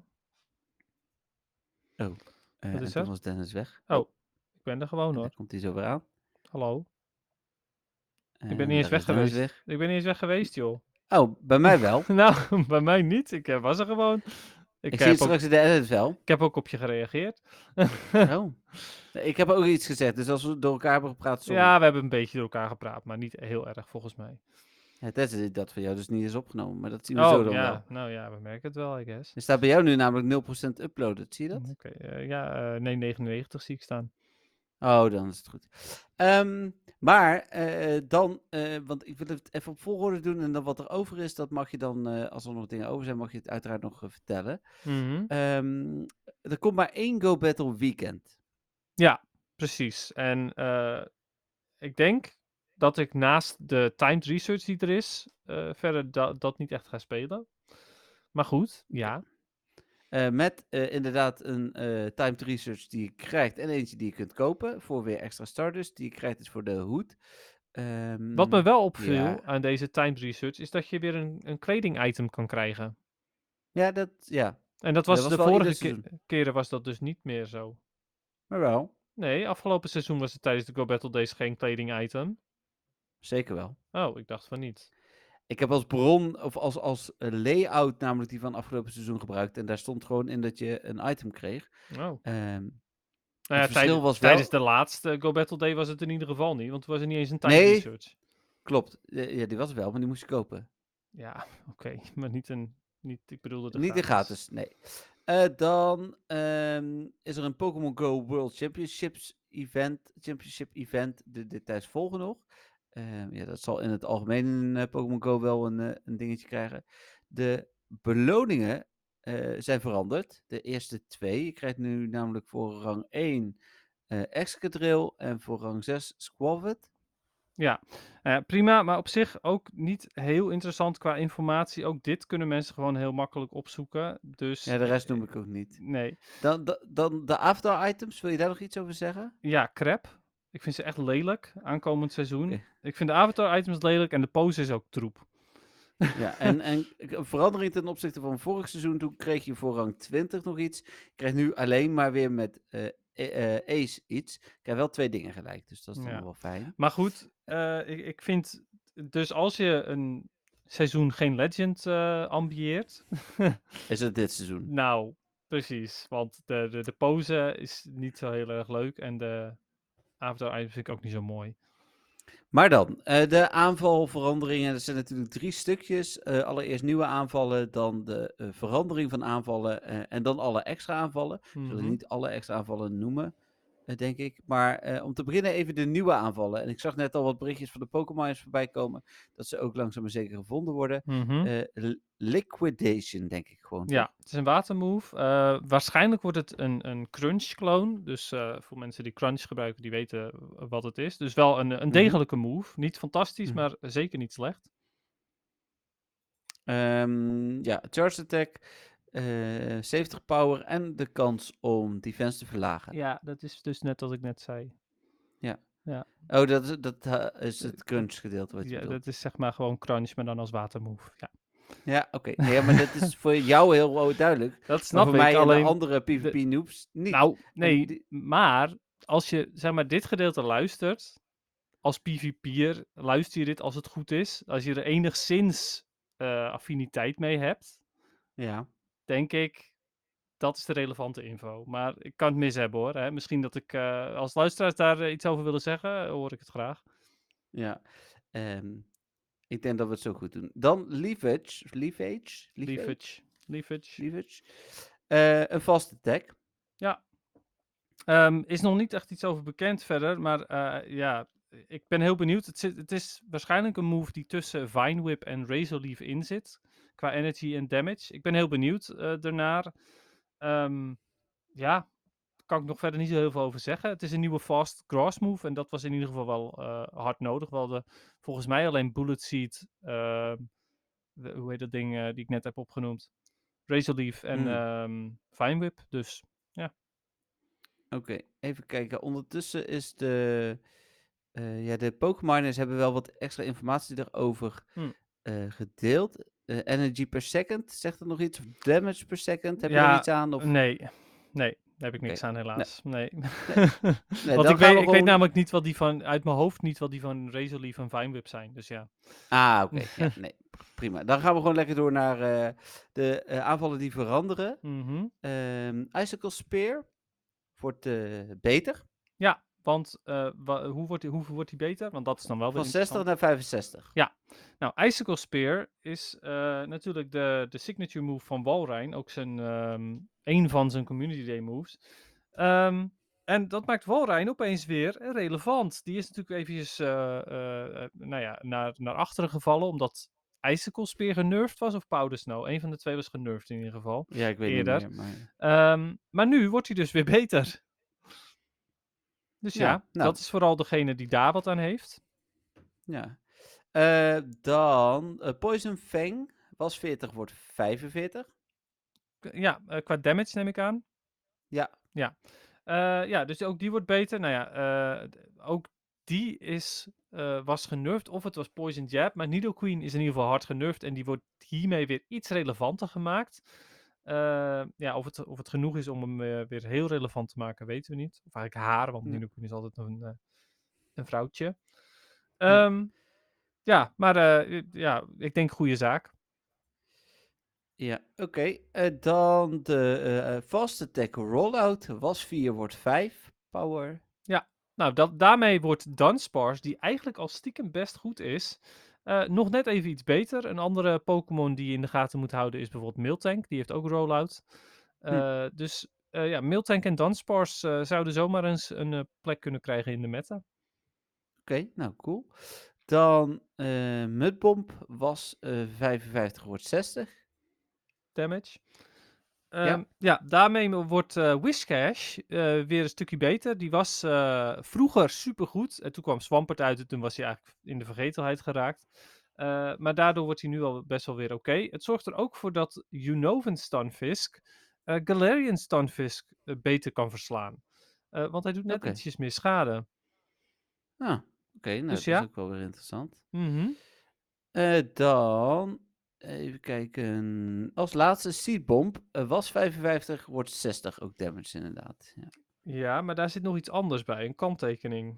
S3: Oh,
S4: wat is
S3: toen was Dennis weg.
S4: Oh, ik ben er gewoon hoor.
S3: Dan komt hij zo weer aan.
S4: Hallo. Ik ben niet eens weg geweest. Ik ben niet eens weg geweest, joh.
S3: Oh, bij mij wel.
S4: Nou, bij mij niet. Ik was er gewoon.
S3: Ik zie het straks in de edit wel.
S4: Ik heb ook op je gereageerd.
S3: Oh. Ik heb ook iets gezegd, dus als we door elkaar hebben gepraat... Sorry.
S4: Ja, we hebben een beetje door elkaar gepraat, maar niet heel erg volgens mij.
S3: Ja, dat van jou dus niet is opgenomen, maar dat zien we zo dan wel.
S4: Nou ja, we merken het wel, I guess.
S3: Er staat bij jou nu namelijk 0% uploaded, zie je dat?
S4: Oké, nee, 99 zie ik staan.
S3: Oh, dan is het goed. Want ik wil het even op volgorde doen en dan wat er over is, dat mag je dan, als er nog dingen over zijn, mag je het uiteraard nog vertellen. Er komt maar 1 Go Battle weekend.
S4: Ja, precies. En ik denk dat ik naast de timed research die er is, verder dat niet echt ga spelen. Maar goed, ja.
S3: Met inderdaad een timed research die je krijgt en eentje die je kunt kopen voor weer extra starters. Die je krijgt is voor de hoed.
S4: Wat me wel opviel aan deze timed research is dat je weer een kleding item kan krijgen.
S3: Ja.
S4: En dat was de vorige keren was dat dus niet meer zo.
S3: Maar wel.
S4: Nee, afgelopen seizoen was het tijdens de Go Battle Days geen kleding item.
S3: Zeker wel.
S4: Oh, ik dacht van niet.
S3: Ik heb als bron, of als layout namelijk die van afgelopen seizoen gebruikt. En daar stond gewoon in dat je een item kreeg.
S4: Oh.
S3: Het verschil was wel...
S4: Tijdens de laatste Go Battle Day was het in ieder geval niet. Want er was er niet eens een time research.
S3: Klopt. Ja, die was er wel, maar die moest je kopen.
S4: Ja, oké. Maar niet ik bedoelde
S3: niet gratis. Nee. Dan is er een Pokémon Go World Championship event dit tijdens volgen nog. Ja, dat zal in het algemeen in Pokémon Go wel een dingetje krijgen. De beloningen zijn veranderd. De eerste 2. Je krijgt nu namelijk voor rang 1 Excadrill en voor rang 6 Squavit.
S4: Ja, prima, maar op zich ook niet heel interessant qua informatie. Ook dit kunnen mensen gewoon heel makkelijk opzoeken. Dus
S3: Ja, de rest noem ik ook niet.
S4: nee.
S3: Dan de avatar items, wil je daar nog iets over zeggen?
S4: Ja, crap. Ik vind ze echt lelijk, aankomend seizoen.
S3: Oké.
S4: Ik vind de avatar items lelijk en de pose is ook troep.
S3: Ja, en een verandering ten opzichte van vorig seizoen, toen kreeg je voor rang 20 nog iets. Je krijgt nu alleen maar weer met Ace iets. Je krijgt wel 2 dingen gelijk, dus dat is dan
S4: Ja.
S3: nog wel fijn.
S4: Maar goed, ik vind... Dus als je een seizoen geen Legend ambieert...
S3: Is het dit seizoen?
S4: Nou, precies. Want de pose is niet zo heel erg leuk. En de avatar items vind ik ook niet zo mooi.
S3: Maar dan, de aanvalveranderingen. Er zijn natuurlijk 3 stukjes. Allereerst nieuwe aanvallen, dan de verandering van aanvallen en dan alle extra aanvallen. We zullen niet alle extra aanvallen noemen, denk ik. Maar om te beginnen even de nieuwe aanvallen. En ik zag net al wat berichtjes van de Pokémon's voorbij komen. Dat ze ook langzaam maar zeker gevonden worden. Liquidation, denk ik gewoon.
S4: Ja,
S3: toch?
S4: het is een watermove. Waarschijnlijk wordt het een crunch-clone. Dus voor mensen die crunch gebruiken, die weten wat het is. Dus wel een degelijke move. Niet fantastisch,
S3: Mhm.
S4: maar zeker niet slecht.
S3: Ja, charge attack, 70 power en de kans om defense te verlagen.
S4: Ja, dat is dus net wat ik net zei.
S3: Oh, dat is het crunch gedeelte wat je
S4: Ja,
S3: bedoelt.
S4: dat is zeg maar gewoon crunch, maar dan als watermove. Ja.
S3: Ja, oké. Nee, maar dat is voor jou heel duidelijk.
S4: Dat
S3: Maar
S4: snap
S3: voor
S4: ik,
S3: mij en
S4: alleen...
S3: de andere PvP-noobs niet.
S4: Nou, nee,
S3: die-
S4: maar als je zeg maar dit gedeelte luistert, als PvP'er, luister je dit als het goed is. Als je er enigszins affiniteit mee hebt,
S3: Ja,
S4: denk ik, dat is de relevante info. Maar ik kan het mis hebben hoor. Hè. Misschien dat ik als luisteraars daar iets over willen zeggen, hoor ik het graag.
S3: ja. Ik denk dat we het zo goed doen. Dan Leafage.
S4: Leafage.
S3: Een fast attack.
S4: Ja. Is nog niet echt iets over bekend verder, maar ja, ik ben heel benieuwd. Het is waarschijnlijk een move die tussen Vine Whip en Razor Leaf in zit, qua energy en damage. Ik ben heel benieuwd daarnaar. Ja, kan ik nog verder niet zo heel veel over zeggen. Het is een nieuwe fast grass move en dat was in ieder geval wel hard nodig. We hadden volgens mij alleen Bullet Seed, hoe heet dat ding die ik net heb opgenoemd? Razor Leaf en Vine Whip, dus ja.
S3: Oké, even kijken. Ondertussen is de Pokémoners hebben wel wat extra informatie erover gedeeld. Energy per second, zegt er nog iets? Of damage per second, heb je er iets aan? Of...
S4: Nee, daar heb ik niks aan helaas. Nee.
S3: Nee,
S4: Want
S3: dan
S4: ik weet namelijk niet wat die van, uit mijn hoofd niet wat die van Razor Leaf en Vine Whip zijn, dus ja.
S3: Ah, oké. Ja, nee, prima. Dan gaan we gewoon lekker door naar de aanvallen die veranderen. Icicle Spear wordt beter.
S4: Ja, want hoe wordt die beter? Want dat is dan wel weer
S3: Van 60 naar 65.
S4: Ja, nou, Icicle Spear is natuurlijk de signature move van Walrein. Ook een van zijn Community Day moves. En dat maakt Walrein opeens weer relevant. Die is natuurlijk eventjes naar achteren gevallen, omdat Icicle Spear genervd was, of Powder Snow. Een van de twee was genervd in ieder geval.
S3: Ja, ik weet
S4: eerder.
S3: niet meer. Maar...
S4: maar nu wordt hij dus weer beter. Dus ja,
S3: nou.
S4: dat is vooral degene die daar wat aan heeft.
S3: Ja. Dan Poison Fang was 40, wordt 45.
S4: Ja, qua damage neem ik aan.
S3: Ja.
S4: Ja, dus ook die wordt beter. Nou ja, ook die was genervd, of het was Poison Jab. Maar Nidoqueen is in ieder geval hard genervd en die wordt hiermee weer iets relevanter gemaakt. Ja, of het genoeg is om hem weer heel relevant te maken, weten we niet. Of eigenlijk haar, want Nidoqueen is altijd een vrouwtje. Ja, maar ja, ik denk goede zaak.
S3: Ja, oké. Dan de Fast Attack Rollout was 4, wordt 5 power.
S4: Ja, nou daarmee wordt Dunsparce, die eigenlijk al stiekem best goed is, nog net even iets beter. Een andere Pokémon die je in de gaten moet houden is bijvoorbeeld Miltank. Die heeft ook Rollout. Dus ja, Miltank en Dunsparce zouden zomaar eens een plek kunnen krijgen in de meta.
S3: Oké, nou cool. Dan Mudbomb was 55, wordt 60.
S4: Damage.
S3: Ja.
S4: Ja, daarmee wordt Whiscash weer een stukje beter. Die was vroeger supergoed. En toen kwam Swampert uit en toen was hij eigenlijk in de vergetelheid geraakt. Maar daardoor wordt hij nu al best wel weer oké. Het zorgt er ook voor dat Unova Stunfisk Galarian Stunfisk beter kan verslaan. Want hij doet net
S3: Oké.
S4: ietsjes meer schade.
S3: Ah, oké, nou
S4: Dus
S3: dat is
S4: ja.
S3: ook wel weer interessant.
S4: Mhm.
S3: Dan, even kijken. Als laatste Seedbomb was 55, wordt 60 ook damage inderdaad. Ja.
S4: Ja, maar daar zit nog iets anders bij. Een kanttekening.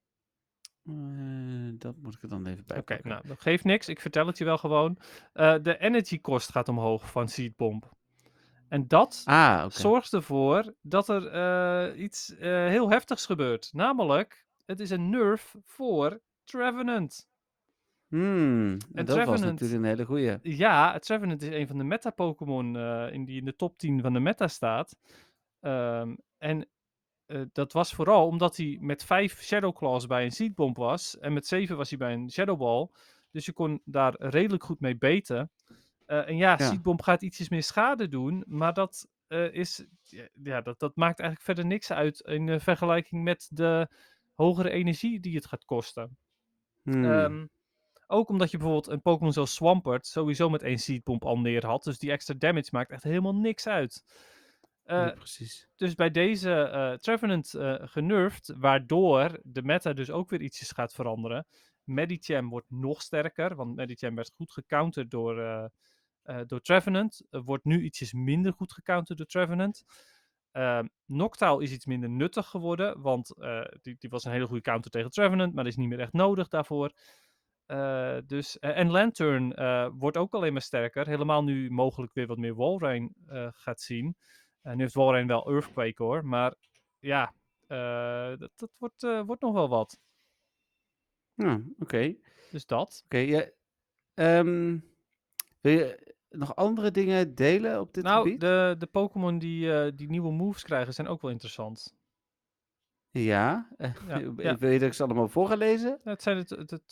S3: Dat moet ik er dan even bij
S4: Oké,
S3: pakken.
S4: nou, dat geeft niks. Ik vertel het je wel gewoon. De energy kost gaat omhoog van Seedbomb. En dat
S3: Oké.
S4: zorgt ervoor dat er iets heel heftigs gebeurt. Namelijk, het is een nerf voor Trevenant.
S3: En dat was
S4: Trevenant,
S3: natuurlijk een hele goeie.
S4: ja, Trevenant is een van de meta-Pokémon die in de top 10 van de meta staat. En dat was vooral omdat hij met 5 Shadow Claws bij een Seedbomb was. En met 7 was hij bij een Shadow Ball. Dus je kon daar redelijk goed mee beten. En ja, Seedbomb gaat ietsjes meer schade doen. Maar dat dat maakt eigenlijk verder niks uit in vergelijking met de hogere energie die het gaat kosten. Ook omdat je bijvoorbeeld een Pokémon zoals Swampert sowieso met 1 Seedbomb al neer had. Dus die extra damage maakt echt helemaal niks uit.
S3: Ja, precies.
S4: Dus bij deze Trevenant genervd, waardoor de meta dus ook weer ietsjes gaat veranderen. Medicham wordt nog sterker, want Medicham werd goed gecounterd door Trevenant. Wordt nu ietsjes minder goed gecounterd door Trevenant. Noctowl is iets minder nuttig geworden, want die was een hele goede counter tegen Trevenant, maar die is niet meer echt nodig daarvoor. En Lantern wordt ook alleen maar sterker, helemaal nu mogelijk weer wat meer Walrein gaat zien. Nu heeft Walrein wel Earthquake hoor, maar ja, dat wordt nog wel wat.
S3: Oké.
S4: Dus dat.
S3: Oké, ja. Wil je nog andere dingen delen op dit gebied?
S4: De Pokémon die nieuwe moves krijgen zijn ook wel interessant.
S3: Ja. Wil je dat ik ze allemaal voor ga lezen?
S4: Het zijn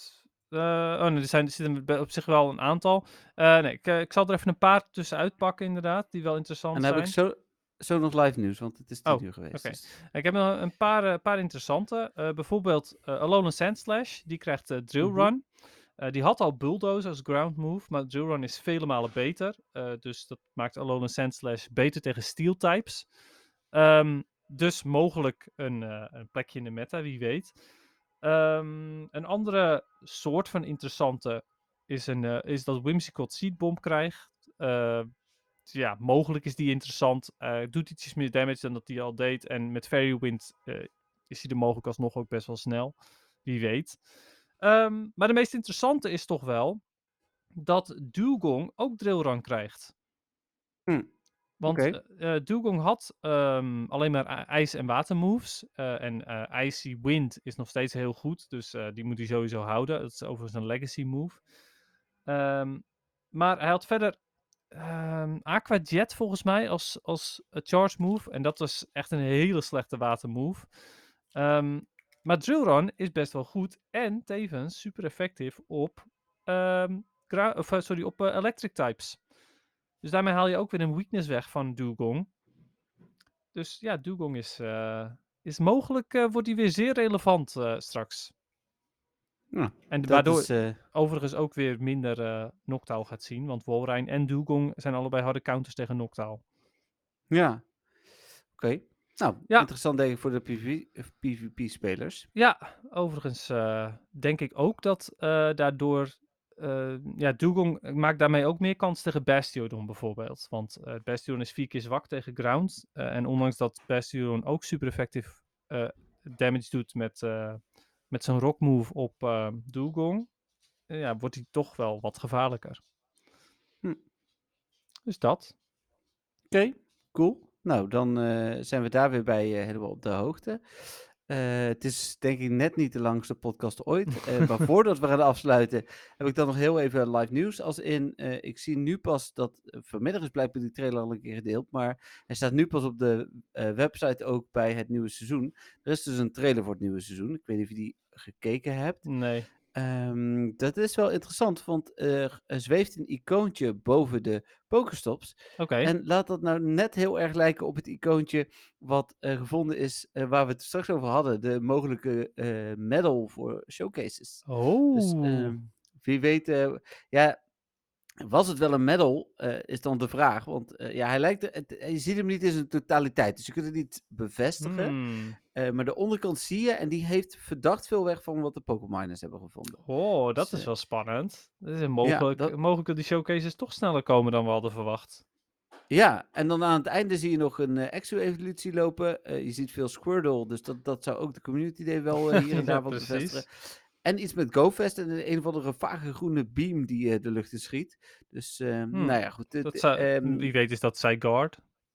S4: er zitten op zich wel een aantal. Ik zal er even een paar tussenuit pakken inderdaad, die wel interessant zijn.
S3: En dan heb ik zo nog live nieuws, want het is 10 uur geweest.
S4: Okay.
S3: Dus.
S4: Ik heb nog een paar interessante. Bijvoorbeeld Alolan Sandslash, die krijgt Drill Run. Die had al Bulldoze als ground move, maar Drill Run is vele malen beter. Dus dat maakt Alolan Sandslash beter tegen Steel types. Dus mogelijk een plekje in de meta, wie weet. Een andere soort van interessante is dat Whimsicott Seedbomb krijgt. Ja, mogelijk is die interessant. Doet ietsjes meer damage dan dat hij al deed. En met Fairy Wind is hij er mogelijk alsnog ook best wel snel. Wie weet. Maar de meest interessante is toch wel dat Dewgong ook Drillrun krijgt. Want Dewgong had alleen maar ijs- en watermoves. En Icy Wind is nog steeds heel goed. Dus die moet hij sowieso houden. Dat is overigens een legacy move. Maar hij had verder Aqua Jet volgens mij als charge move. En dat was echt een hele slechte watermove. Maar Drillrun is best wel goed. En tevens super effectief op electric types. Dus daarmee haal je ook weer een weakness weg van Dewgong. Dus ja, Dewgong is mogelijk, wordt hij weer zeer relevant straks.
S3: Ja,
S4: en waardoor overigens ook weer minder Noctowl gaat zien. Want Walrein en Dewgong zijn allebei harde counters tegen Noctowl.
S3: Ja, oké. Nou, interessant denk ik voor de PvP-spelers.
S4: Ja, overigens denk ik ook dat daardoor... Dewgong maakt daarmee ook meer kans tegen Bastiodon bijvoorbeeld. Want Bastiodon is 4 keer zwak tegen Ground. En ondanks dat Bastiodon ook super effectief damage doet met zijn rock move op Dewgong, wordt hij toch wel wat gevaarlijker. Dus dat.
S3: Oké, cool. Nou, dan zijn we daar weer bij helemaal op de hoogte. Het is denk ik net niet de langste podcast ooit. Maar voordat we gaan afsluiten, heb ik dan nog heel even live nieuws. Als in, ik zie nu pas dat, vanmiddag is blijkbaar die trailer al een keer gedeeld, maar hij staat nu pas op de website ook bij het nieuwe seizoen. Er is dus een trailer voor het nieuwe seizoen. Ik weet niet of je die gekeken hebt.
S4: Nee.
S3: Dat is wel interessant, want er zweeft een icoontje boven de Pokestops.
S4: Oké.
S3: En laat dat nou net heel erg lijken op het icoontje wat gevonden is, waar we het straks over hadden. De mogelijke medal voor showcases. Dus
S4: Oh.
S3: wie weet, ja, was het wel een medal, is dan de vraag. Want ja, hij lijkt je ziet hem niet in zijn totaliteit, dus je kunt het niet bevestigen.
S4: Hmm.
S3: Maar de onderkant zie je en die heeft verdacht veel weg van wat de Pokémoners hebben gevonden.
S4: Oh, dat
S3: Dus,
S4: is wel spannend. Het is
S3: dat-
S4: mogelijk dat die showcases toch sneller komen dan we hadden verwacht.
S3: Ja, en dan aan het einde zie je nog een Exo-evolutie lopen. Je ziet veel Squirtle, dus dat zou ook de Community Day wel hier en
S4: Ja,
S3: daar wat
S4: precies.
S3: bevestigen. En iets met GoFest en een of andere vage groene beam die de lucht in schiet. Dus nou ja, goed.
S4: Wie weet is dat Zygarde.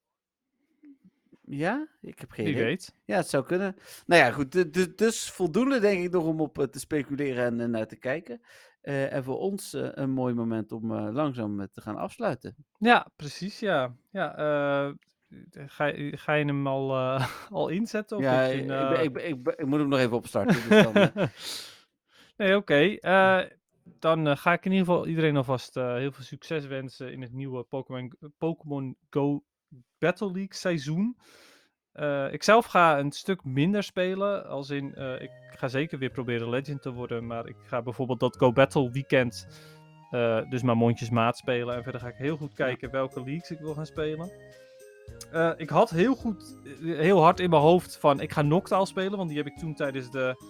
S3: Ja, ik heb geen
S4: Wie
S3: idee.
S4: weet.
S3: Ja, het zou kunnen. Nou ja, goed. Dus voldoende denk ik nog om op te speculeren en naar te kijken. En voor ons een mooi moment om langzaam te gaan afsluiten.
S4: Ja, precies, ja. Ja, ga je hem al inzetten? Of
S3: Ja,
S4: heb je een,
S3: ik moet hem nog even opstarten. Dus dan,
S4: Nee, oké. Dan ga ik in ieder geval iedereen alvast heel veel succes wensen in het nieuwe Pokémon Go Battle League seizoen. Ik zelf ga een stuk minder spelen. Als in, ik ga zeker weer proberen Legend te worden. Maar ik ga bijvoorbeeld dat Go Battle weekend dus maar mondjesmaat spelen. En verder ga ik heel goed kijken welke leagues ik wil gaan spelen. Ik had heel hard in mijn hoofd van ik ga Noctowl spelen. Want die heb ik toen tijdens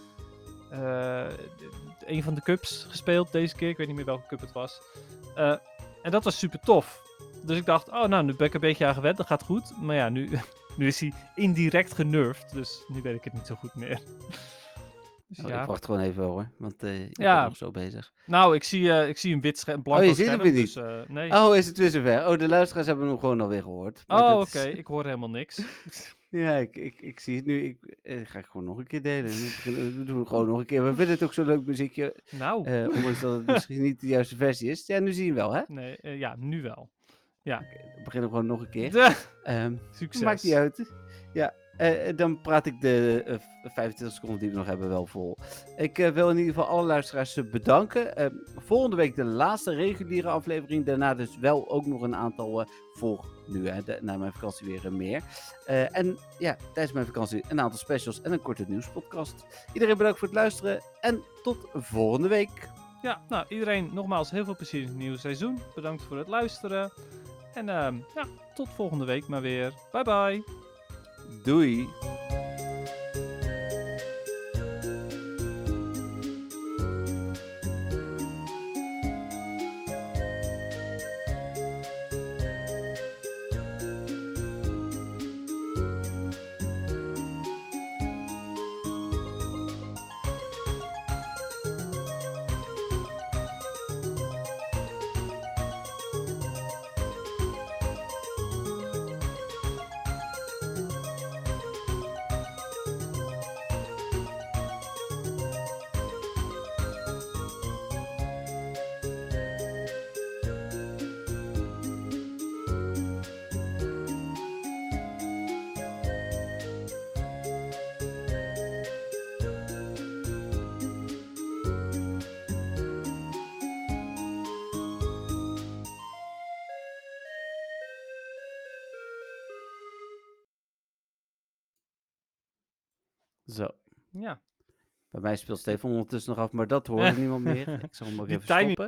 S4: een van de cups gespeeld deze keer. Ik weet niet meer welke cup het was. En dat was super tof. Dus ik dacht, oh nou, nu ben ik een beetje aan gewend. Dat gaat goed. Maar ja, nu is hij indirect genervd. Dus nu weet ik het niet zo goed meer. Dus
S3: ik
S4: ja.
S3: wacht gewoon even hoor, want ik
S4: Ja.
S3: ben nog zo bezig.
S4: Nou, ik zie een wit scherm, blanco
S3: je ziet hem
S4: scherm.
S3: weer niet.
S4: Dus, nee.
S3: Oh, is het weer zover? Oh, de luisteraars hebben hem gewoon alweer gehoord. Maar
S4: Oh,
S3: dat
S4: oké.
S3: is-
S4: Ik hoor helemaal niks.
S3: Ja, ik zie het nu. Ga ik gewoon nog een keer delen. We doen het gewoon nog een keer. We vinden het ook zo'n leuk muziekje.
S4: Nou,
S3: Ondanks dat het misschien niet de juiste versie is. Ja, nu zie je hem wel, hè?
S4: nee, ja, nu wel. Ja.
S3: We beginnen gewoon nog een keer.
S4: De succes.
S3: Maakt niet uit. Ja, dan praat ik de 25 seconden die we nog hebben wel vol. Ik wil in ieder geval alle luisteraars bedanken. Volgende week de laatste reguliere aflevering. Daarna dus wel ook nog een aantal voor nu, hè, na mijn vakantie weer meer. En ja, tijdens mijn vakantie een aantal specials en een korte nieuwspodcast. Iedereen bedankt voor het luisteren en tot volgende week.
S4: Ja, nou, iedereen nogmaals heel veel plezier in het nieuwe seizoen. Bedankt voor het luisteren. En ja, tot volgende week maar weer. Bye bye.
S3: Doei! Zo.
S4: Ja.
S3: Bij mij speelt Stefan ondertussen nog af, maar dat hoorde niemand meer. Ik zal hem ook
S4: Die
S3: even
S4: timing-
S3: stoppen.